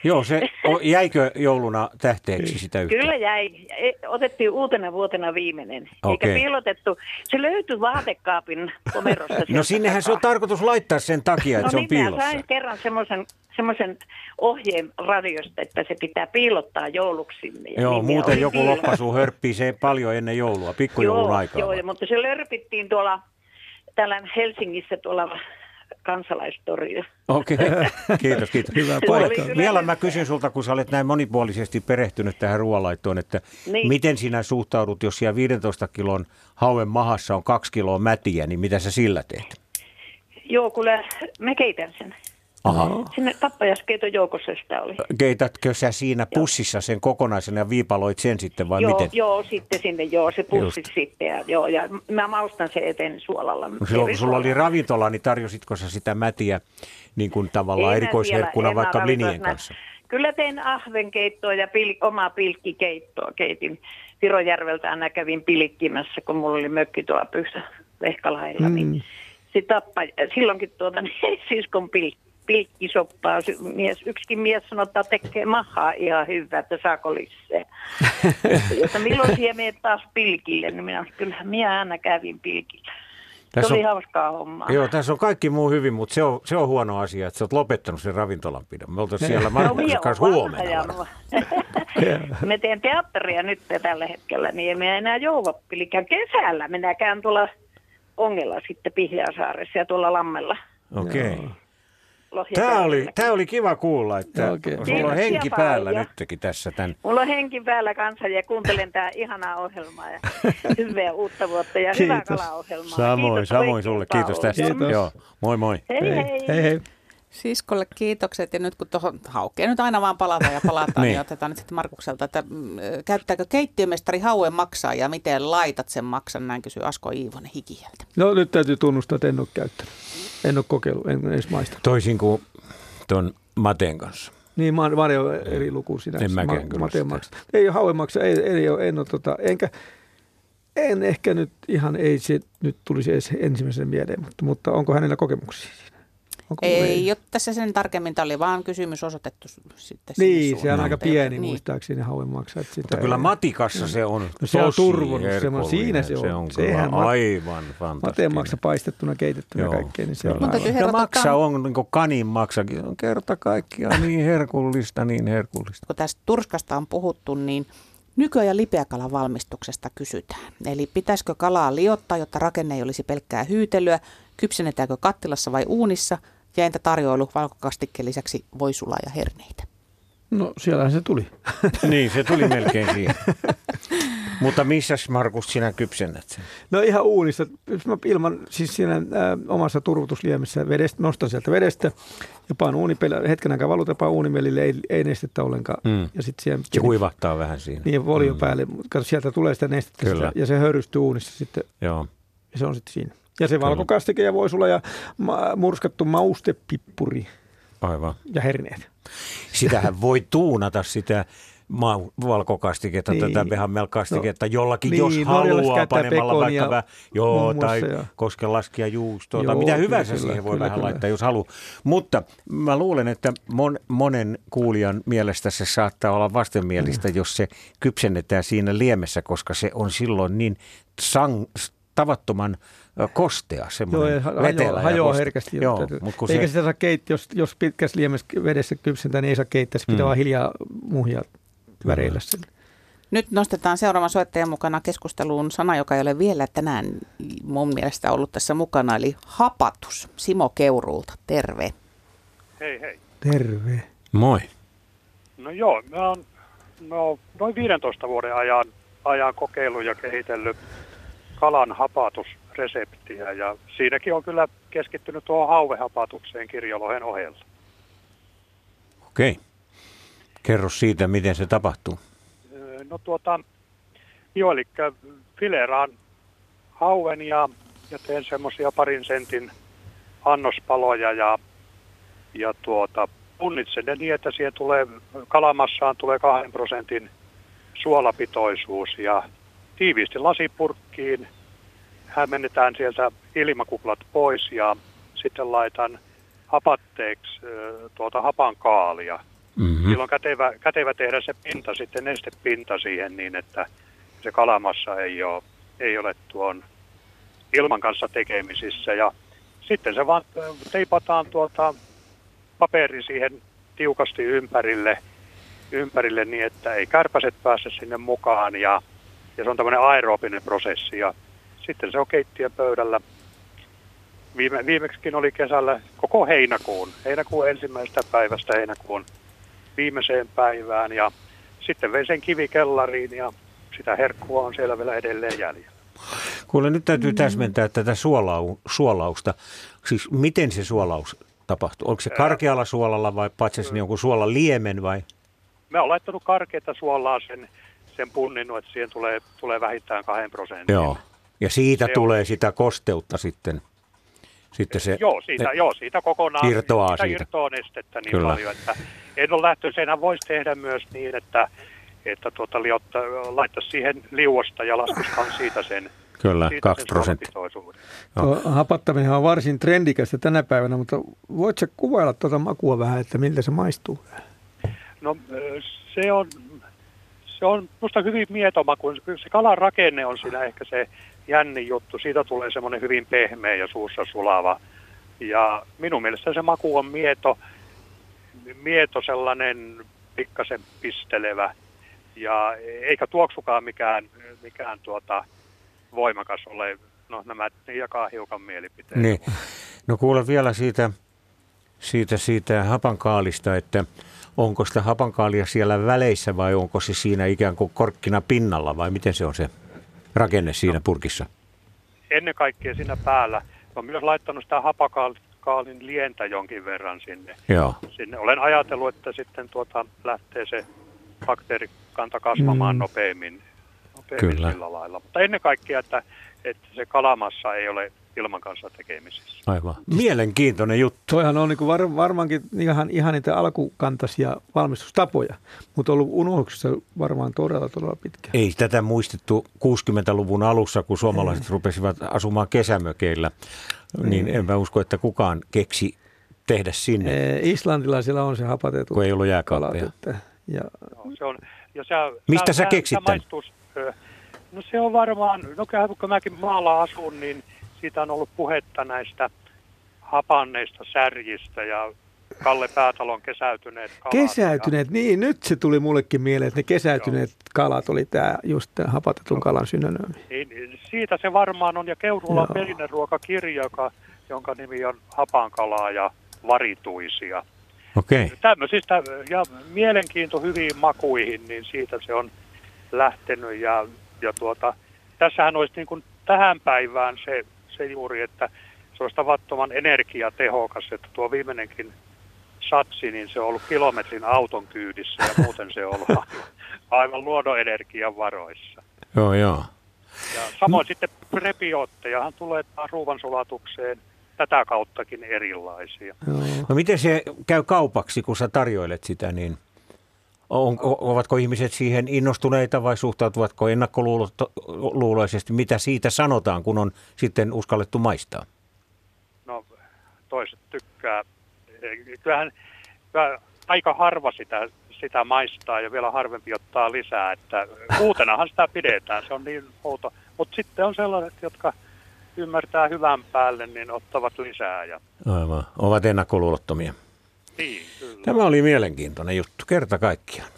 Joo, se jäikö jouluna tähteeksi sitä yhtään? Kyllä jäi. Otettiin uutena vuotena viimeinen. Okei. Eikä piilotettu. Se löytyi vaatekaapin komerosta. No sinnehän se on tarkoitus laittaa sen takia, että no se on niin, piilossa. sain kerran semmoisen semmoisen ohjeen radiosta, että se pitää piilottaa jouluksi sinne. Joo, niin muuten joku piilo. loppasu hörppii se paljon ennen joulua, pikkujoulun aikaa. Joo, joo, mutta se lörpittiin tuolla täällä Helsingissä tuolla Kansalaistorilla. Okei, okay. kiitos, kiitos. Hyvä Kuule, paikka. vielä mä kysyn sulta, kun sä olet näin monipuolisesti perehtynyt tähän ruoanlaittoon, että Niin. miten sinä suhtaudut, jos siellä viidentoista kilon hauen mahassa on kaksi kiloa mätiä, niin mitä sä sillä teet? Joo, kyllä mä keitän sen. Aha. Sinne tappajaskeiton joukossa sitä oli. Keitätkö sä siinä pussissa sen kokonaisena ja viipaloit sen sitten vai joo, miten? joo, sitten sinne, joo, se pussi Just. sitten. Ja, joo, ja mä maustan sen eteen suolalla. No silloin, kun sulla oli ravintola, niin tarjositko sä sitä mätiä niin kuin tavallaan En mä erikoisherkkuna vielä, en mä vaikka ravintolassa blinien näin. kanssa? Kyllä tein ahvenkeittoa ja pil, omaa pilkkikeittoa keitin. Virojärveltä aina kävin pilkkimässä, kun mulla oli mökki tuolla Pyhtä Vehkalahdella. Mm. Niin sit tappa, silloinkin tuota, niin siskon pil, pilkkisoppaa. Mies, yksikin mies sanoi, että tekee mahaa ihan hyvää, että saako lisää. Jotta milloin siellä menet taas pilkille, niin minä kyllähän minä aina kävin pilkillä. Tässä se oli on, hauskaa hommaa. Joo, tässä on kaikki muu hyvin, mutta se on, se on huono asia, että sä oot lopettanut sen ravintolanpidon. Me oltaisiin siellä Markuksen kanssa huomenna. Me teen teatteria nyt tällä hetkellä, niin emme enää jouvapilikään. Kesällä minä käyn tuolla Ongella sitten Pihjasaaressa ja tuolla Lammella. Okei. Okay. Tämä oli, tämä oli kiva kuulla, että okay. Sulla on henki päällä nytkin tässä. Tämän. Mulla on henki päällä kanssa ja kuuntelen tää ihanaa ohjelmaa ja hyvää uutta vuotta ja hyvää kalaohjelmaa. Samoin, kiitos samoin sulle. Kiitos tästä. Kiitos. Joo, moi moi. Hei hei. hei, hei. Siskolle kiitokset ja nyt kun tuohon haukeen nyt aina vaan palataan ja palataan, niin. niin otetaan nyt sitten Markukselta, että käyttääkö keittiömestari hauen maksaa ja miten laitat sen maksan, näin kysyy Asko Iivonen Hikiheltä. No nyt täytyy tunnustaa, että en ole käyttänyt. En ole kokeillut, en edes maistanut. Toisin kuin tuon Mateen kanssa. Niin, Mare on eri luku siinä. En mäkään Ma- kyllä Mateen maksa. Ei ole hauen maksa, ei, ei ole, en ole tota, enkä, en ehkä nyt ihan, ei se nyt tulisi edes ensimmäisen mieleen, mutta, mutta onko hänellä kokemuksia siinä? Onko ei, ei ole tässä sen tarkemmin, tämä oli vaan kysymys osoitettu sitten. Niin, se on aika pieni niin. Muistaakseni hauen maksaa. Mutta kyllä Matikassa se on no, se on turvonnut, siinä se on. Se on Sehän aivan fantastinen. Mateen maksa paistettuna, keitettuna ja kaikkea, niin se on aivan. Ja maksa on, niin kuin kanin maksakin, on kerta kaikkiaan niin herkullista, niin herkullista. Kun tästä turskasta on puhuttu, niin nykyään lipeäkalan valmistuksesta kysytään. Eli pitäisikö kalaa liottaa, jotta rakenne ei olisi pelkkää hyytelyä, kypsennetäänkö kattilassa vai uunissa, ja entä tarjoilu valkokastikkeen lisäksi voisulaa ja herneitä? No siellähän se tuli. Niin, se tuli melkein siihen. Mutta missäs, Markus, sinä kypsennät sen? No ihan uunissa. Mä ilman, siis siinä ä, omassa turvotusliemessä vedestä, nostan sieltä vedestä ja paan uunipelille, hetken aikaa valutapaan uunimelille, ei, ei nestettä ollenkaan. Mm. Ja sit siihen, se kuivahtaa vähän siinä. Niin, volio mm. päälle. Kato, sieltä tulee sitä nestettä sitä, ja se höyrystyy uunissa sitten. Joo. Ja se on sitten siinä. Ja se valkokastike ja voisula ja ma- murskattu maustepippuri. Aivan. Ja herneet. Sitähän voi tuunata sitä ma- valkokastiketta niin. tätä behamelkastiketta no, jollakin, niin, jos haluaa panemalla vaikka vähän, joo, tai ja koskenlaskia juustoa, tai mitä hyvänsä kyllä, siihen voi kyllä, vähän kyllä. laittaa, jos haluaa. Mutta mä luulen, että mon, monen kuulijan mielestä se saattaa olla vastenmielistä, mm. jos se kypsennetään siinä liemessä, koska se on silloin niin sang, tavattoman kostea, semmoinen joo, vetelä. Hajoaa herkästi. Joo, eikä se sitä saa keittää, jos, jos pitkässä liemessä vedessä kypsentää, niin ei saa keittää. Se pitää mm. vaan hiljaa muhia väreillä sen. Nyt nostetaan seuraavan soittajan mukana keskusteluun sana, joka ei ole vielä tänään mun mielestä ollut tässä mukana, eli hapatus. Simo Keuruulta, terve. Hei hei. Terve. Moi. No joo, mä oon no, noin viidentoista vuoden ajan, ajan kokeillut ja kehitellyt kalan hapatusreseptiä, ja siinäkin on kyllä keskittynyt tuohon hauvehapatukseen kirjolohen ohella. Okei. Kerro siitä, miten se tapahtuu. No tuota, joo, eli fileeraan hauen ja, ja teen semmoisia parin sentin annospaloja ja, ja tuota, punnitsen ne niin, että siihen tulee, kalamassaan tulee kahden prosentin suolapitoisuus ja tiiviisti lasipurkkiin, hämmennetään sieltä ilmakuplat pois ja sitten laitan hapatteeksi tuota hapankaalia Mm-hmm. Silloin kätevä, kätevä tehdä se pinta, sitten nestepinta siihen niin, että se kalamassa ei ole, ei ole tuon ilman kanssa tekemisissä. Ja sitten se vaan teipataan tuota paperi siihen tiukasti ympärille, ympärille niin, että ei kärpäset pääse sinne mukaan ja, ja se on tämmöinen aerobinen prosessi ja sitten se on keittiöpöydällä. Viime, viimeksikin oli kesällä koko heinäkuun, heinäkuun ensimmäisestä päivästä heinäkuun viimeiseen päivään ja sitten vein sen kivikellariin ja sitä herkkua on siellä vielä edelleen jäljellä. Kuule, nyt täytyy täsmentää tätä suolau, suolausta. Siis miten se suolaus tapahtuu? Onko se karkealla suolalla vai patsasin jonkun suolan liemen vai? Me on laittanut karkeata suolaa sen, sen punninnut, että siihen tulee, tulee vähintään kahden prosentin. Joo, ja siitä se tulee on sitä kosteutta sitten. Sitten se joo, siitä, ne, joo, siitä kokonaan irtoaa siitä. siitä. irtoaa nestettä niin Kyllä. paljon, että en ole lähtönyt. Senhän voisi tehdä myös niin, että, että tuota, liotta, laittaisi siihen liuosta ja laskisikaan siitä sen. Kyllä, siitä kaksi prosenttia. Tuo hapattaminen on varsin trendikästä tänä päivänä, mutta voitko kuvailla tuota makua vähän, että miltä se maistuu? No se on, se on musta hyvin mietomaku. Se kalan rakenne on siinä ehkä se jänni juttu. Siitä tulee semmoinen hyvin pehmeä ja suussa sulava. Ja minun mielestä se maku on mieto, mieto sellainen pikkasen pistelevä. Ja eikä tuoksukaan mikään, mikään tuota voimakas ole. No nämä jakaa hiukan mielipiteitä. Niin. No kuule vielä siitä, siitä, siitä hapankaalista, että onko sitä hapankaalia siellä väleissä vai onko se siinä ikään kuin korkkina pinnalla vai miten se on se rakenne siinä no, purkissa? Ennen kaikkea siinä päällä. Olen myös laittanut sitä hapakaalin lientä jonkin verran sinne. Joo. sinne. Olen ajatellut, että sitten tuota lähtee se bakteerikanta kasvamaan mm. nopeammin, nopeammin sillä lailla. Mutta ennen kaikkea, että, että se kalamassa ei ole ilman kanssa tekemisissä. Aivan. Mielenkiintoinen juttu. Toihan on niin var, varmaankin ihan, ihan niitä alkukantaisia valmistustapoja, mutta ollut unohduksessa varmaan todella, todella pitkään. Ei tätä muistettu kuusikymmentäluvun alussa, kun suomalaiset ei. rupesivat asumaan kesämökeillä, niin enpä usko, että kukaan keksi tehdä sinne. Ee, islantilaisilla on se hapatettu kun ei ollut jääkaappeja. Ja no, se on, ja se, mistä sä keksit tämän? No se on varmaan, no kun mäkin maalla asun, niin siitä on ollut puhetta näistä hapanneista särjistä ja Kalle Päätalon kesäytyneet kalat. Kesäytyneet, ja niin nyt se tuli mullekin mieleen, että ne kesäytyneet joo. kalat oli tämä just tämä hapatetun kalan synonyymi. Niin, siitä se varmaan on ja Keuruulla on perinneruokakirja, joka, jonka nimi on Hapankalaa ja varituisia. Okei. Tämmöisistä ja mielenkiinto hyviin makuihin, niin siitä se on lähtenyt ja, ja tuota, tässähän olisi niin kuin tähän päivään se, se juuri, että se olisi tavattoman energiatehokas, että tuo viimeinenkin satsi, niin se on ollut kilometrin auton kyydissä ja muuten se on ollut aivan luonnonenergian varoissa. Joo, joo. Ja samoin mm. sitten prebiottejahan tulee ruuansulatukseen tätä kauttakin erilaisia. Joo. No miten se käy kaupaksi, kun sä tarjoilet sitä, niin on, ovatko ihmiset siihen innostuneita vai suhtautuvatko ennakkoluuloisesti? Mitä siitä sanotaan, kun on sitten uskallettu maistaa? No toiset tykkää. Kyllähän aika harva sitä, sitä maistaa ja vielä harvempi ottaa lisää. Että uutenahan sitä pidetään, se on niin outo. Mutta sitten on sellaiset, jotka ymmärtää hyvän päälle, niin ottavat lisää. Ja aivan, ovat ennakkoluulottomia. Niin, kyllä. Tämä oli mielenkiintoinen juttu, kerta kaikkiaan.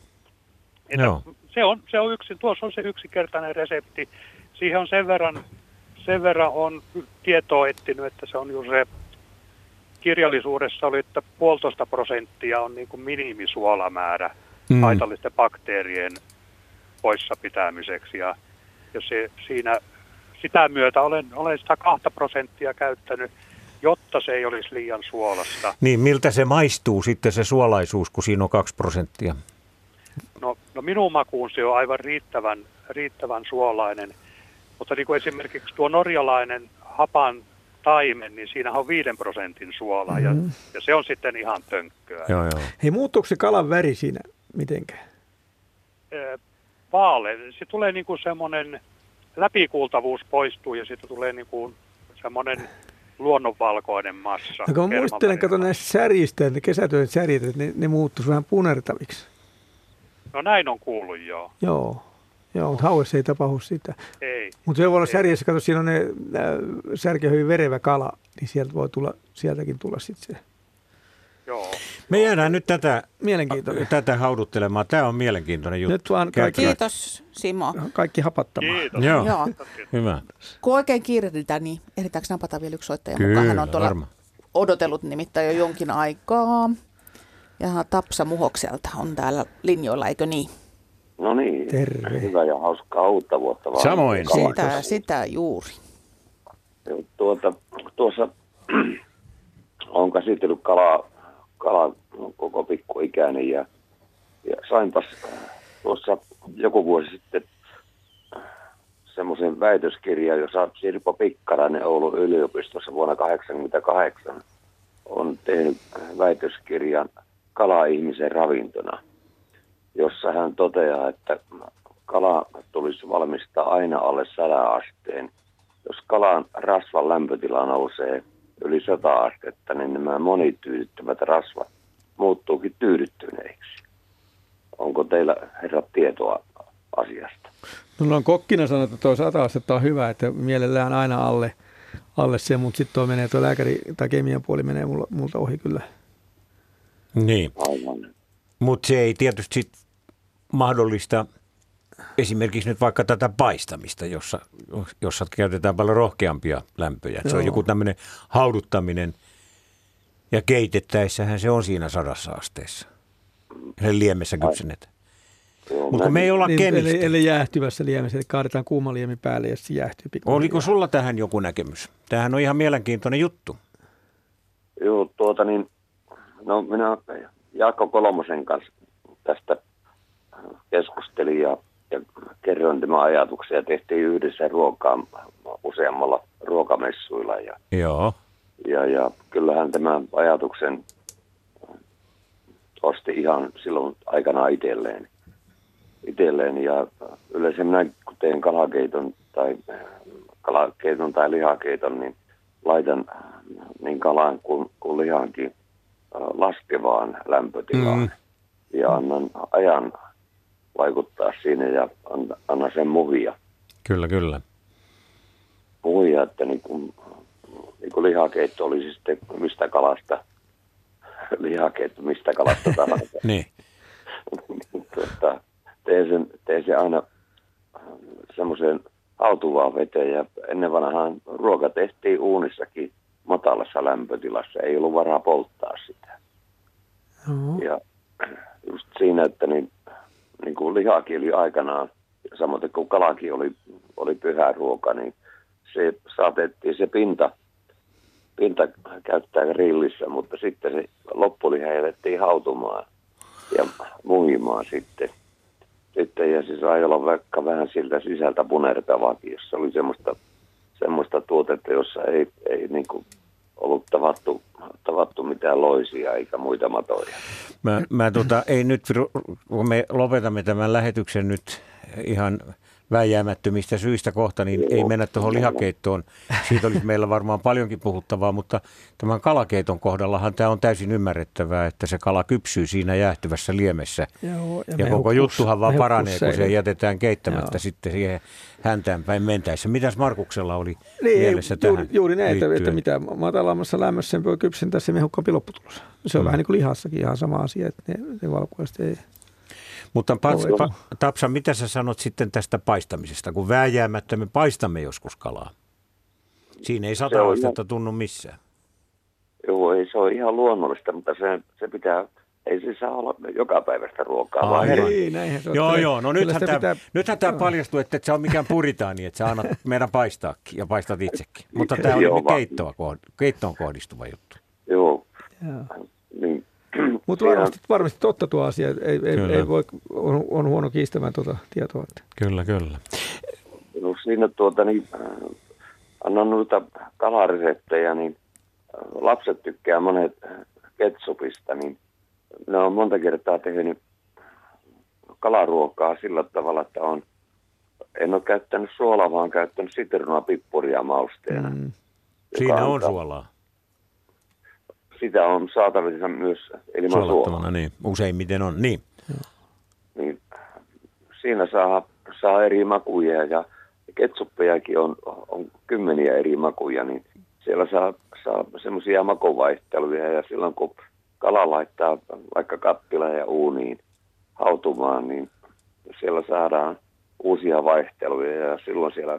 Joo. Se on, se on yksin, tuossa on se yksinkertainen resepti. Siihen on sen verran, sen verran on tietoa etsinyt, että se on juuri se, kirjallisuudessa oli, että puolitoista prosenttia on niin kuin minimisuolamäärä mm. haitallisten bakteerien poissa pitämiseksi. Ja, ja se, siinä, sitä myötä olen, olen sitä kahta prosenttia käyttänyt, jotta se ei olisi liian suolasta. Niin, miltä se maistuu sitten se suolaisuus, kun siinä on kaksi prosenttia? No, no minun makuun se on aivan riittävän, riittävän suolainen, mutta niin kuin esimerkiksi tuo norjalainen hapan taimen, niin siinä on viiden prosentin suolaa ja, mm. ja se on sitten ihan tönkköä. Joo, joo. Hei, muuttuuko se kalan väri siinä mitenkään? Ee, vaale. Se tulee niin kuin semmoinen läpikuultavuus poistuu ja sitten tulee niin kuin semmoinen luonnonvalkoinen massa. No, kun muistelen, kato näistä särjistä, ne kesätyön särjet, että ne, ne muuttuisi vähän punertaviksi. No näin on kuullut, joo. Joo, joo, mutta hauessa ei tapahdu sitä. Ei. Mutta se voi olla särjessä, kato, siinä on ne äh, särkeä hyvin verevä kala, niin sieltä voi tulla, sieltäkin tulla sitten se. Joo. Me jäädään nyt tätä, tätä hauduttelemaan. Tämä on mielenkiintoinen juttu. Nyt vaan kaikki, Kiitos, Simo. Kaikki hapattamaan. Kiitos. Joo. Joo. Hyvä. Kun oikein kiirehditään, niin ehditäänkö napata vielä yksi soittaja Kyllä, mukaan? Hän on tuolla varma. odotellut nimittäin jo jonkin aikaa. Ja Tapsa Muhokselta on täällä linjoilla, eikö niin? No niin. Terve. Hyvä ja hauskaa uutta vuotta vaan. Samoin. Sitä, sitä juuri. Tuota, tuossa olen käsitellyt kalaa, kalaa koko pikkuikäinen ja, ja sainpas tuossa joku vuosi sitten semmoisen väitöskirjan, jossa Sirpa Pikkarainen Oulun yliopistossa vuonna tuhatyhdeksänsataakahdeksankymmentäkahdeksan on tehnyt väitöskirjan Kala-ihmisen ravintona, jossa hän toteaa, että kala tulisi valmistaa aina alle sadan asteen. Jos kalan rasvan lämpötila nousee yli sata astetta, niin nämä monityydyttävät rasvat muuttuukin tyydyttyneiksi. Onko teillä, herrat, tietoa asiasta? No noin kokkina sanoo, että tuo sata astetta on hyvä, että mielellään aina alle, alle se, mutta sitten tuo menee tuo lääkäri tai kemian puoli menee multa, multa ohi kyllä. Niin, mutta se ei tietysti sit mahdollista esimerkiksi nyt vaikka tätä paistamista, jossa, jossa käytetään paljon rohkeampia lämpöjä. Se on joku tämmöinen hauduttaminen ja keitettäessähän se on siinä sadassa asteessa. Sen liemessä kypsennetään. Mutta me ei olla niin, kemistä. Eli, eli jäähtyvässä liemessä, eli kaadetaan kuuma liemi päälle ja se jäähtyy pikkuhiljaa. Oliko sulla tähän joku näkemys? Tämähän on ihan mielenkiintoinen juttu. Joo, tuota niin, no minä Jaakko Kolomosen kanssa tästä keskustelin ja, ja kerroin tämän ajatuksia ja tehtiin yhdessä ruokaa useammalla ruokamessuilla. Ja, Joo. Ja, ja kyllähän tämän ajatuksen osti ihan silloin aikanaan itselleen. itselleen ja yleensä minä kun teen kalakeiton tai, kalakeiton tai lihakeiton, niin laitan niin kalan kuin, kuin lihankin laskevaan lämpötilaan mm. ja annan ajan vaikuttaa siinä ja anna, anna sen muhia. Kyllä, kyllä. Muhia, että niin kuin, niin kuin lihakeitto olisi sitten mistä kalasta, lihakeitto mistä kalasta tahansa. Niin. tuota, teen, sen, teen sen aina semmoiseen hautuvaan veteen ja ennen vanhaan ruoka tehtiin uunissakin matalassa lämpötilassa. Ei ollut varaa polttaa sitä. Mm-hmm. Ja just siinä, että niin, niin kuin lihakin oli aikanaan, samoin kuin kalakin oli, oli pyhä ruoka, niin se saatettiin se pinta, pinta käyttää grillissä, mutta sitten se loppuliha jätettiin hautumaan ja muhimaan sitten. Sitten ja se sai olla vaikka vähän siltä sisältä punertavaakin, jossa oli semmoista, semmoista tuotetta, jossa ei, ei niin kuin ollut tavattu, tavattu mitään loisia eikä muita matoja. Mä, mä tota, ei nyt, kun me lopetamme tämän lähetyksen nyt ihan vääjäämättömistä syistä kohta, niin Joo. ei mennä tuohon lihakeittoon. Siitä olisi meillä varmaan paljonkin puhuttavaa, mutta tämän kalakeiton kohdallahan tämä on täysin ymmärrettävää, että se kala kypsyy siinä jäähtyvässä liemessä. Joo, ja ja koko juttuhan vaan paranee, kun se jätetään keittämättä Joo. sitten siihen häntään päin mentäessä. Mitäs Markuksella oli niin, mielessä juuri, tähän Juuri näin, että, että mitä matalammassa lämmössä sen voi kypsentää se mehukkaampi lopputulos. Se on mm. vähän niin kuin lihassakin ihan sama asia, että ne, ne valkuaiset ei... Mutta pa- pa- Tapsa, mitä sä sanot sitten tästä paistamisesta, kun vääjäämättä me paistamme joskus kalaa? Siinä ei sata astetta ihan... tunnu missään. Joo, ei se ole ihan luonnollista, mutta se, se pitää, ei se saa olla joka päivästä ruokaa. Vaan ei, näinhän se on. Joo, joo, no nythän tämä, pitää... nythän tämä paljastuu, että et sä ole mikään puritaani, että sä annat meidän paistaakin ja paistat itsekin. Mutta tämä oli keittoa, keittoon kohdistuva juttu. Joo, niin. Mutta varmasti, varmasti totta tuo asia. Ei, ei, ei voi, on, on huono kiistämään tuota tietoa. Kyllä, kyllä. No siinä tuota, niin, annan noita kalareseptejä, niin lapset tykkää monet ketsupista, niin ne on monta kertaa tehnyt kalaruokaa sillä tavalla, että on, en ole käyttänyt suolaa, vaan käyttänyt sitruunapippuria mausteena. Mm. Siinä on suolaa. Sitä on saatavissa myös ilman suolaa. Niin, useimmiten on, niin. Niin siinä saa, saa eri makuja ja ketsuppejakin on, on kymmeniä eri makuja, niin siellä saa, saa semmoisia makovaihteluja ja silloin kun kala laittaa vaikka kattilaan ja uuniin hautumaan, niin siellä saadaan uusia vaihteluja ja silloin siellä,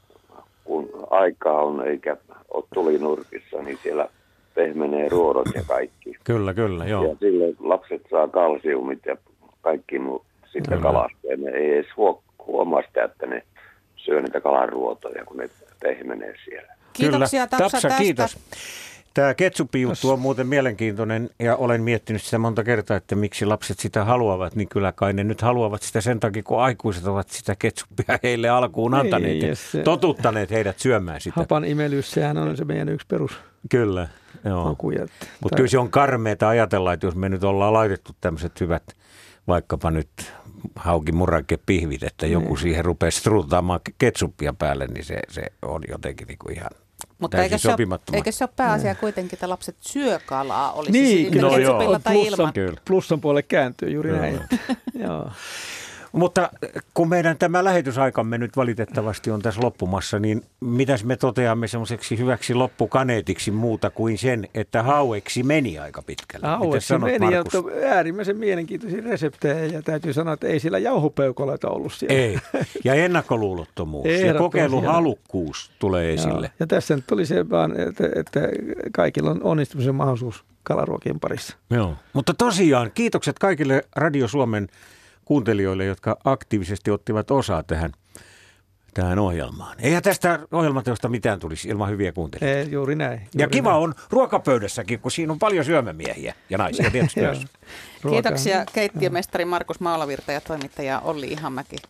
kun aikaa on eikä ole tulinurkissa, niin siellä pehmenee ruodot ja kaikki. Kyllä, kyllä, joo. Ja silloin lapset saa kalsiumit ja kaikki muu sitten kalasta. Ja ne ei edes huomaa sitä, että ne syö niitä kalanruotoja, kun ne pehmenee siellä. Kiitoksia Kyllä. Tapsa, Tapsa tästä. Kiitos. Tämä ketsuppijuttu on muuten mielenkiintoinen ja olen miettinyt sitä monta kertaa, että miksi lapset sitä haluavat, niin kyllä kai ne nyt haluavat sitä sen takia, kun aikuiset ovat sitä ketsuppia heille alkuun antaneet ja se... totuttaneet heidät syömään sitä. Hapan imelyys, sehän on se meidän yksi perus. Kyllä, joo. Mutta kyllä se on karmeeta ajatella, että jos me nyt ollaan laitettu tämmöiset hyvät, vaikkapa nyt hauki murake pihvit, että joku niin. siihen rupeaa struutaamaan ketsuppia päälle, niin se, se on jotenkin niin kuin ihan... Mutta eikö se, ole, eikö se ole pääasia kuitenkin, että lapset syö kalaa, olisi niin, siis no ketsupilla tai ilman? Plussan puolelle kääntyy juuri joo. näin. Joo. Mutta kun meidän tämä lähetysaikamme nyt valitettavasti on tässä loppumassa, niin mitäs me toteamme semmoiseksi hyväksi loppukaneetiksi muuta kuin sen, että haueksi meni aika pitkälle? Haueksi sanot, meni, Markus? ja äärimmäisen mielenkiintoisia reseptejä ja täytyy sanoa, että ei siellä jauhopeukaloita ollut siellä. Ei, ja ennakkoluulottomuus ja kokeiluhalukkuus tulee esille. Joo. Ja tässä nyt tuli se vaan, että, että kaikilla on onnistumisen mahdollisuus kalaruokien parissa. Joo, mutta tosiaan kiitokset kaikille Radio Suomen kuuntelijoille, jotka aktiivisesti ottivat osaa tähän, tähän ohjelmaan. Eihän tästä ohjelmateosta mitään tulisi ilman hyviä kuuntelijoita. Ei, juuri näin. Juuri ja kiva näin. on ruokapöydässäkin, kun siinä on paljon syömämiehiä ja naisia tietysti myös. Kiitoksia keittiömestari Markus Maulavirta ja toimittaja Olli Ihamäki.